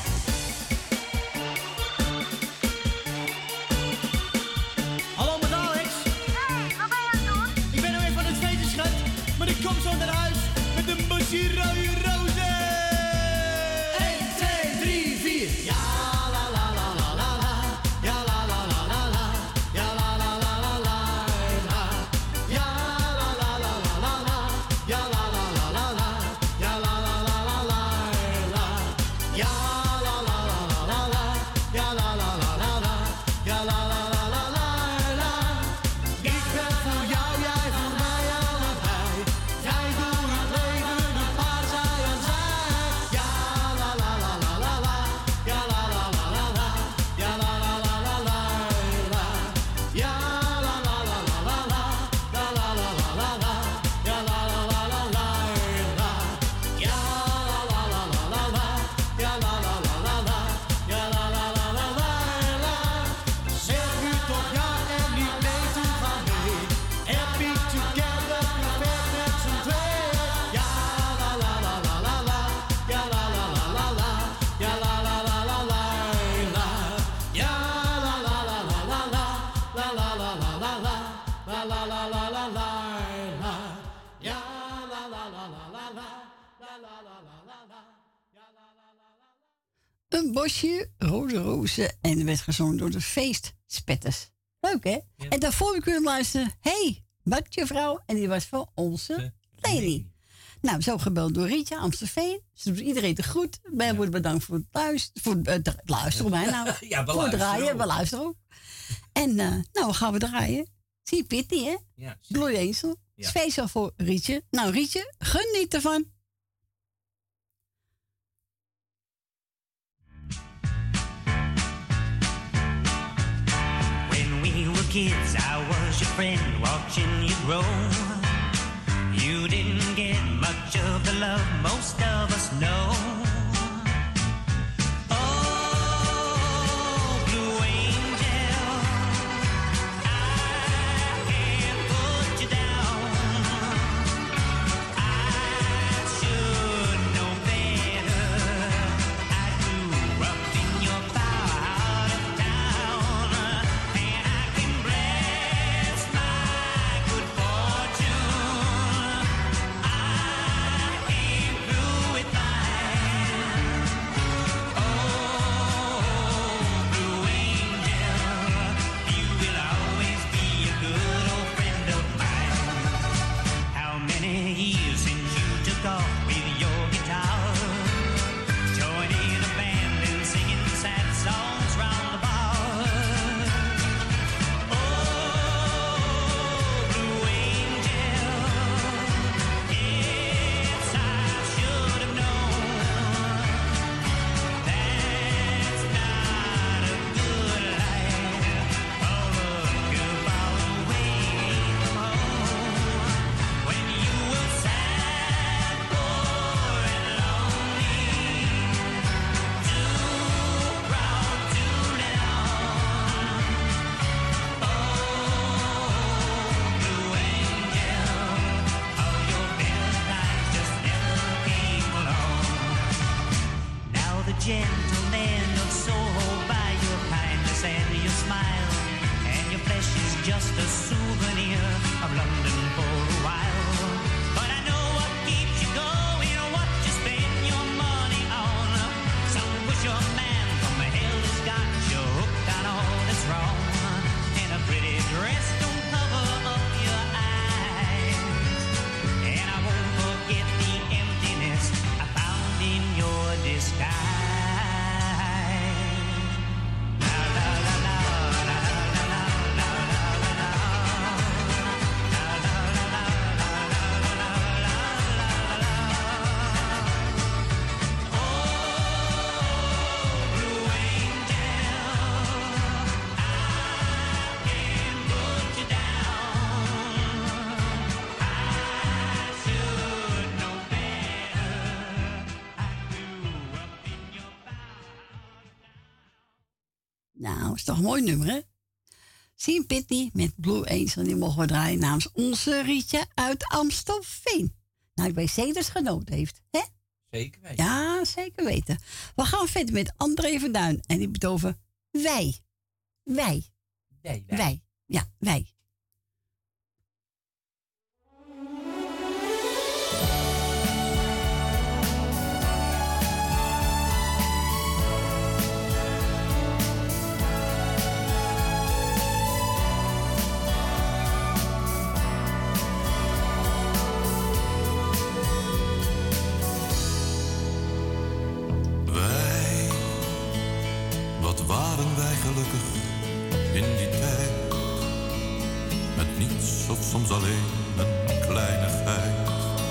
Hallo met Alex. Hey, wat ben je aan het doen? Ik ben nog even aan het feesten, schat. Maar ik kom zo naar huis met een bosje rode rozen. 1, 2, 3, 4. Ja. Een bosje rode rozen. En er werd gezongen door de feestspetters. Leuk, hè? Ja. En daarvoor we kunnen luisteren. Hey, wat je vrouw? En die was voor onze Leni. Nou, zo gebeld door Rietje Amstelveen. Ze doet iedereen de groet. Wij worden bedankt voor het luisteren. Voor het luisteren, mij nou. Ja, voor het draaien, we luisteren ook. En nou, gaan we draaien. Zie je Pitty, hè? Ja. Bloei Ezel. Ja. Speciaal voor Rietje. Nou, Rietje, geniet ervan. When we were kids, I was your friend, watching you grow. You didn't get much of the love most of us know. Oh, Blue Angel, I can't put you down. I should know better. I grew up in your part of town, and I can bless my good fortune. I ain't blue gentlemen of Soho by your kindness and your smile. And your flesh is just a souvenir of London for a while. But I know what keeps you going, what you spend your money on. Some pusher man from hell has got you hooked on all that's wrong. And a pretty dress don't cover up your eyes. And I won't forget the emptiness I found in your disguise. Nou, is toch een mooi nummer, hè? Sien Pitty met Blue Angel. Die mogen we draaien namens onze Rietje uit Amstelveen. Nou, ik weet zeker dat ze genoten heeft, hè? Zeker weten. Ja, zeker weten. We gaan verder met André van Duin. En die bedoelt over wij. Wij. Wij. Ja, wij. Wat waren wij gelukkig in die tijd. Met niets of soms alleen een kleinigheid.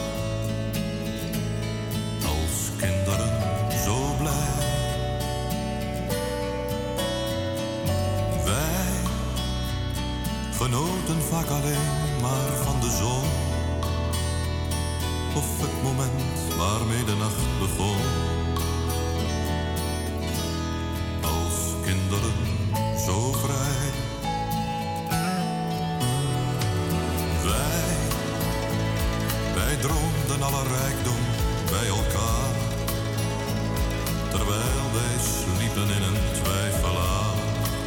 Als kinderen zo blij. Wij genoten vaak alleen maar van de zon. Of het moment waarmee de nacht begon. Kinderen zo vrij. Wij droomden alle rijkdom bij elkaar. Terwijl wij sliepen in een twijfelaar.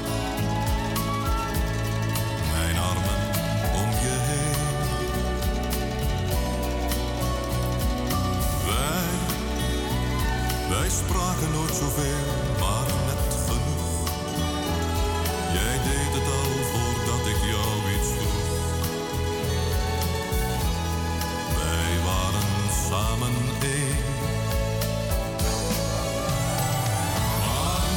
Mijn armen om je heen. Wij spraken nooit zoveel, maar net genoeg. Jij deed het al voordat ik jou iets vroeg. Wij waren samen één. Maar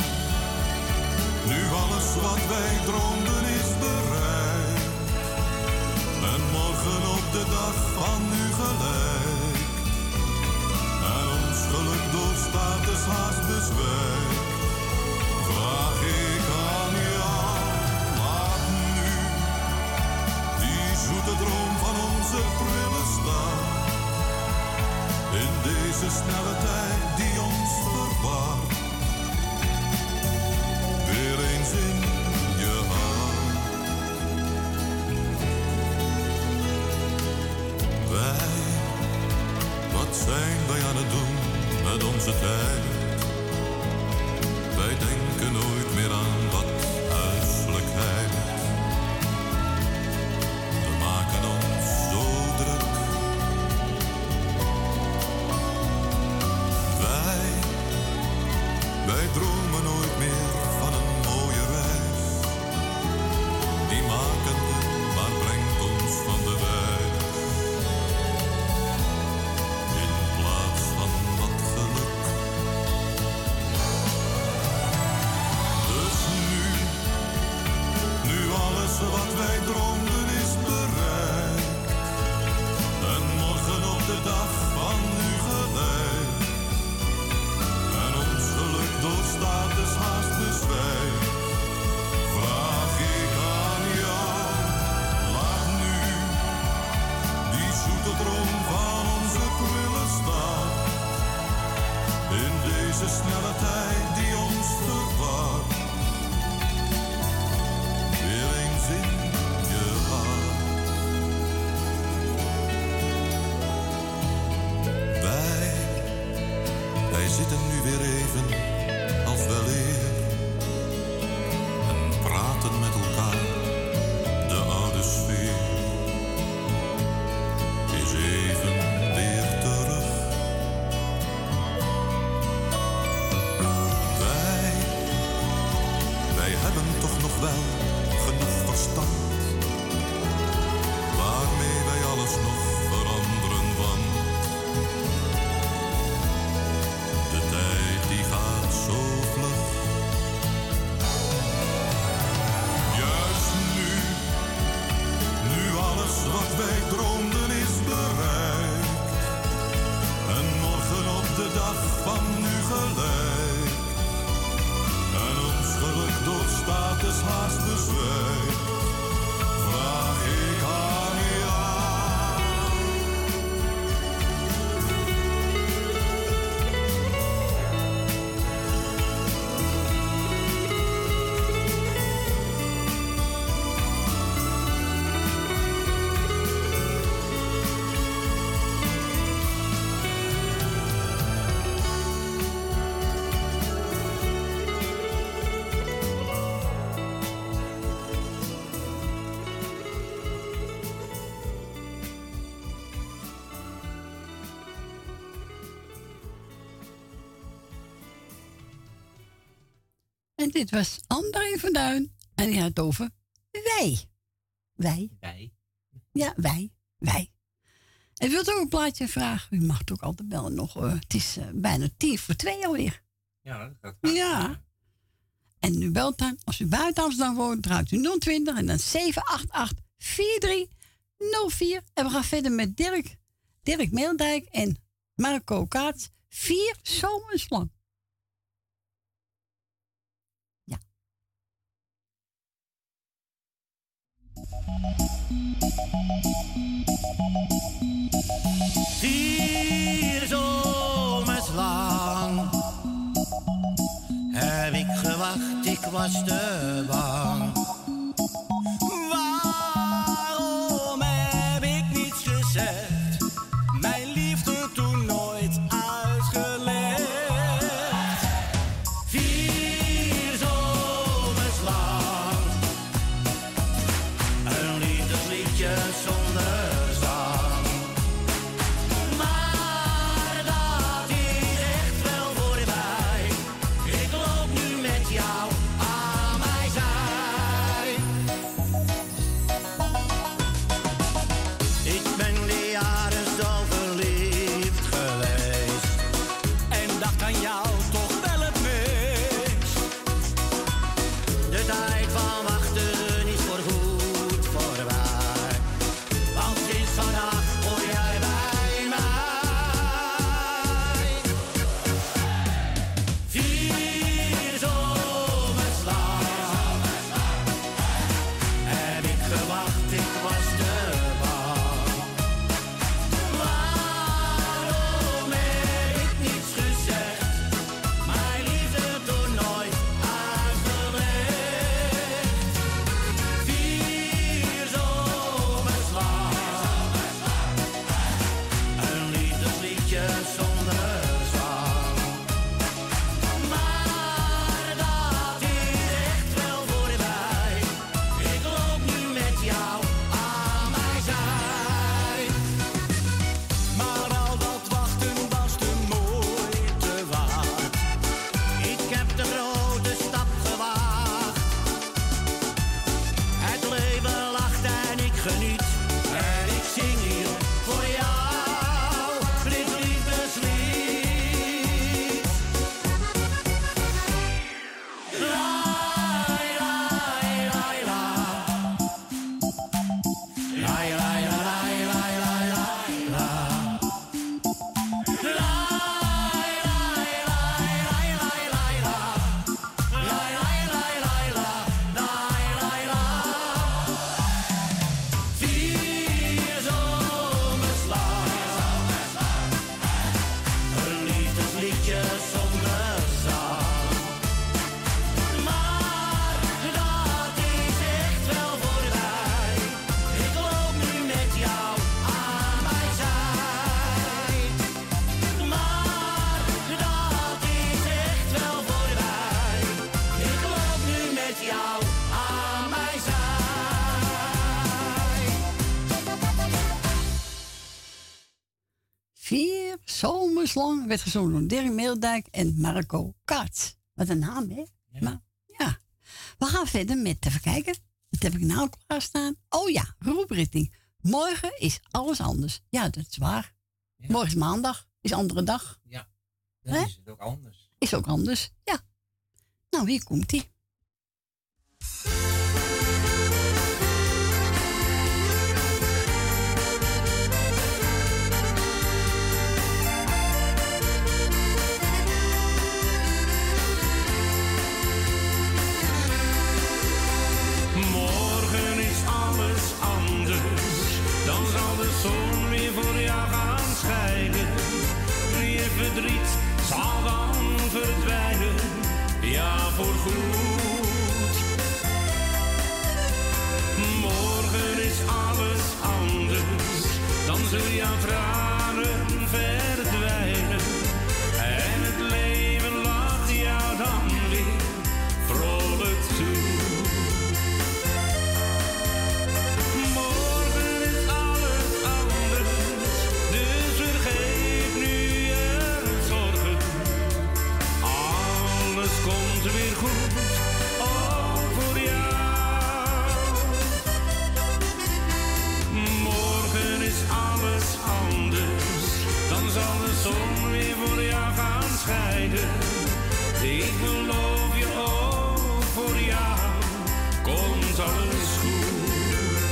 nu alles wat wij droomden is bereikt. En morgen op de dag van nu gelijk. En ons geluk door status haast bezwijkt. Vraag ik aan jou, laat nu die zoete droom van onze prille staan. In deze snelle tijd die ons verwaart. Weer eens in je hand. Wat zijn wij aan het doen met onze tijd? Wij denken nooit meer aan wat huiselijkheid. We maken ons zo druk. Wij dromen nooit meer van een mooie reis. Die maken we, maar brengt ons van de wijs. In plaats van wat geluk. Dus nu alles wat wij droomden is bereikt. En morgen op de dag van nu gelijk. En ons geluk door status haast bezwijkt. Vraag ik aan jou, laat nu die zoete droom van onze prille staan. In deze snelle tijd die ons verwaart. Weer eens in je hart. Wij zitten nu weer even als weleer en praten met elkaar. De oude sfeer is even weer terug. Wij hebben toch nog wel genoeg verstand waarmee wij alles nog veranderen, want de tijd die gaat zo vlug. Juist nu alles wat wij droomden is bereikt en morgen op de dag van nu gelijk en ons geluk door status haast bezwijkt. Vraag ik aan jou. En dit was André van Duin. En die had het over wij. Wij. Ja, wij. En wilt u ook een plaatje vragen? U mag het ook altijd bellen nog. Het is bijna 1:50 alweer. Ja, dat gaat goed. Ja. En u belt dan, als u buiten Amsterdam woont, draait u 020 en dan 788-4304. En we gaan verder met Dirk Meeldijk en Marco Kaats. 4 zomers lang. Vier zomers lang heb ik gewacht, ik was te bang. Waarom heb ik niets gezegd? Mijn liefde toen nooit uitgelegd. 4 zomers lang, een liefdesliedje zonder zang. Maar dat is echt wel voorbij. Ik loop nu met jou aan mijn zij. Long. Werd gezongen door Dirk Meeldijk en Marco Kaats. Wat een naam, hè? Ja. Maar, ja. We gaan verder met, even kijken. Wat heb ik nou klaarstaan? Oh ja, Rob Ritting. Morgen is alles anders. Ja, dat is waar. Ja. Morgen is maandag. Is een andere dag. Ja, dan Hè? is het ook anders. Is ook anders, ja. Nou, hier komt ie. Morgen is alles anders, dan zal de zon weer voor jou gaan schijnen. Je verdriet zal dan verdwijnen, ja voorgoed. Morgen is alles anders, dan zul jouw tranen verdwijnen. En het leven lacht jou dan weer vrolijk toe. Morgen is alles anders, dus vergeet nu je zorgen. Alles komt weer goed, ook voor jou. Morgen is alles anders, dan zal de zon weer voor jou gaan schijnen. Ik beloof je ook, voor jou komt alles goed.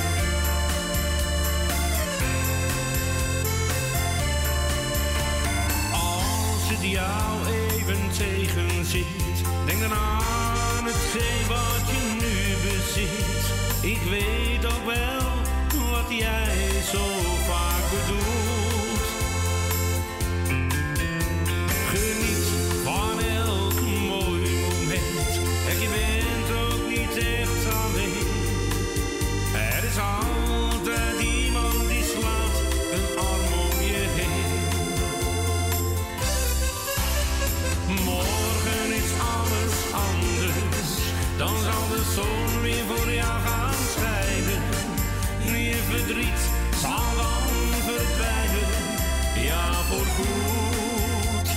Als het jou even tegenzit, denk dan aan hetgeen wat je nu bezit. Ik weet ook wel wat jij zo vaak bedoelt. Geniet van elk mooi moment en je bent ook niet echt alleen. Er is altijd iemand die slaat een arm om je heen. Morgen is alles anders, dan zal de zon weer voor jou gaan schijnen. Je verdriet zal dan verdwijnen, ja voorgoed.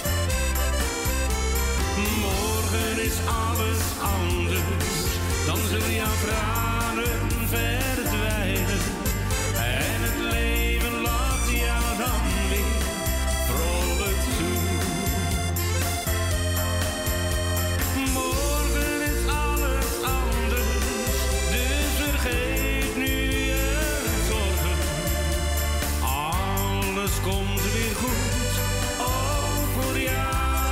Morgen is alles anders, dan zul jouw tranen verdwijnen. En het leven lacht jou dan weer vrolijk toe. Morgen is alles anders, dus vergeet nu je zorgen. Alles komt weer goed, ook voor jou.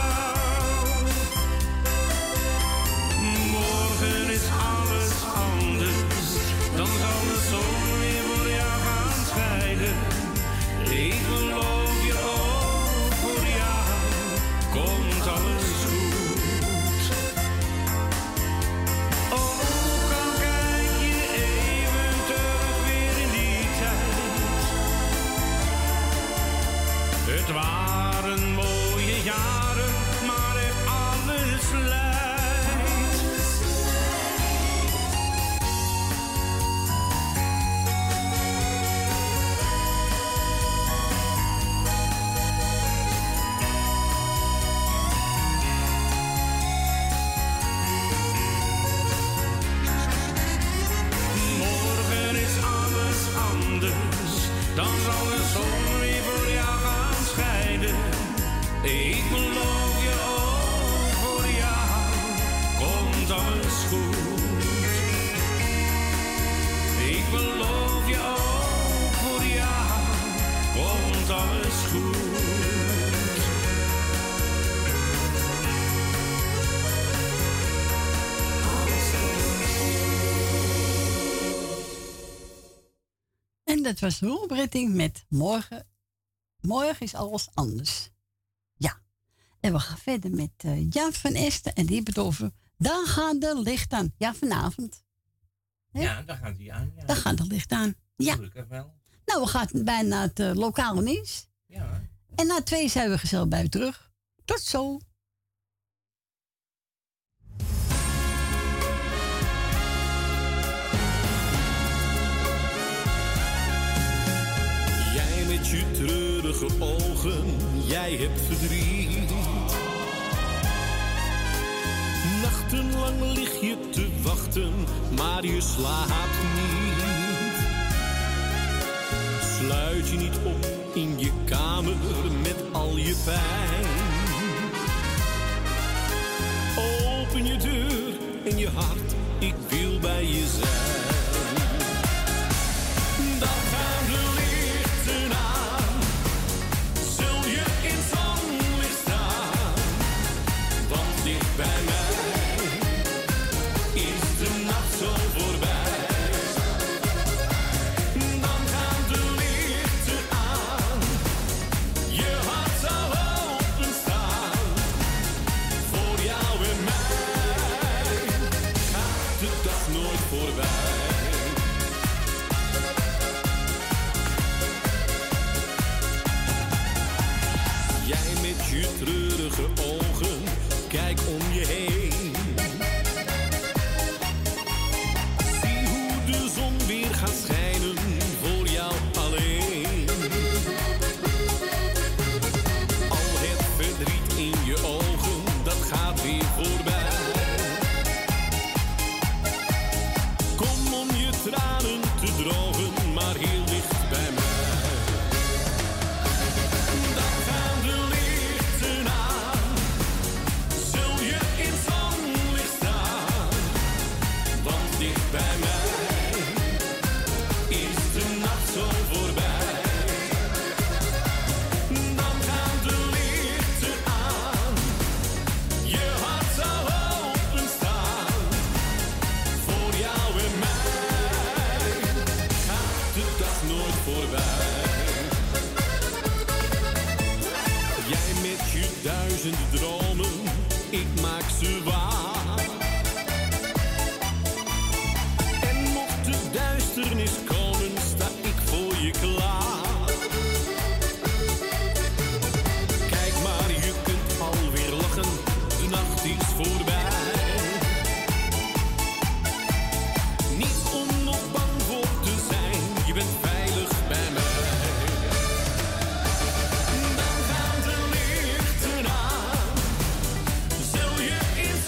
Morgen is alles anders, dan zal de zon weer voor jou gaan schijnen. Ik beloof je ook, voor jou komt alles goed. Ook al kijk je even terug weer in die tijd. Het waren mooie jaren, maar echt alles lijkt. Morgen is alles anders, dan zal de zon weer voor jou gaan schijnen. Ik beloof je ook, voor jou komt alles goed. Ik beloof je ook, voor jou komt alles goed. En dat was Rob Ritting met Morgen. Morgen is alles anders. Ja. En we gaan verder met Jan van Esten. En die heeft het over, dan gaan de licht aan. Ja, vanavond. Hè? Ja, dan gaat hij aan. Ja. Dan gaan de licht aan. Ja. Gelukkig wel. Nou, we gaan bijna het lokale nieuws. Ja. En na 2 zijn we gezellig bij u terug. Tot zo. Jij met je treurig treurige ogen, jij hebt verdriet. Nachtenlang lig je te wachten, maar je slaapt niet. Sluit je niet op in je kamer met al je pijn. Open je deur en je hart, ik wil bij je zijn. Dan gaan de lichten aan, zul je in zonlicht staan. Want dicht bij mij is de nacht zo voorbij. Dan gaan de lichten aan, je hart zal openstaan. Voor jou en mij gaat de dag nooit voorbij. Jij met je treurige ogen, kijk om je heen. Zie hoe de zon weer gaat schijnen voor jou alleen. Al het verdriet in je ogen, dat gaat weer voorbij. Kom om je tranen te drogen, maar heel dicht bij mij. Dan gaan de lichten aan, zul je in zonlicht staan. Want dicht bij mij is de nacht zo voorbij. Dan gaan de lichten aan, je hart zal openstaan. Voor jou en mij gaat de dag nooit voorbij. Jij met je duizenden dromen, ik maak ze waar. En mocht de duisternis komen, sta ik voor je klaar. Kijk maar, je kunt alweer lachen, de nacht is voorbij. Niet om nog bang voor te zijn, je bent veilig bij mij. Dan gaan de lichten aan, zul je in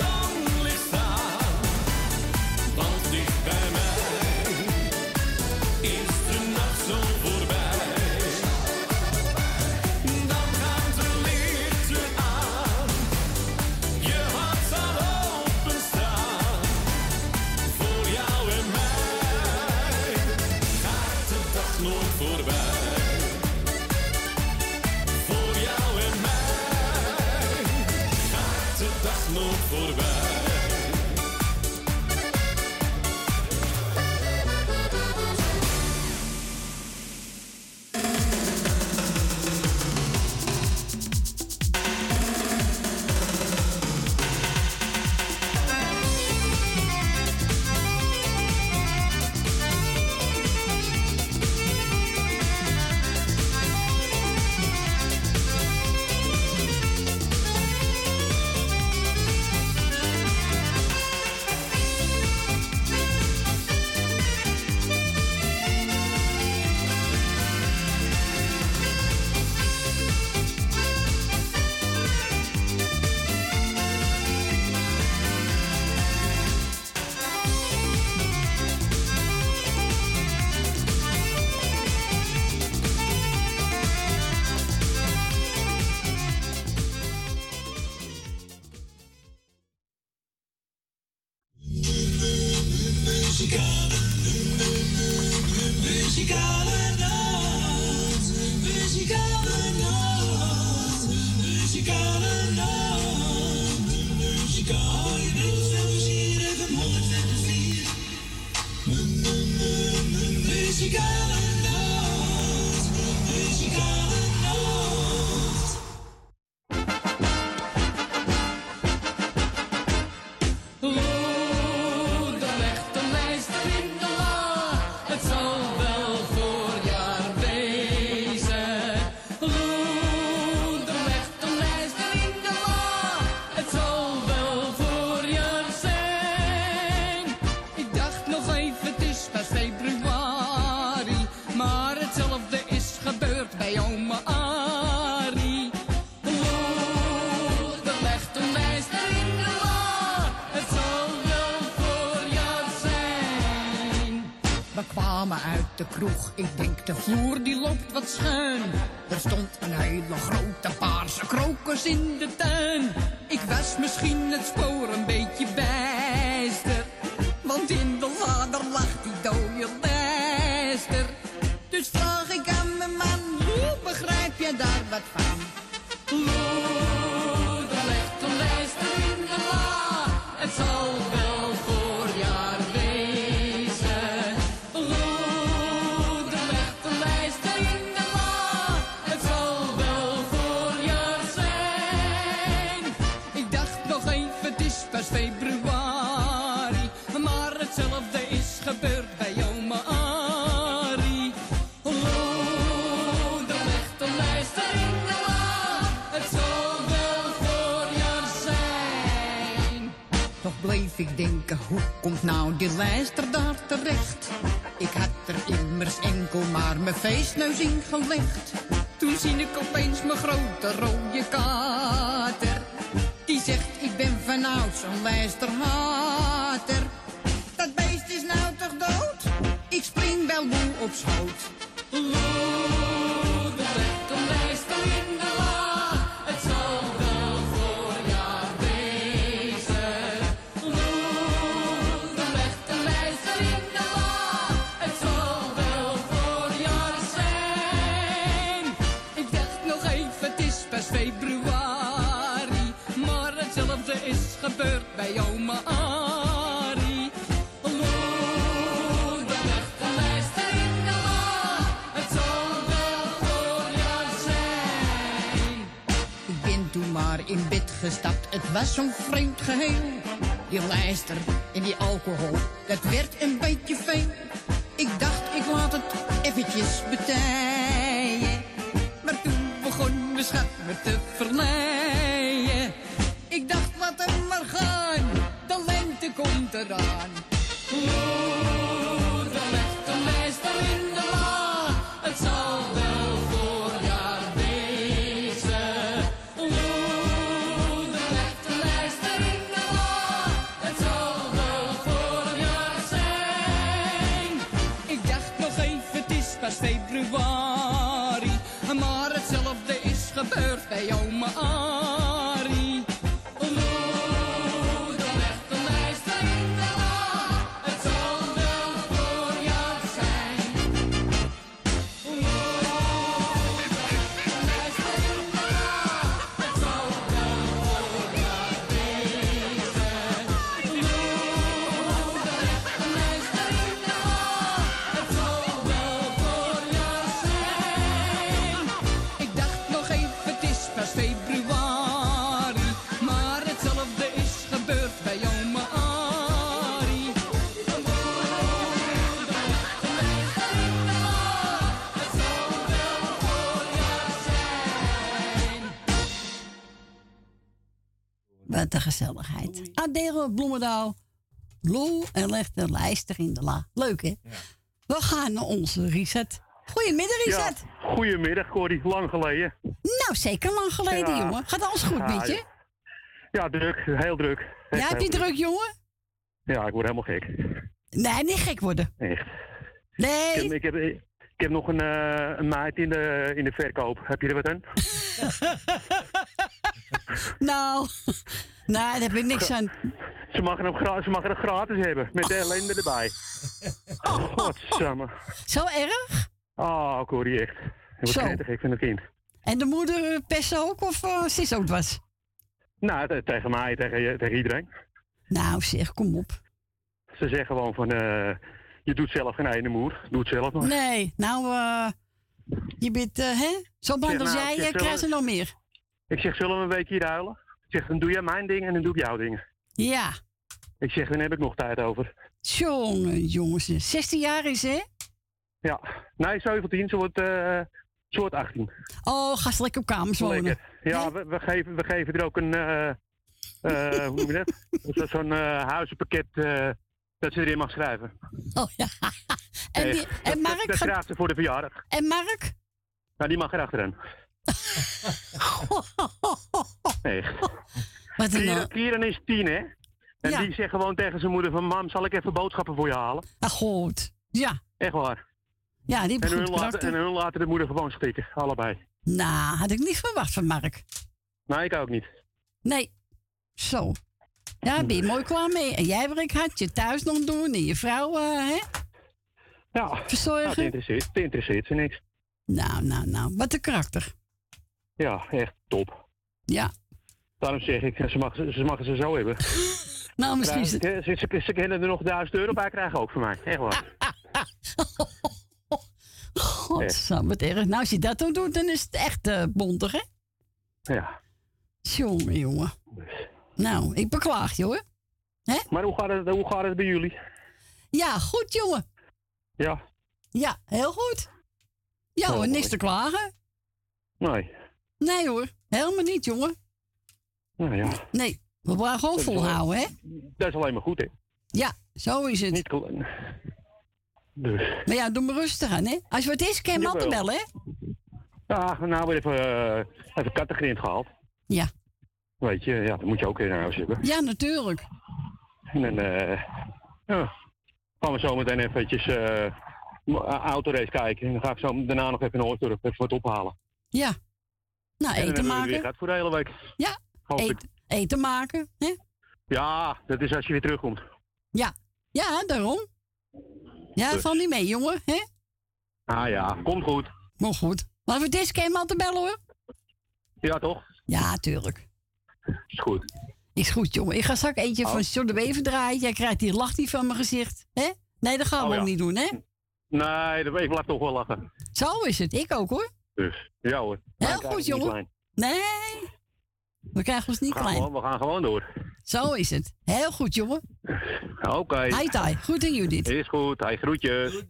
uit de kroeg. Ik denk de vloer die loopt wat schuin. Er stond een hele grote paarse krokus in de tuin. Ik was misschien het spoor een beetje bijster. Want in de lader lag die dode lijster. Dus vraag ik aan mijn man, hoe begrijp je daar wat van? Lou, er ligt een lijster in de la. Het zal wel voorjaar wezen. Lou, er ligt een lijster in de la. Het zal wel voorjaar zijn. Ik dacht nog even, het is pas februari. Maar hetzelfde is gebeurd bij oma Arie. Lou, er ligt een lijster in de la. Het zal wel voorjaar zijn. Toch bleef ik denken, hoe komt nou die lijster daar terecht? Ik had er immers enkel maar mijn feestneus in gelegd. Toen zie ik opeens mijn grote rode kater. Die zegt, ik ben vanouds een lijsterhater. Dat beest is nou toch dood? Ik spring wel moe op schoot. Lou, er ligt een lijster in de la. Het zal wel voorjaar wezen. Lou, er ligt een lijster in de la. Het zal wel voorjaar zijn. Ik dacht nog even, het is pas februari. Maar hetzelfde is gebeurd bij oma Arie. Lou, er ligt een lijster in de la. Het zal wel voorjaar zijn. Ik ben toen maar in bed gestapt, het was zo'n vreemd geheel. Die lijster en die alcohol, dat werd een beetje veel. Ik dacht, ik laat het eventjes betijen. Maar toen begon mijn schat me te verleiden. Ik dacht, laat hem maar gaan, de lente komt eraan. Lou, er ligt een lijster in de la. Het zal wel voorjaar wezen. Lou, er ligt een lijster in de la. Het zal wel voorjaar zijn. Ik dacht nog even, het is pas februari. Maar hetzelfde is gebeurd bij oma Arie. Lou, er ligt een lijster in de la. Het zal wel voorjaar zijn. Lou, er ligt een lijster in de la. Het zal wel voorjaar wezen. Lou, er ligt een lijster in de la. Het zal wel voorjaar zijn. Ik dacht nog even, het is pas februari. Maar hetzelfde is gebeurd bij oma Arie. Het zal wel voorjaar zijn. Wat een gezelligheid. Adele Bloemendaal. Lou, er ligt een lijster in de la. Leuk, hè? We gaan naar onze Richard. Goedemiddag, Richard. Ja, goedemiddag, Corrie. Lang geleden. Nou, zeker lang geleden, Ja. jongen. Gaat alles goed met je? Ja, druk. Heel druk. Echt Ja, heb heel je druk, jongen? Ja, ik word helemaal gek. Nee, niet gek worden. Echt. Nee. Ik heb nog een meid in de verkoop. Heb je er wat aan? Nou, daar heb ik niks aan. Ze mag er gratis hebben, met de ellende erbij. Godsamme. Zo erg? Oh, Corrie, echt. Ik word Zo. knettergek van een kind. En de moeder pesten ook, of ze is ook wat? Nou, tegen mij, tegen iedereen. Nou zeg, kom op. Ze zeggen gewoon van, je doet zelf geen ene moer. Doe het zelf maar. Nee, nou, je bent, hè? Zo bang Zeg, als nou, jij, zeg, krijgt ze nog meer. Ik zeg, zullen we een weekje hier huilen? Ik zeg, dan doe jij mijn dingen en dan doe ik jouw dingen. Ja. Ik zeg, dan heb ik nog tijd over. Jongen, jongens, 16 jaar is, hè? Ja, nee, 17, ze wordt 18. Oh, ga ze lekker op kamers wonen. Lekker. Ja, we geven er ook een, hoe noem je dat? Zo'n huizenpakket dat ze erin mag schrijven. Oh ja. En Mark? Dat schrijft ze voor de verjaardag. En Mark? Nou, die mag erachteraan. Echt. Wat een Kieran is 10, hè? En Ja. die zegt gewoon tegen zijn moeder van... Mam, zal ik even boodschappen voor je halen? Ah, goed. Ja. Echt waar. Ja, die En heeft goed karakter. hun laten de moeder gewoon stikken, allebei. Nou, had ik niet verwacht van Mark. Nee, ik ook niet. Nee. Zo. Ja, ben je mooi klaar mee. En jij werk hard, je thuis nog doen en je vrouw, hè? Ja. Verzorgen. Het interesseert ze niks. Nou. Wat een karakter. Ja, echt top. Ja. Daarom zeg ik, ze mag ze zo hebben. Nou, misschien... Ze kunnen er nog €1000 bij krijgen ook van mij. Echt waar. Godzam, wat erg. Nou, als je dat dan doet, dan is het echt bondig, hè? Ja. Jongen. Nou, ik beklaag je, hoor. Hè? Maar hoe gaat het bij jullie? Ja, goed, jongen. Ja? Ja, heel goed. Ja hoor, niks te klagen. Nee hoor, helemaal niet, jongen. Nou ja. Nee, we blijven gewoon volhouden, hè? Dat is alleen maar goed, hè? Ja, zo is het. Niet dus. Maar ja, doe maar rustig aan, hè? Als wat is, kan je me altijd bellen, hè? Ja, nou weer even kattengrind gehaald. Ja. Weet je, ja, dat moet je ook in huis hebben. Ja, natuurlijk. En dan gaan we zo meteen eventjes autorace kijken. En dan ga ik zo daarna nog even in Hoornsdorp even wat ophalen. Ja. Nou, en eten dan maken. Weer gaat voor de hele week. Ja, eten maken, hè? Ja, dat is als je weer terugkomt. Ja, daarom. Ja, Dus. val niet mee, jongen, hè? Ah ja, komt goed. Komt goed. Maar voor dit kan je me altijd bellen, hoor. Ja, toch? Ja, tuurlijk. Is goed. Is goed, jongen. Ik ga straks eentje van John de Wever draaien. Jij krijgt die lach niet van mijn gezicht, hè? Nee, dat gaan we ook niet doen, hè? Nee, ik blijf toch wel lachen. Zo is het. Ik ook, hoor. Dus, ja hoor. Heel goed, jongen. Nee. We krijgen ons niet klein. We gaan gewoon door. Zo is het. Heel goed, jongen. Oké. Hi, Tai. Goed en Judith. Is goed. Hij groetjes.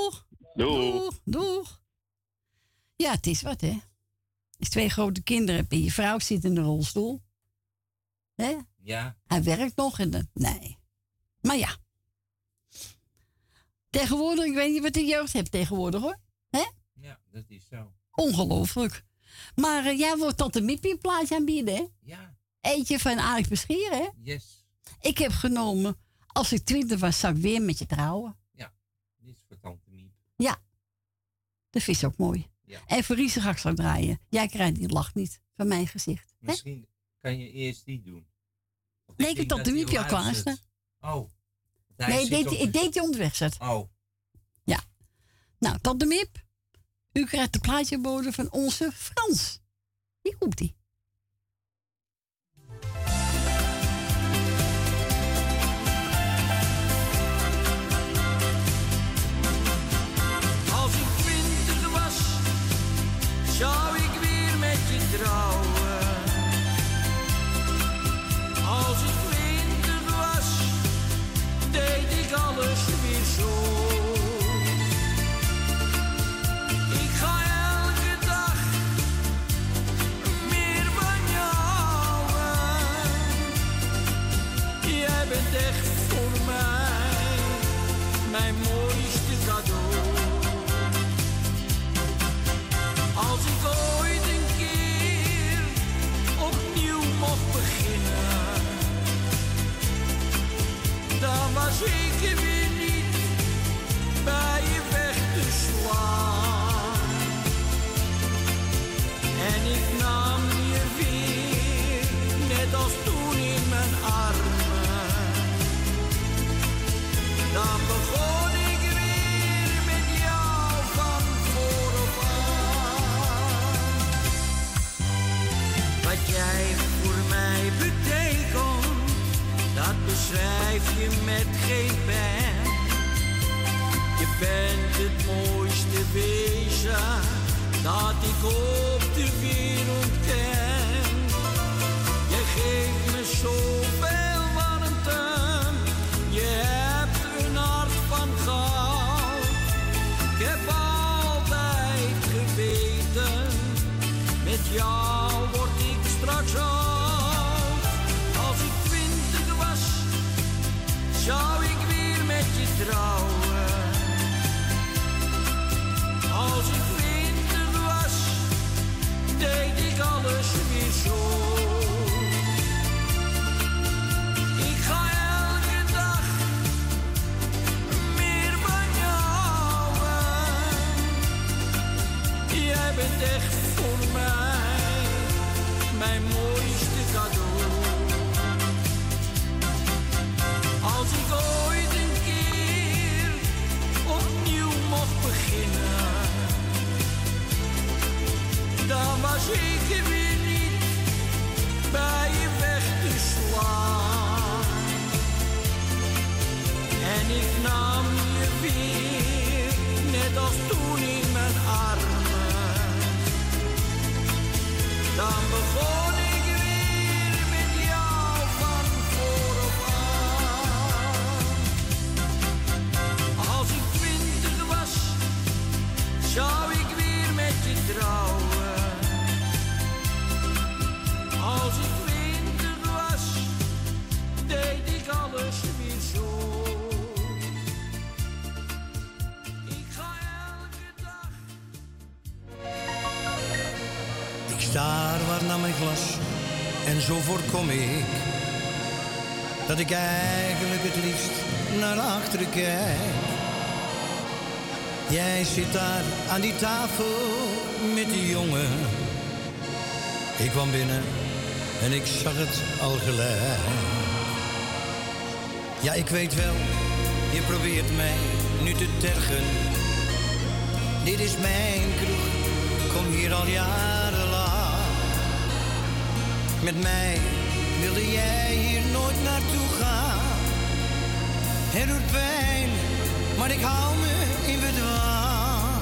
Doeg. Ja, het is wat, hè? Als 2 grote kinderen heb en je vrouw zit in de rolstoel. Hè? Ja. Hij werkt nog en dan... Nee. Maar ja. Tegenwoordig, ik weet niet wat de jeugd heeft tegenwoordig, hoor. Hè? Ja, dat is zo. Ongelooflijk. Maar jij wordt tot een Mippie een plaatje aanbieden, hè? Ja. Eentje van Alex Beschier, hè? Yes. Ik heb genomen, als ik 20 was, zou ik weer met je trouwen. Ja, dit is voor Tante Miep. Ja. Dat vind ik ook mooi. Ja. En voor Riese ga ik zo draaien. Jij krijgt die lach niet van mijn gezicht. Hè? Misschien kan je eerst die doen. Nee, ik heb Tante Miepje al klaarstaan. Oh. Nee, ik deed die onderweg zet. Oh. Ja. Nou, Tante Miep. U krijgt de plaatje geboden van onze Frans. Hier komt ie. Als ik 20 was, zou ik weer met je trouwen. Als ik 20 was, deed ik alles weer zo. Ik ga elke dag meer van je houden. Jij bent echt voor mij mijn mooiste cadeau. Als ik ooit een keer opnieuw mocht beginnen, dan was ik er weer niet bij je weg te slaan. En ik nam je weer, net als toen in mijn armen. Dan begon ik weer met jou van vooraf aan. Wat jij voor mij betekent, dat beschrijf je met geen pen. Je bent het mooiste wezen dat ik op de wereld ken. Je geeft me zoveel warmte, je hebt een hart van goud. Ik heb altijd geweten, met jou word ik straks oud. Als ik 20 was, zou ik weer met je trouwen. Als ik 20 was, deed ik alles weer mijn mooiste cadeau. Als ik ooit een keer opnieuw mocht beginnen, dan was ik er weer niet bij je weg te slaan. En ik nam je weer, net als toen in mijn armen. Dan begon ik weer met jou van vooraf aan. Als ik 20 was, zou ik weer met je trouwen. Als ik 20 was, deed ik alles weer zo. Ik ga elke dag. Ik staar waar naar mijn glas en zo voorkom ik dat ik eigenlijk het liefst naar achteren kijk. Jij zit daar aan die tafel met die jongen. Ik kwam binnen en ik zag het al gelijk. Ja, ik weet wel, je probeert mij nu te tergen. Dit is mijn kroeg, kom hier al jarenlang. Met mij wilde jij hier nooit naartoe gaan. Het doet pijn, maar ik hou me in bedwang.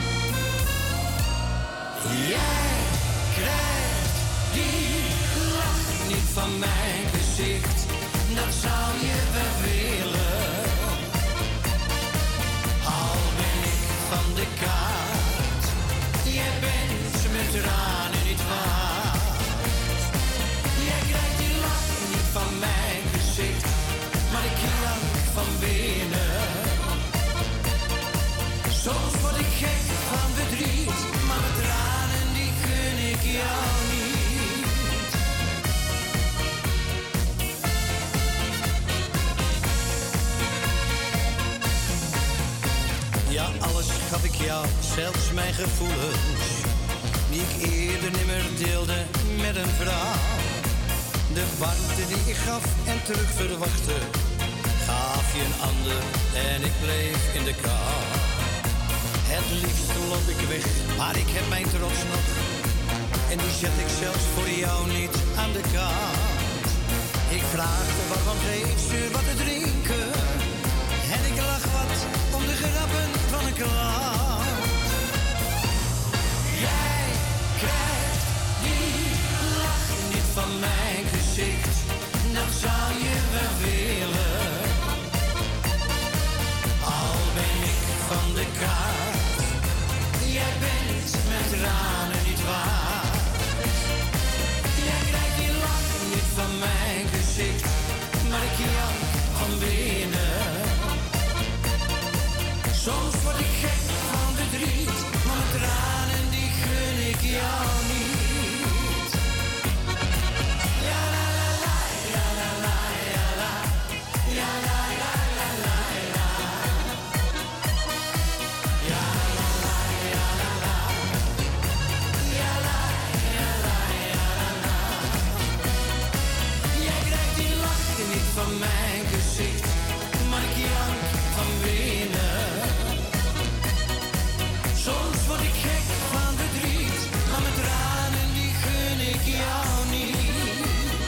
Jij krijgt die lach niet van mijn gezicht, dat zou je wel willen. Al ben ik van de kaart, jij bent met tranen niet waard. Jij krijgt die lach niet van mijn gezicht, maar ik jank van binnen. Soms word ik gek van verdriet, maar met tranen die gun ik jou niet. Ja, alles gaf ik jou, zelfs mijn gevoelens, die ik eerder nimmer deelde met een vrouw. De warmte die ik gaf en terug verwachtte, gaf je een ander en ik bleef in de kou. Het liefst loop ik weg, maar ik heb mijn trots nog. En die zet ik zelfs voor jou niet aan de kant. Ik vraag de waarom geef ze wat te drinken. En ik lach wat om de grappen van een klant. Jij krijgt die lach niet van mijn gezicht, dat zou je wel willen. Al ben ik van de kaart, jij bent met tranen niet waard. Jij krijgt die lach niet van mijn gezicht, maar ik jank van binnen. Soms word ik gek van verdriet, maar met tranen die gun ik jou niet. Ja la la la, ja la la, ja la, ja la la la la la. Ja la la, ja la la, ja la, ja la, ja la la. Jij krijgt die lach niet van mijn gezicht, maar ik jank van binnen. Soms word ik gek van verdriet, maar met tranen die gun ik jou niet.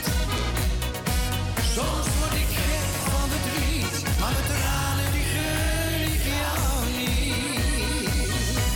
Soms word ik gek van verdriet, maar met tranen die gun ik jou niet.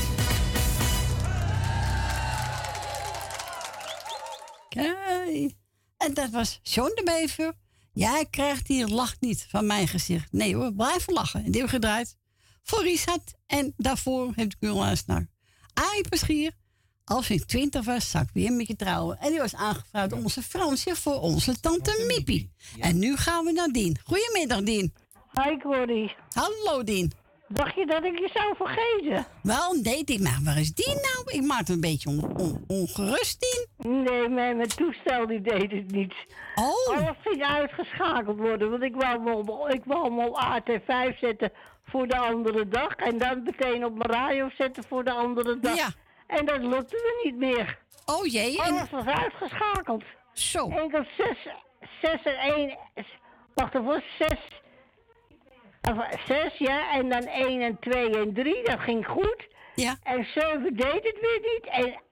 Kijk. En dat was John de Bever. Jij krijgt hier lach niet van mijn gezicht. Nee hoor, blijf lachen. En die hebben we gedraaid voor Richard. En daarvoor heb ik u luisterd naar Arie Paschier. Als ik 20 was, zou ik weer met je trouwen. En die was aangevraagd door onze Fransje voor onze tante Miepie. Ja. En nu gaan we naar Dien. Goedemiddag, Dien. Hi, Corrie. Hallo, Dien. Dacht je dat ik je zou vergeten? Wel, nee, maar waar is Dien nou? Ik maak het een beetje ongerust, Dien. Nee, mijn toestel die deed het niet. Oh. Alles ging uitgeschakeld worden, want ik wou hem op AT5 zetten voor de andere dag. En dan meteen op mijn radio zetten voor de andere dag. Ja. En dat lukte me niet meer. Oh jee. Alles was uitgeschakeld. Zo. En ik had 6 en 1. Wacht even, 6 ja. En dan 1 en 2 en 3. Dat ging goed. Ja. En 7 deed het weer niet. En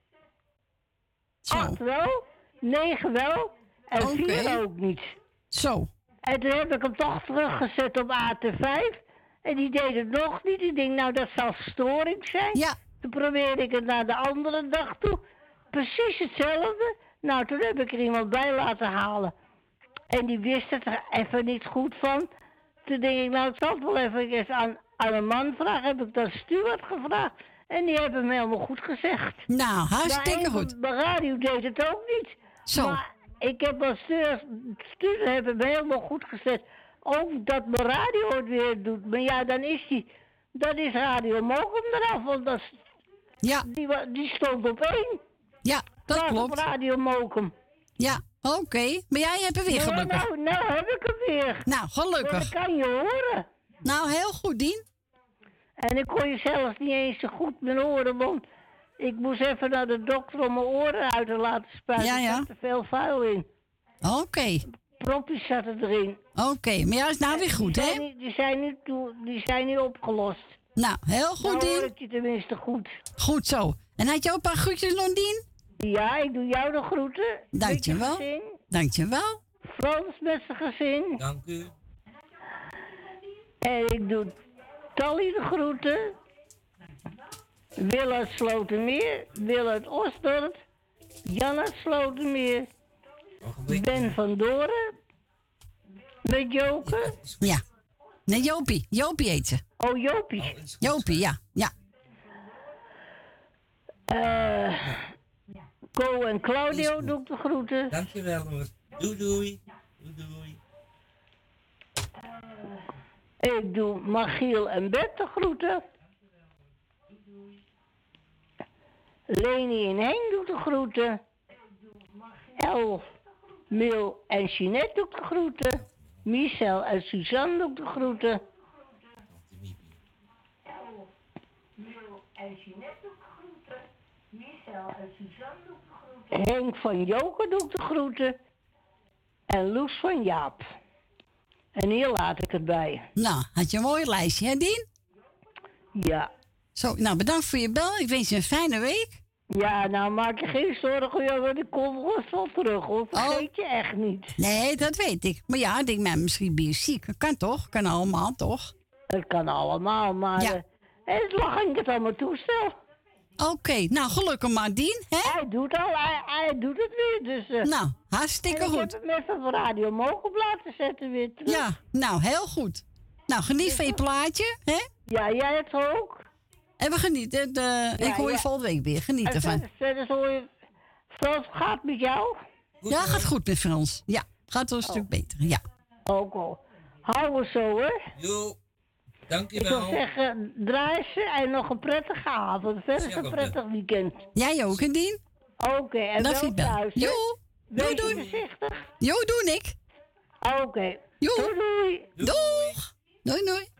8 wel. 9 wel. En 4 ook niet. Zo. En toen heb ik hem toch teruggezet op AT5. En die deed het nog niet. Ik denk, nou, dat zal storing zijn. Ja. Toen probeerde ik het naar de andere dag toe. Precies hetzelfde. Nou, toen heb ik er iemand bij laten halen. En die wist het er even niet goed van. Toen denk ik, nou, ik zal het wel even eens aan een man vragen. Heb ik dat Stuart gevraagd. En die hebben me helemaal goed gezegd. Nou, hartstikke maar goed. De radio deed het ook niet. Zo. Maar ik heb als Stuart hebben me helemaal goed gezegd. Ook dat mijn radio het weer doet. Maar ja, dan is Radio Mokum eraf. Want dat is, ja. Die stond op 1. Ja, dat klopt. Op Radio Mokum. Ja, oké. Maar jij hebt er weer gelukkig. Nou heb ik hem weer. Nou, gelukkig. Maar dat kan je horen. Nou, heel goed, Dien. En ik kon je zelfs niet eens zo goed mijn oren, want ik moest even naar de dokter om mijn oren uit te laten spuiten. Ja, ja. Er zat te veel vuil in. Oké. Propjes zaten erin. Oké, maar ja, is nou weer goed, hè? Die zijn nu opgelost. Nou, heel goed, nou, Dien. hoor ik je tenminste goed. Goed zo. En had je ook een paar groetjes nog, Dien? Ja, ik doe jou de groeten. Dankjewel. Dankjewel. Frans met zijn gezin. Dank u. En ik doe Tally de groeten. Wil uit Slotermeer. Wil uit Osdorp. Jan uit Slotermeer. Ben van Doren. Met Joke. Ja. Nee, Jopie. Jopie heet ze. Oh, Jopie. Jopie, ja. Ja. Co en Claudio doe ik de groeten. Dankjewel hoor. Doei doei. Doei doei. Ik doe Magiel en Bert de groeten. Leni en Henk doe ik de groeten. El, Mil en Jeanette doe ik de groeten. Michel en Suzanne doe ik de groeten. El, Mil en Jeanette doe ik de groeten. Michel en Suzanne doe ik de groeten. Henk van Joker doe ik de groeten. En Loes van Jaap. En hier laat ik het bij. Nou, had je een mooi lijstje, hè, Dien? Ja. Zo, nou, bedankt voor je bel. Ik wens je een fijne week. Ja, nou, maak je geen zorgen, joh, want ik kom wel terug, hoor. Vergeet je echt niet. Nee, dat weet ik. Maar ja, ik denk, maar misschien ben je ziek. Dat kan toch? Kan allemaal, toch? Het kan allemaal, maar ja. Het lag in het aan mijn toestel. Oké, nou, gelukkig maar, Dien, hè? Hij doet het weer, dus... Nou, hartstikke goed. Ik heb hem even op radio mogen laten zetten weer terug. Ja, nou, heel goed. Nou, geniet van je plaatje, hè? Ja, jij het ook. En we genieten. Ik hoor je volgende week weer. Geniet ervan. Frans, gaat met jou? Ja, gaat goed met Frans. Ja, gaat wel een stuk beter, ja. Ook al. Hou we zo, hoor. Jo, dankjewel. Ik wil zeggen, draai ze en nog een prettige avond. Verder een prettig weekend. Jij ook, en Dien? Oké, en wel thuis, hè? Jo, wees doei. voorzichtig. Jo, doe ik. Oké. Jo. Doei, doei. Doeg. Doei, doei.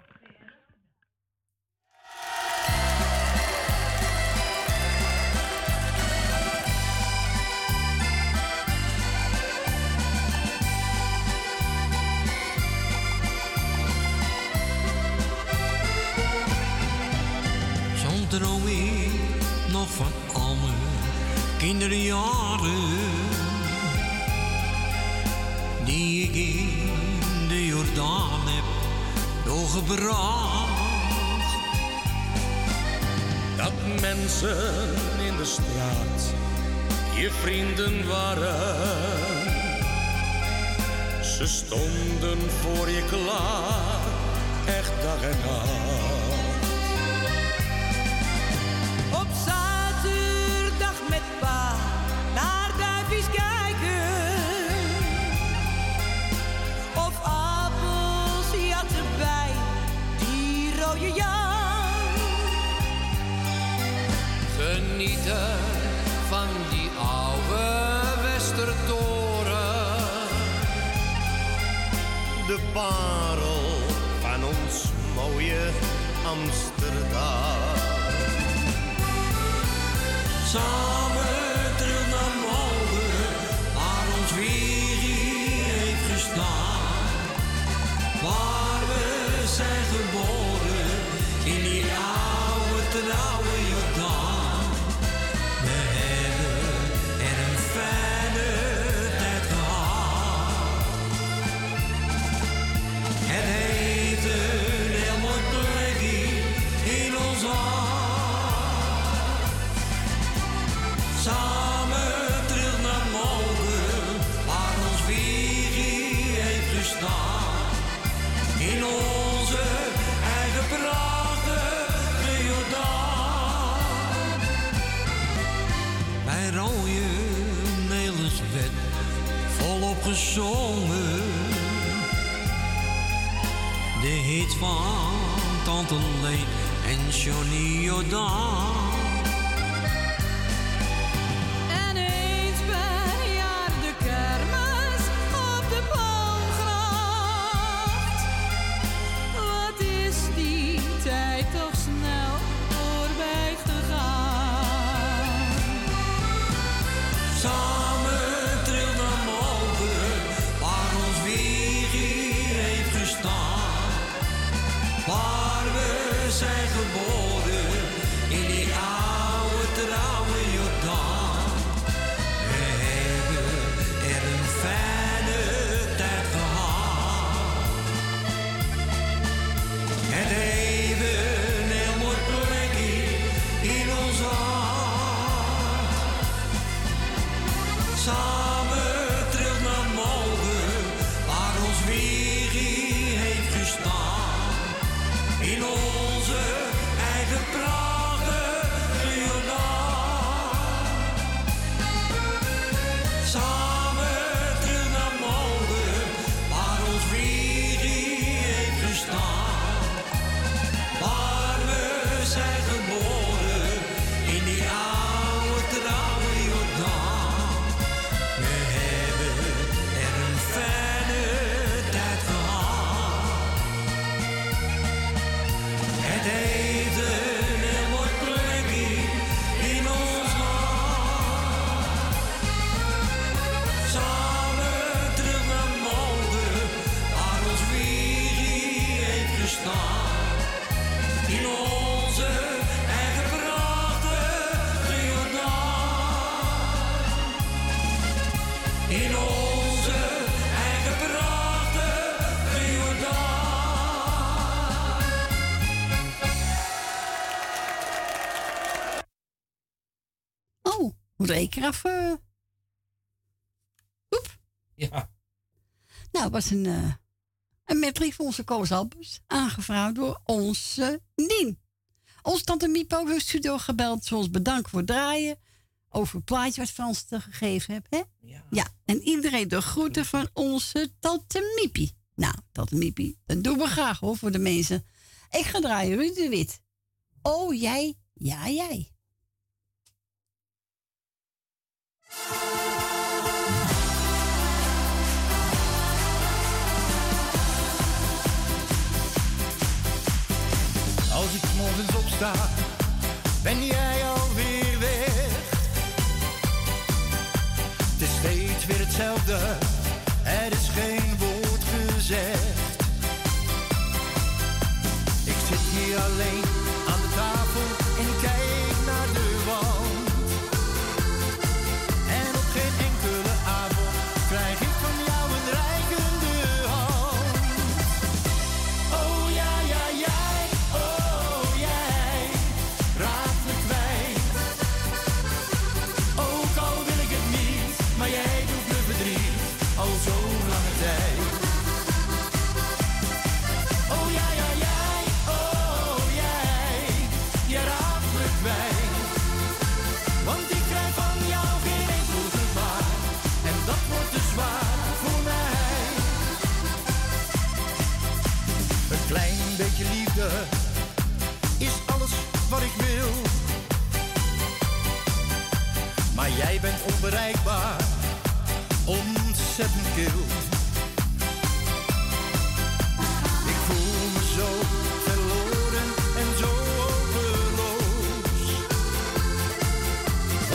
Droom ik nog van al mijn kinderjaren die ik in de Jordaan heb doorgebracht. Dat mensen in de straat je vrienden waren. Ze stonden voor je klaar, echt dag en nacht. Op zaterdag met pa naar duifjes kijken. Of appels, ja erbij, die rode Jan. Genieten van die oude Westertoren. De parel van ons mooie Amsterdam. Samen terug naar Mogen, waar ons Wiegie heeft gestaan. Waar we zijn geboren, in die oude trouwe Jordaan. We hebben er een fijne tijd gehad. Het heeft een heel mooi plekje in ons hart. Samen terug naar Mogen, waar ons Wiegie heeft gestaan. In onze eigen prachtige Jordaan. Bij rode Nelis werd volop gezongen. De hits van Tante Leen en Johnny Jordaan. En eens per jaar de kermis op de Boomgracht. Wat is die tijd toch snel voorbij gegaan? Samen terug naar Mogen, waar ons Wiegie heeft gestaan. Waar we zijn geboren, in die oude trouwe Jordaan. We hebben er een fijne tijd gehad. Het heeft een heel mooi plekje in ons hart. Samen terug naar Mogen, waar ons Wiegie heeft gestaan. In onze eigen prachtige Jordaan. Samen terug naar Mogen, waar ons Wiegie heeft gestaan. Waar we zijn geboren, in die oude trouwe Jordaan. We hebben er een fijne tijd gehad. Het heeft een heel mooi plekje in ons hart. Samen terug naar Mogen, waar ons Wiegie heeft gestaan. In onze eigen prachtige Jordaan. In onze eigen prachtige Jordaan. Oh, moet ik er even... Oep. Ja. Nou, het was een medley van onze Koos Albers. Aangevraagd door onze Nien. Onze tante Miep ook de studio gebeld. Ze ons bedankt voor het draaien. Over het plaatje wat Frans te gegeven hebt. Hè? Ja. En iedereen de groeten van onze tante Miepie. Nou, tante Miepie, dat doen we graag hoor voor de mensen. Ik ga draaien Ruud de Wit. Oh, jij, ja, jij. Als ik 's morgens opsta, ben jij alweer weg. Het is steeds weer hetzelfde, er is geen woord gezegd. Ik zit hier alleen aan de tafel en kijk naar de wand. En op geen enkele avond krijg ik van jou een reikende hand. Oh ja, ja, jij, oh jij, raakt me kwijt. Ook al wil ik het niet, maar jij doet me verdriet, al zo'n lange tijd. Oh ja, ja, jij, oh jij, je raakt me kwijt. Want ik krijg van jou geen enkel gevaar, en dat wordt te zwaar voor mij. Een klein beetje liefde is alles wat ik wil. Maar jij bent onbereikbaar, ontzettend kil. Ik voel me zo verloren en zo hopeloos.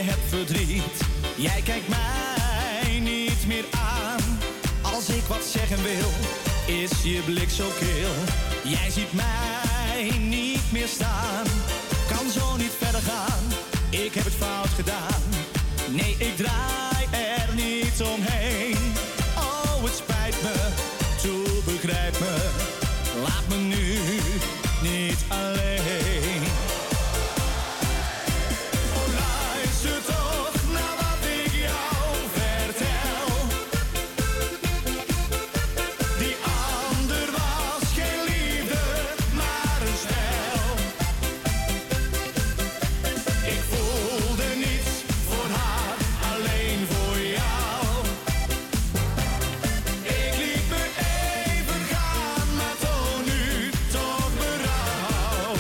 heb verdriet. Jij kijkt mij niet meer aan. Als ik wat zeggen wil, is je blik zo kil. Jij ziet mij niet meer staan. Kan zo niet verder gaan, ik heb het fout gedaan. Nee, ik draai er niet omheen. Oh, het spijt me, toe begrijp me. Laat me nu niet alleen. Oh, luister toch naar wat ik jou vertel. Die ander was geen liefde, maar een spel. Ik voelde niets voor haar, alleen voor jou. Ik liet me even gaan, maar toon nu toch berouw.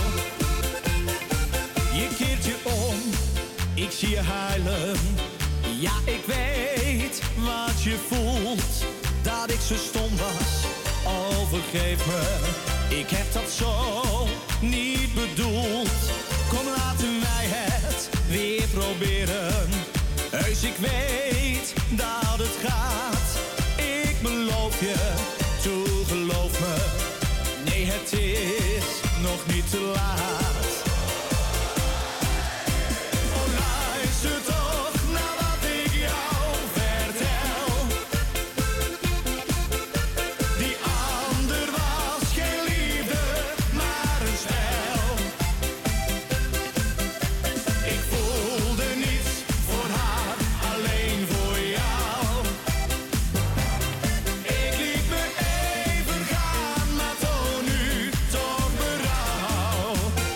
Je keert je om, ik zie je huilen. Ja, ik weet wat je voelt, dat ik zo stom was. Oh, vergeef me, ik heb dat zo niet bedoeld. Kom, laten wij het weer proberen. Heus, ik weet dat het gaat. Ik beloof je, toe geloof me. Nee, het is nog niet te laat. Oh, luister toch naar wat ik jou vertel. Die ander was geen liefde, maar een spel. Ik voelde niets voor haar, alleen voor jou. Ik liet me even gaan, maar toon nu toch berouw.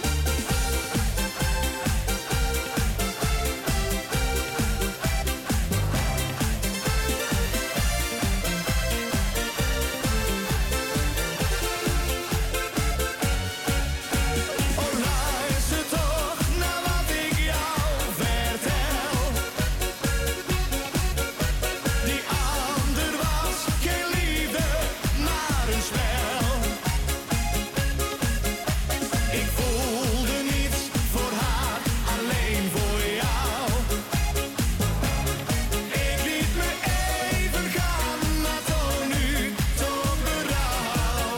Oh, luister toch naar wat ik jou vertel. Die ander was geen liefde, maar een spel. Ik voelde niets voor haar, alleen voor jou. Ik liet me even gaan, maar toon nu toch berouw.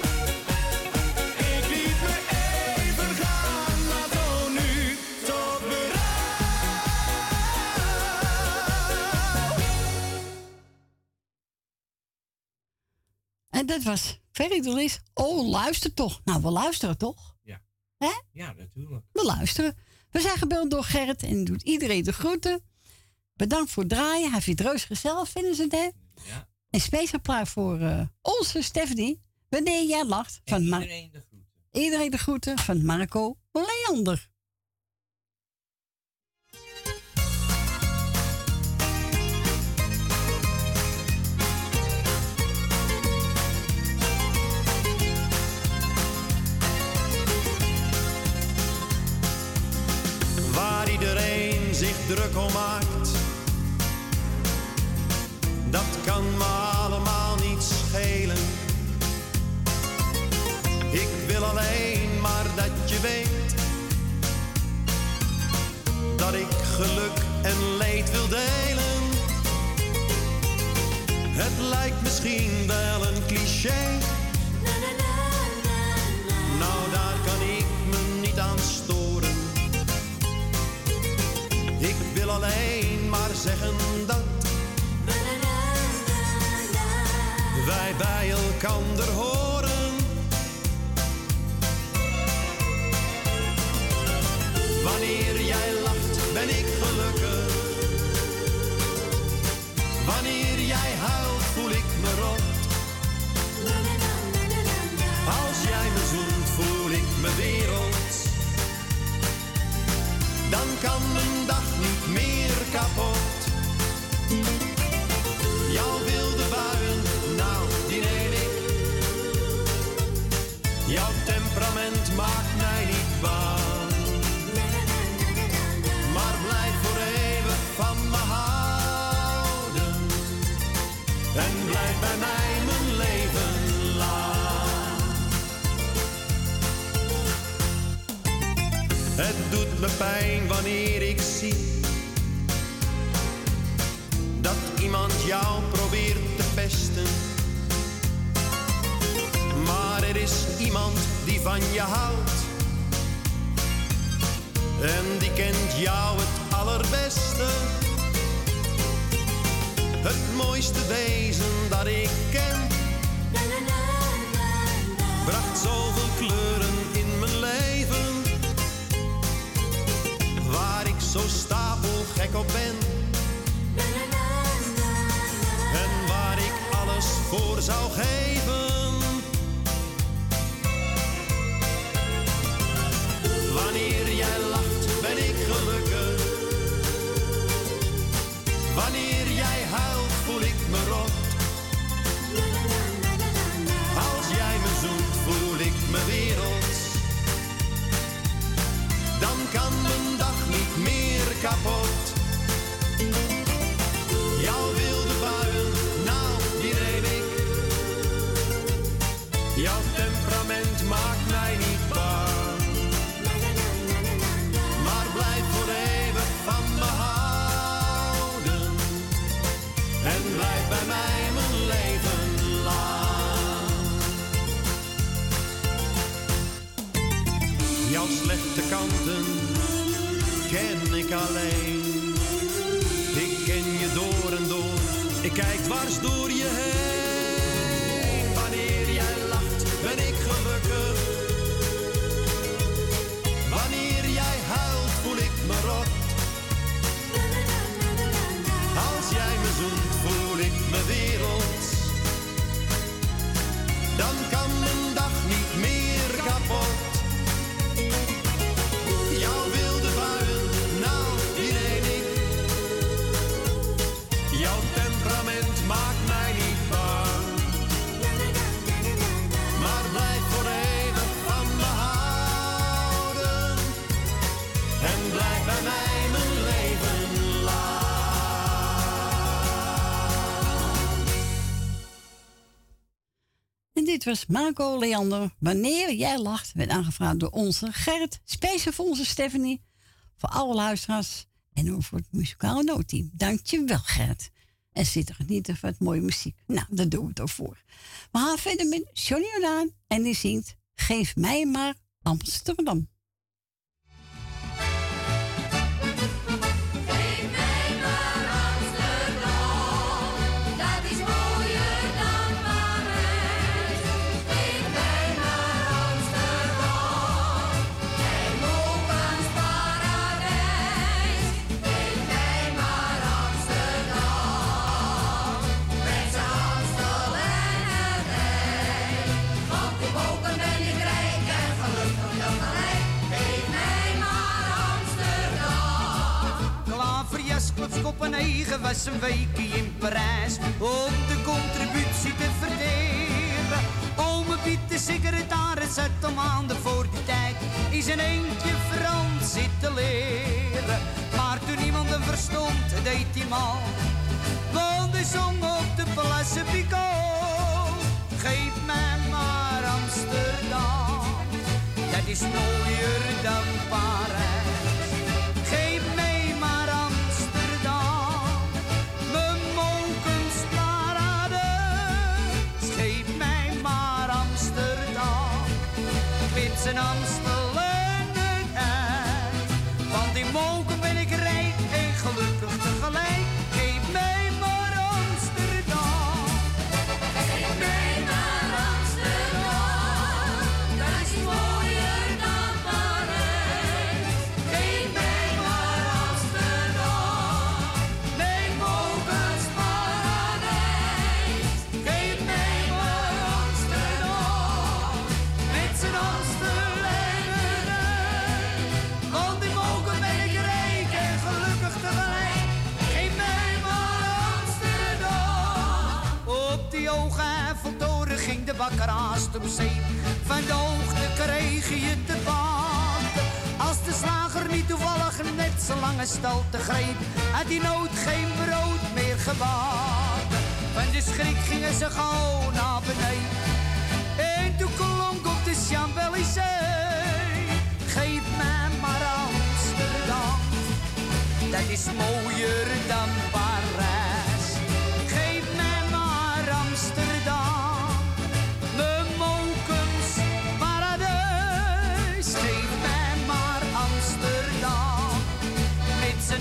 Ik liet me even gaan, maar toon nu toch berouw. En dat was Ferry de Lis. Oh, luister toch. Nou, we luisteren toch? Ja. Hè? Ja, natuurlijk. We luisteren. We zijn gebeld door Gerrit en doet iedereen de groeten. Bedankt voor het draaien. Hij vindt het reus gezellig, vinden ze het, hè? Ja. En speciaal applaus voor onze Stephanie. Wanneer jij lacht. Van Iedereen de groeten. Iedereen de groeten van Marco Leander. Waar iedereen zich druk om maakt, dat kan me allemaal niet schelen. Ik wil alleen maar dat je weet dat ik geluk en leed wil delen. Het lijkt misschien wel een cliché, nou daar kan ik me niet aan storen. Ik wil alleen maar zeggen dat wij bij elkander horen. Wanneer jij lacht ben ik gelukkig. Wanneer jij huilt voel ik me rot. Als jij me zoent voel ik me wereld. Dan kan mijn dag niet meer kapot. Jouw wilde buien, nou die neem ik. Jouw temperament maakt mij niet bang. Maar blijf voor eeuwig van me houden. En blijf bij mij mijn leven lang. Het doet me pijn wanneer ik zie niemand jou probeert te pesten. Maar er is iemand die van je houdt. En die kent jou het allerbeste. Het mooiste wezen dat ik ken. Bracht zoveel kleuren in mijn leven. Waar ik zo stapelgek op ben. En waar ik alles voor zou geven. Wanneer jij lacht ben ik gelukkig. Wanneer jij huilt voel ik me rot. Als jij me zoent voel ik me werelds. Dan kan mijn dag niet meer kapot. Jouw wilde buien, nou die reed ik. Jouw temperament maakt mij niet bang. Maar blijf voor eeuwig van me houden. En blijf bij mij mijn leven lang. Jouw slechte kanten ken ik alleen. Ik ken je door en door. Ik kijk dwars door je heen. Wanneer jij lacht ben ik gelukkig. Wanneer jij huilt voel ik me rot. Als jij me zoent voel ik me werelds. Dan kan mijn dag niet meer kapot. Jouw wilde buien, nou die reed ik. Jouw temperament maakt mij niet bang. Maar blijf voor eeuwig van me houden. En blijf bij mij mijn leven lang. En dit was Marco Leander. Wanneer jij lacht, werd aangevraagd door onze Gerrit. Speciaal voor onze Stephanie. Voor alle luisteraars. En ook voor het muzikale noodteam. Dankjewel, Gerrit. En zit te genieten van het mooie muziek. Nou, daar doen we het ook voor. We gaan verder met Johnny Jordaan. En die zingt Geef mij maar Amsterdam. Dat is mooier dan Parijs. Geef mij maar Amsterdam. Mijn Mokans paradijs. Geef mij maar Amsterdam. Met zijn Amstel en het ei. Want die moken ben ik rijk en gelukkig tegelijk. Geef mij maar Amsterdam. Klaverjas, klopt Kopenhagen was een weekje in Parijs om de contributie te verdelen. Ome Piet, de secretaris, had al maanden voor die tijd in zijn eentje Frans zitten leren. Maar toen iemand hem verstond, deed hij mal, want hij zong op de Place Picot. Geef mij maar Amsterdam, dat is mooier dan Parijs. Geef mij maar Amsterdam, mijn Mokens paradijs. Geef mij maar Amsterdam, met zijn Amstel en het ei. Want in Moken ben ik rijk en gelukkig tegelijk. Geef mij maar Amsterdam. Geef mij maar Amsterdam. Dat is mooier dan Parijs. Geef mij maar Amsterdam. Mijn Mokens paradijs. Geef mij maar Amsterdam. Met zijn Amstel en het ei. Want in Moken ben ik rijk en gelukkig tegelijk. Geef mij maar Amsterdam. Op die hoge Eiffeltoren ging de bakker haast op zee. Van de hoogte kreeg je te baten. Als de slager niet toevallig net zo lange stalte greep, had die nood geen brood meer gebakken. Van de schrik gingen ze gauw naar beneden. En toen klonk op de Champs-Élysées: geef mij maar Amsterdam, dat is mooier dan Parijs.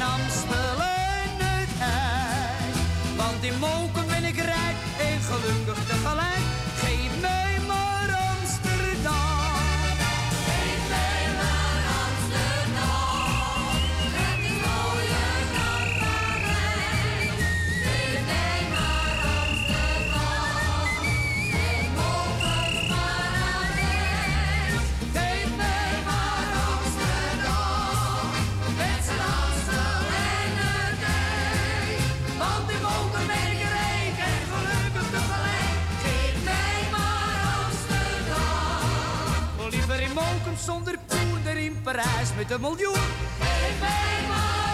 Amstel en het IJ. Want in Moken ben ik rijk en gelukkig tegelijk. Geef mij maar Amsterdam. Geef mij maar Amsterdam. Het is mooier dan Parijs. Geef mij maar Amsterdam. Het Mokens paradijs. Geef mij maar Amsterdam. Met zijn Amstel en het IJ. Want in Moken ben ik rijk en gelukkig tegelijk. Geef mij maar Amsterdam. Liever in Mokum zonder poen dan in Parijs met een miljoen. Geef mij maar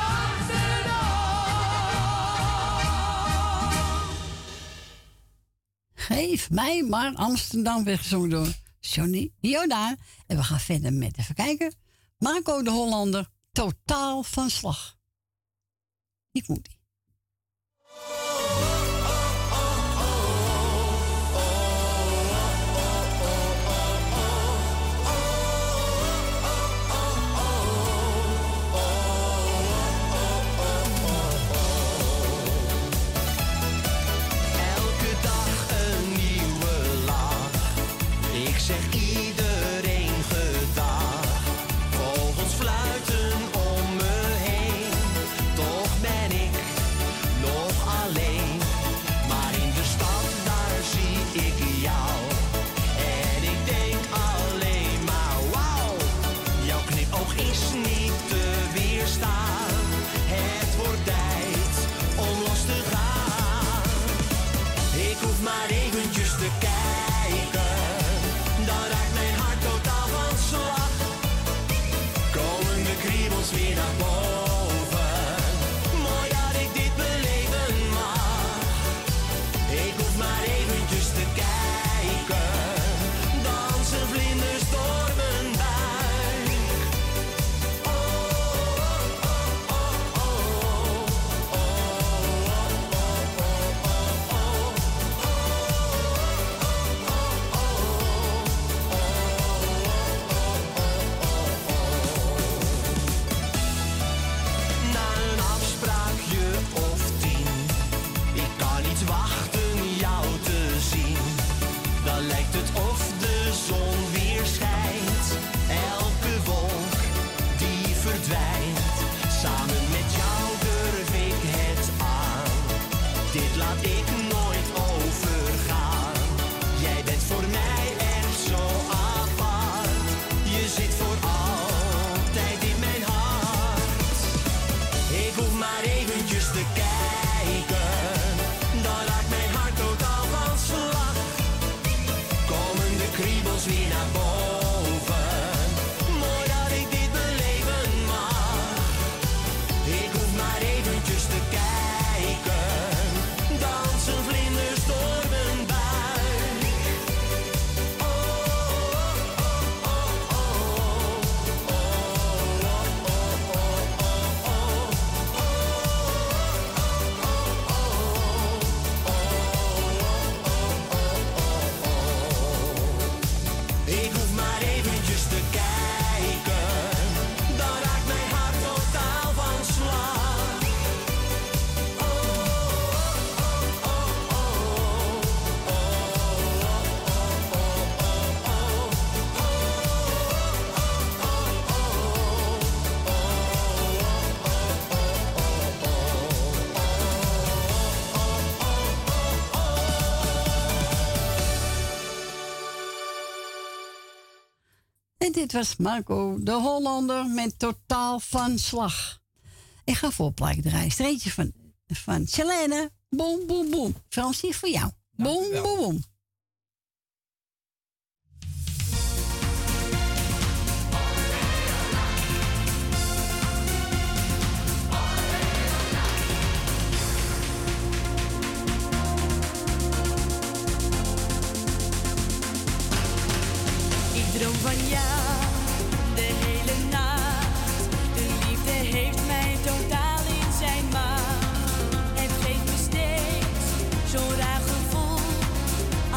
Amsterdam. Geef mij maar Amsterdam, weggezongen door Johnny Jordaan. En we gaan verder met, even kijken, Marco de Hollander, Totaal van slag. Hier komt ie. Elke dag een nieuwe lach. Ik zeg iedereen gedag. Vogels fluiten om me heen. Toch ben ik nog alleen. Maar in de stad daar zie ik jou. En ik denk alleen maar wauw. Jouw knipoog is niet te weerstaan. Het wordt tijd om los te gaan. Ik hoef maar eventjes te kijken. Dan raakt mijn hart totaal van slag. Komen de kriebels weer naar boven. Mooi dat ik dit beleven mag. Ik hoef maar eventjes te kijken. Dansen vlinders door mijn buik. Na een afspraakje of 10. Ik kan niet wachten jou te zien. Dan lijkt het of de zon weer schijnt. Elke wolk die verdwijnt. Samen met jou durf ik het aan. Dit laat ik nooit overgaan. Jij bent voor mij echt zo apart. Je zit voor altijd in mijn hart. Ik hoef maar eventjes te kijken. Dan raakt mijn hart totaal van slag. Komen de kriebels weer naar boven. Mooi dat ik dit beleven mag. Ik hoef maar eventjes te kijken. Dansen vlinders door mijn buik. Ik hoef maar eventjes te kijken. Dan raakt mijn hart totaal van slag. En dit was Marco de Hollander met Totaal van slag. Ik ga voorplakken draaien. Streetje van Selene. Boom, boom, boom. Fransie, voor jou. Boom, boom, boom. Ik droom van jou de hele nacht. De liefde heeft mij totaal in zijn macht. Het geeft me steeds zo'n raar gevoel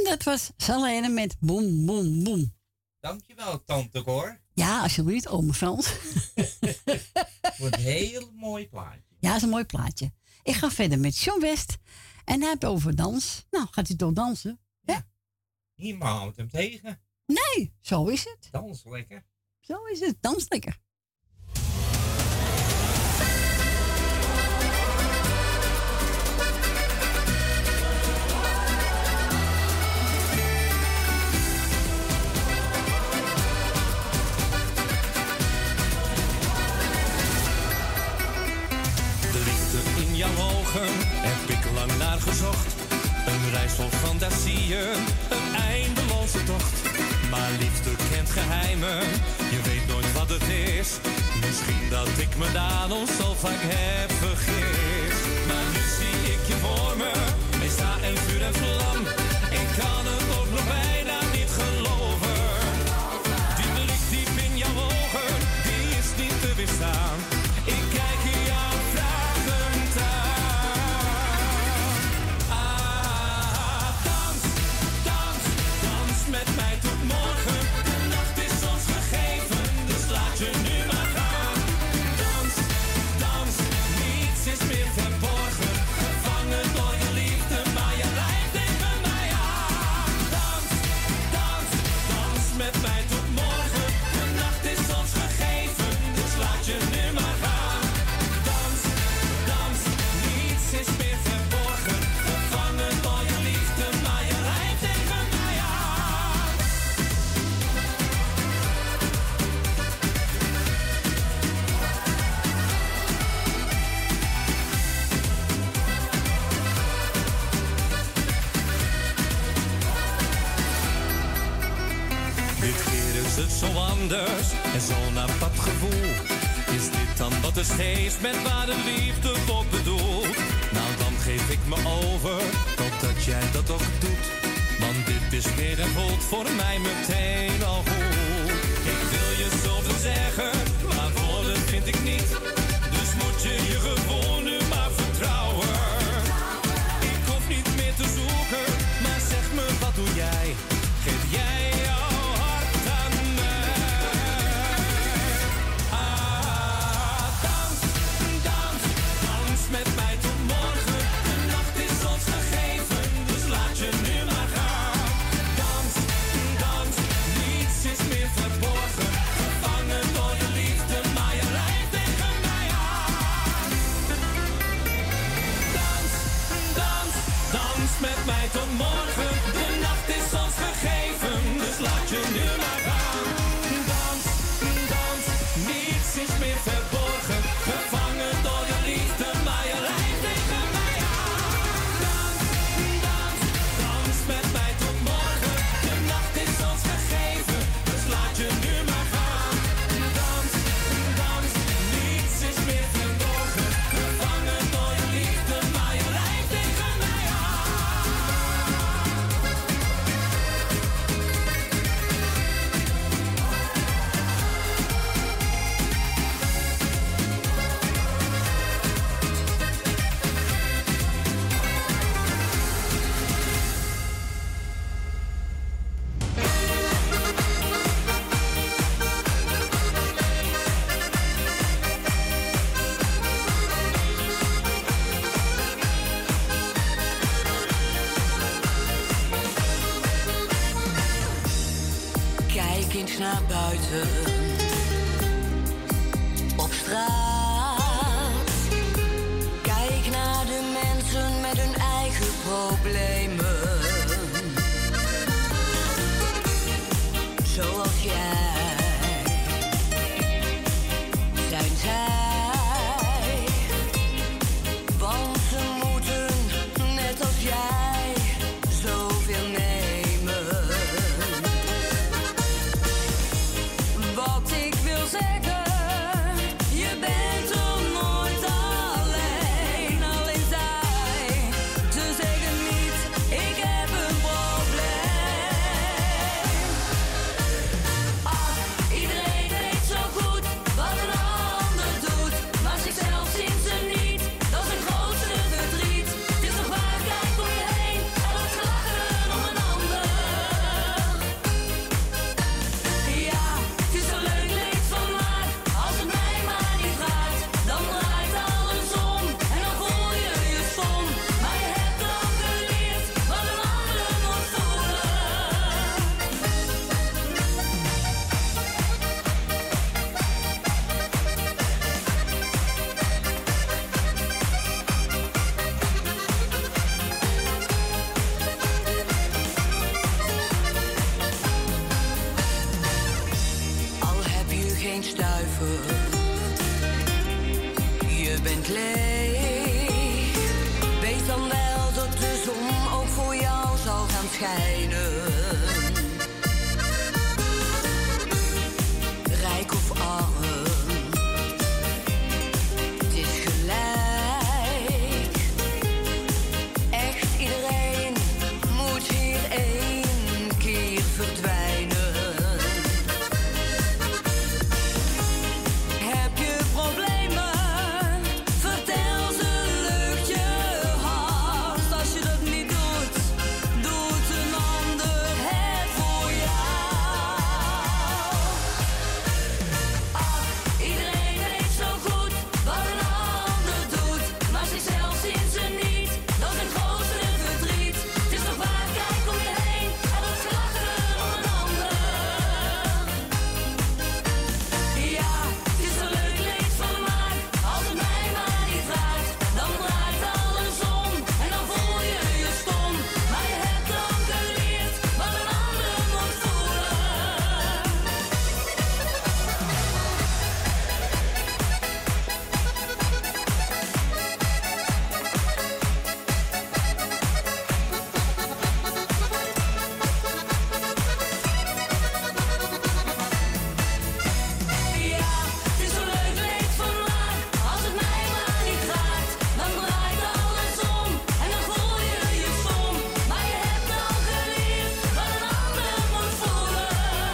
dat was Salene met Boem, Boem, Boem. Dankjewel, tante Cor. Ja, alsjeblieft, ome Frans. Voor een heel mooi plaatje. Ja, is een mooi plaatje. Ik ga verder met John West. En hij heeft over dans. Nou, gaat hij toch dansen? Ja. Niemand houdt hem tegen. Nee, zo is het. Dans lekker. Zo is het, dans lekker. In jouw ogen heb ik lang naar gezocht. Een reis vol fantasieën, een eindeloze tocht. Maar liefde kent geheimen, je weet nooit wat het is. Misschien dat ik me daarom zo vaak heb vergist. Maar nu zie ik je voor me, ik sta in vuur en vlam. Ik kan het ook nog bijna niet geloven. Die blik diep in jouw ogen, die is niet te weerstaan. Ik kijk in jou vragend aan. Dans, dans, dans met mij tot morgen. De nacht is ons gegeven, dus laat je nu maar gaan. Dans, dans, niets is meer verborgen. Gevangen door je liefde, maar je lijkt tegen mij aan. Dans, dans, dans met mij tot morgen. De nacht is ons gegeven, dus laat je nu maar gaan. Dans, dans, niets is meer verborgen. Gevangen door je liefde, maar je lijkt tegen mij aan. Dit keer is het zo anders en zo'n apart gevoel. Is dit dan wat er steeds met ware liefde wordt bedoeld? Nou, dan geef ik me over, totdat jij dat ook doet. Want dit is weer en voelt voor mij meteen al goed. Ik wil je zoveel zeggen, maar woorden vind ik niet. Dus moet je je gewoon nu maar vertrouwen. Ik hoef niet meer te zoeken, maar zeg me wat doe jij? Geef jij jouw hart aan mij? Dans, dans, dans met mij tot morgen. De nacht is ons gegeven, dus laat je nu maar gaan. Dans, dans, niets is meer verborgen. Gevangen door je liefde, maar je lijkt tegen mij aan. Dans, dans, dans met mij tot morgen. De nacht is ons gegeven, dus laat je nu maar gaan. Dans, dans, niets is meer verborgen. Gevangen door je liefde, maar je lijkt tegen mij aan. Dans, dans, dans met mij tot morgen. De nacht is ons gegeven, dus laat je nu maar gaan. Dans, dans, niets is meer verborgen. Gevangen door je liefde, maar je lijkt tegen mij aan. Kijk eens naar buiten, op straat. Kijk naar de mensen met hun eigen problemen. Zoals jij, zijn zij. Want ze moeten, net als jij, zoveel nemen. Wat ik wil zeggen, je bent toch nooit alleen. Alleen zij, ze zeggen niet je bent leeg. Weet dan wel dat de zon ook voor jou zal gaan schijnen. Rijk of arm, het is gelijk. Echt iedereen moet hier één keer verdwijnen. Heb je problemen? Vertel ze, lucht je hart. Als je dat niet doet, doet een ander het voor jou. Ach, iedereen weet zo goed wat een ander doet, maar zichzelf zien ze niet. Dat is het grootste verdriet. Het is toch waar, kijk om je heen en dat gelachen om een ander. Ja, het is een leuk leed van de maak. Als het mij maar niet raakt, dan draait alles om en dan voel je je stom. Maar je hebt dan geleerd wat een ander moet voelen. Ja, het is een leuk leed van de maak. Als het mij maar niet raakt, dan draait alles om en dan voel je je stom. Maar je hebt dan geleerd wat een ander moet voelen.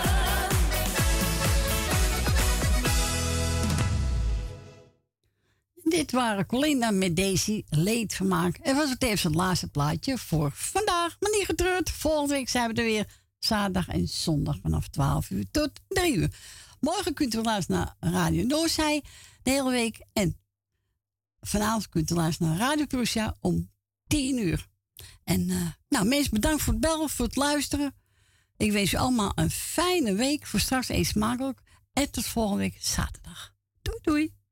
Dit waren Colinda met Daisy, leedvermaak. En was het even het laatste plaatje voor vandaag. Maar niet getreurd, volgende week zijn we er weer. Zaterdag en zondag vanaf 12 uur tot 3 uur. Morgen kunt u luisteren naar Radio Noorzij de hele week. En vanavond kunt u luisteren naar Radio Crucia om 10 uur. En nou, mensen bedankt voor het bellen, voor het luisteren. Ik wens u allemaal een fijne week. Voor straks eet smakelijk. En tot volgende week zaterdag. Doei doei.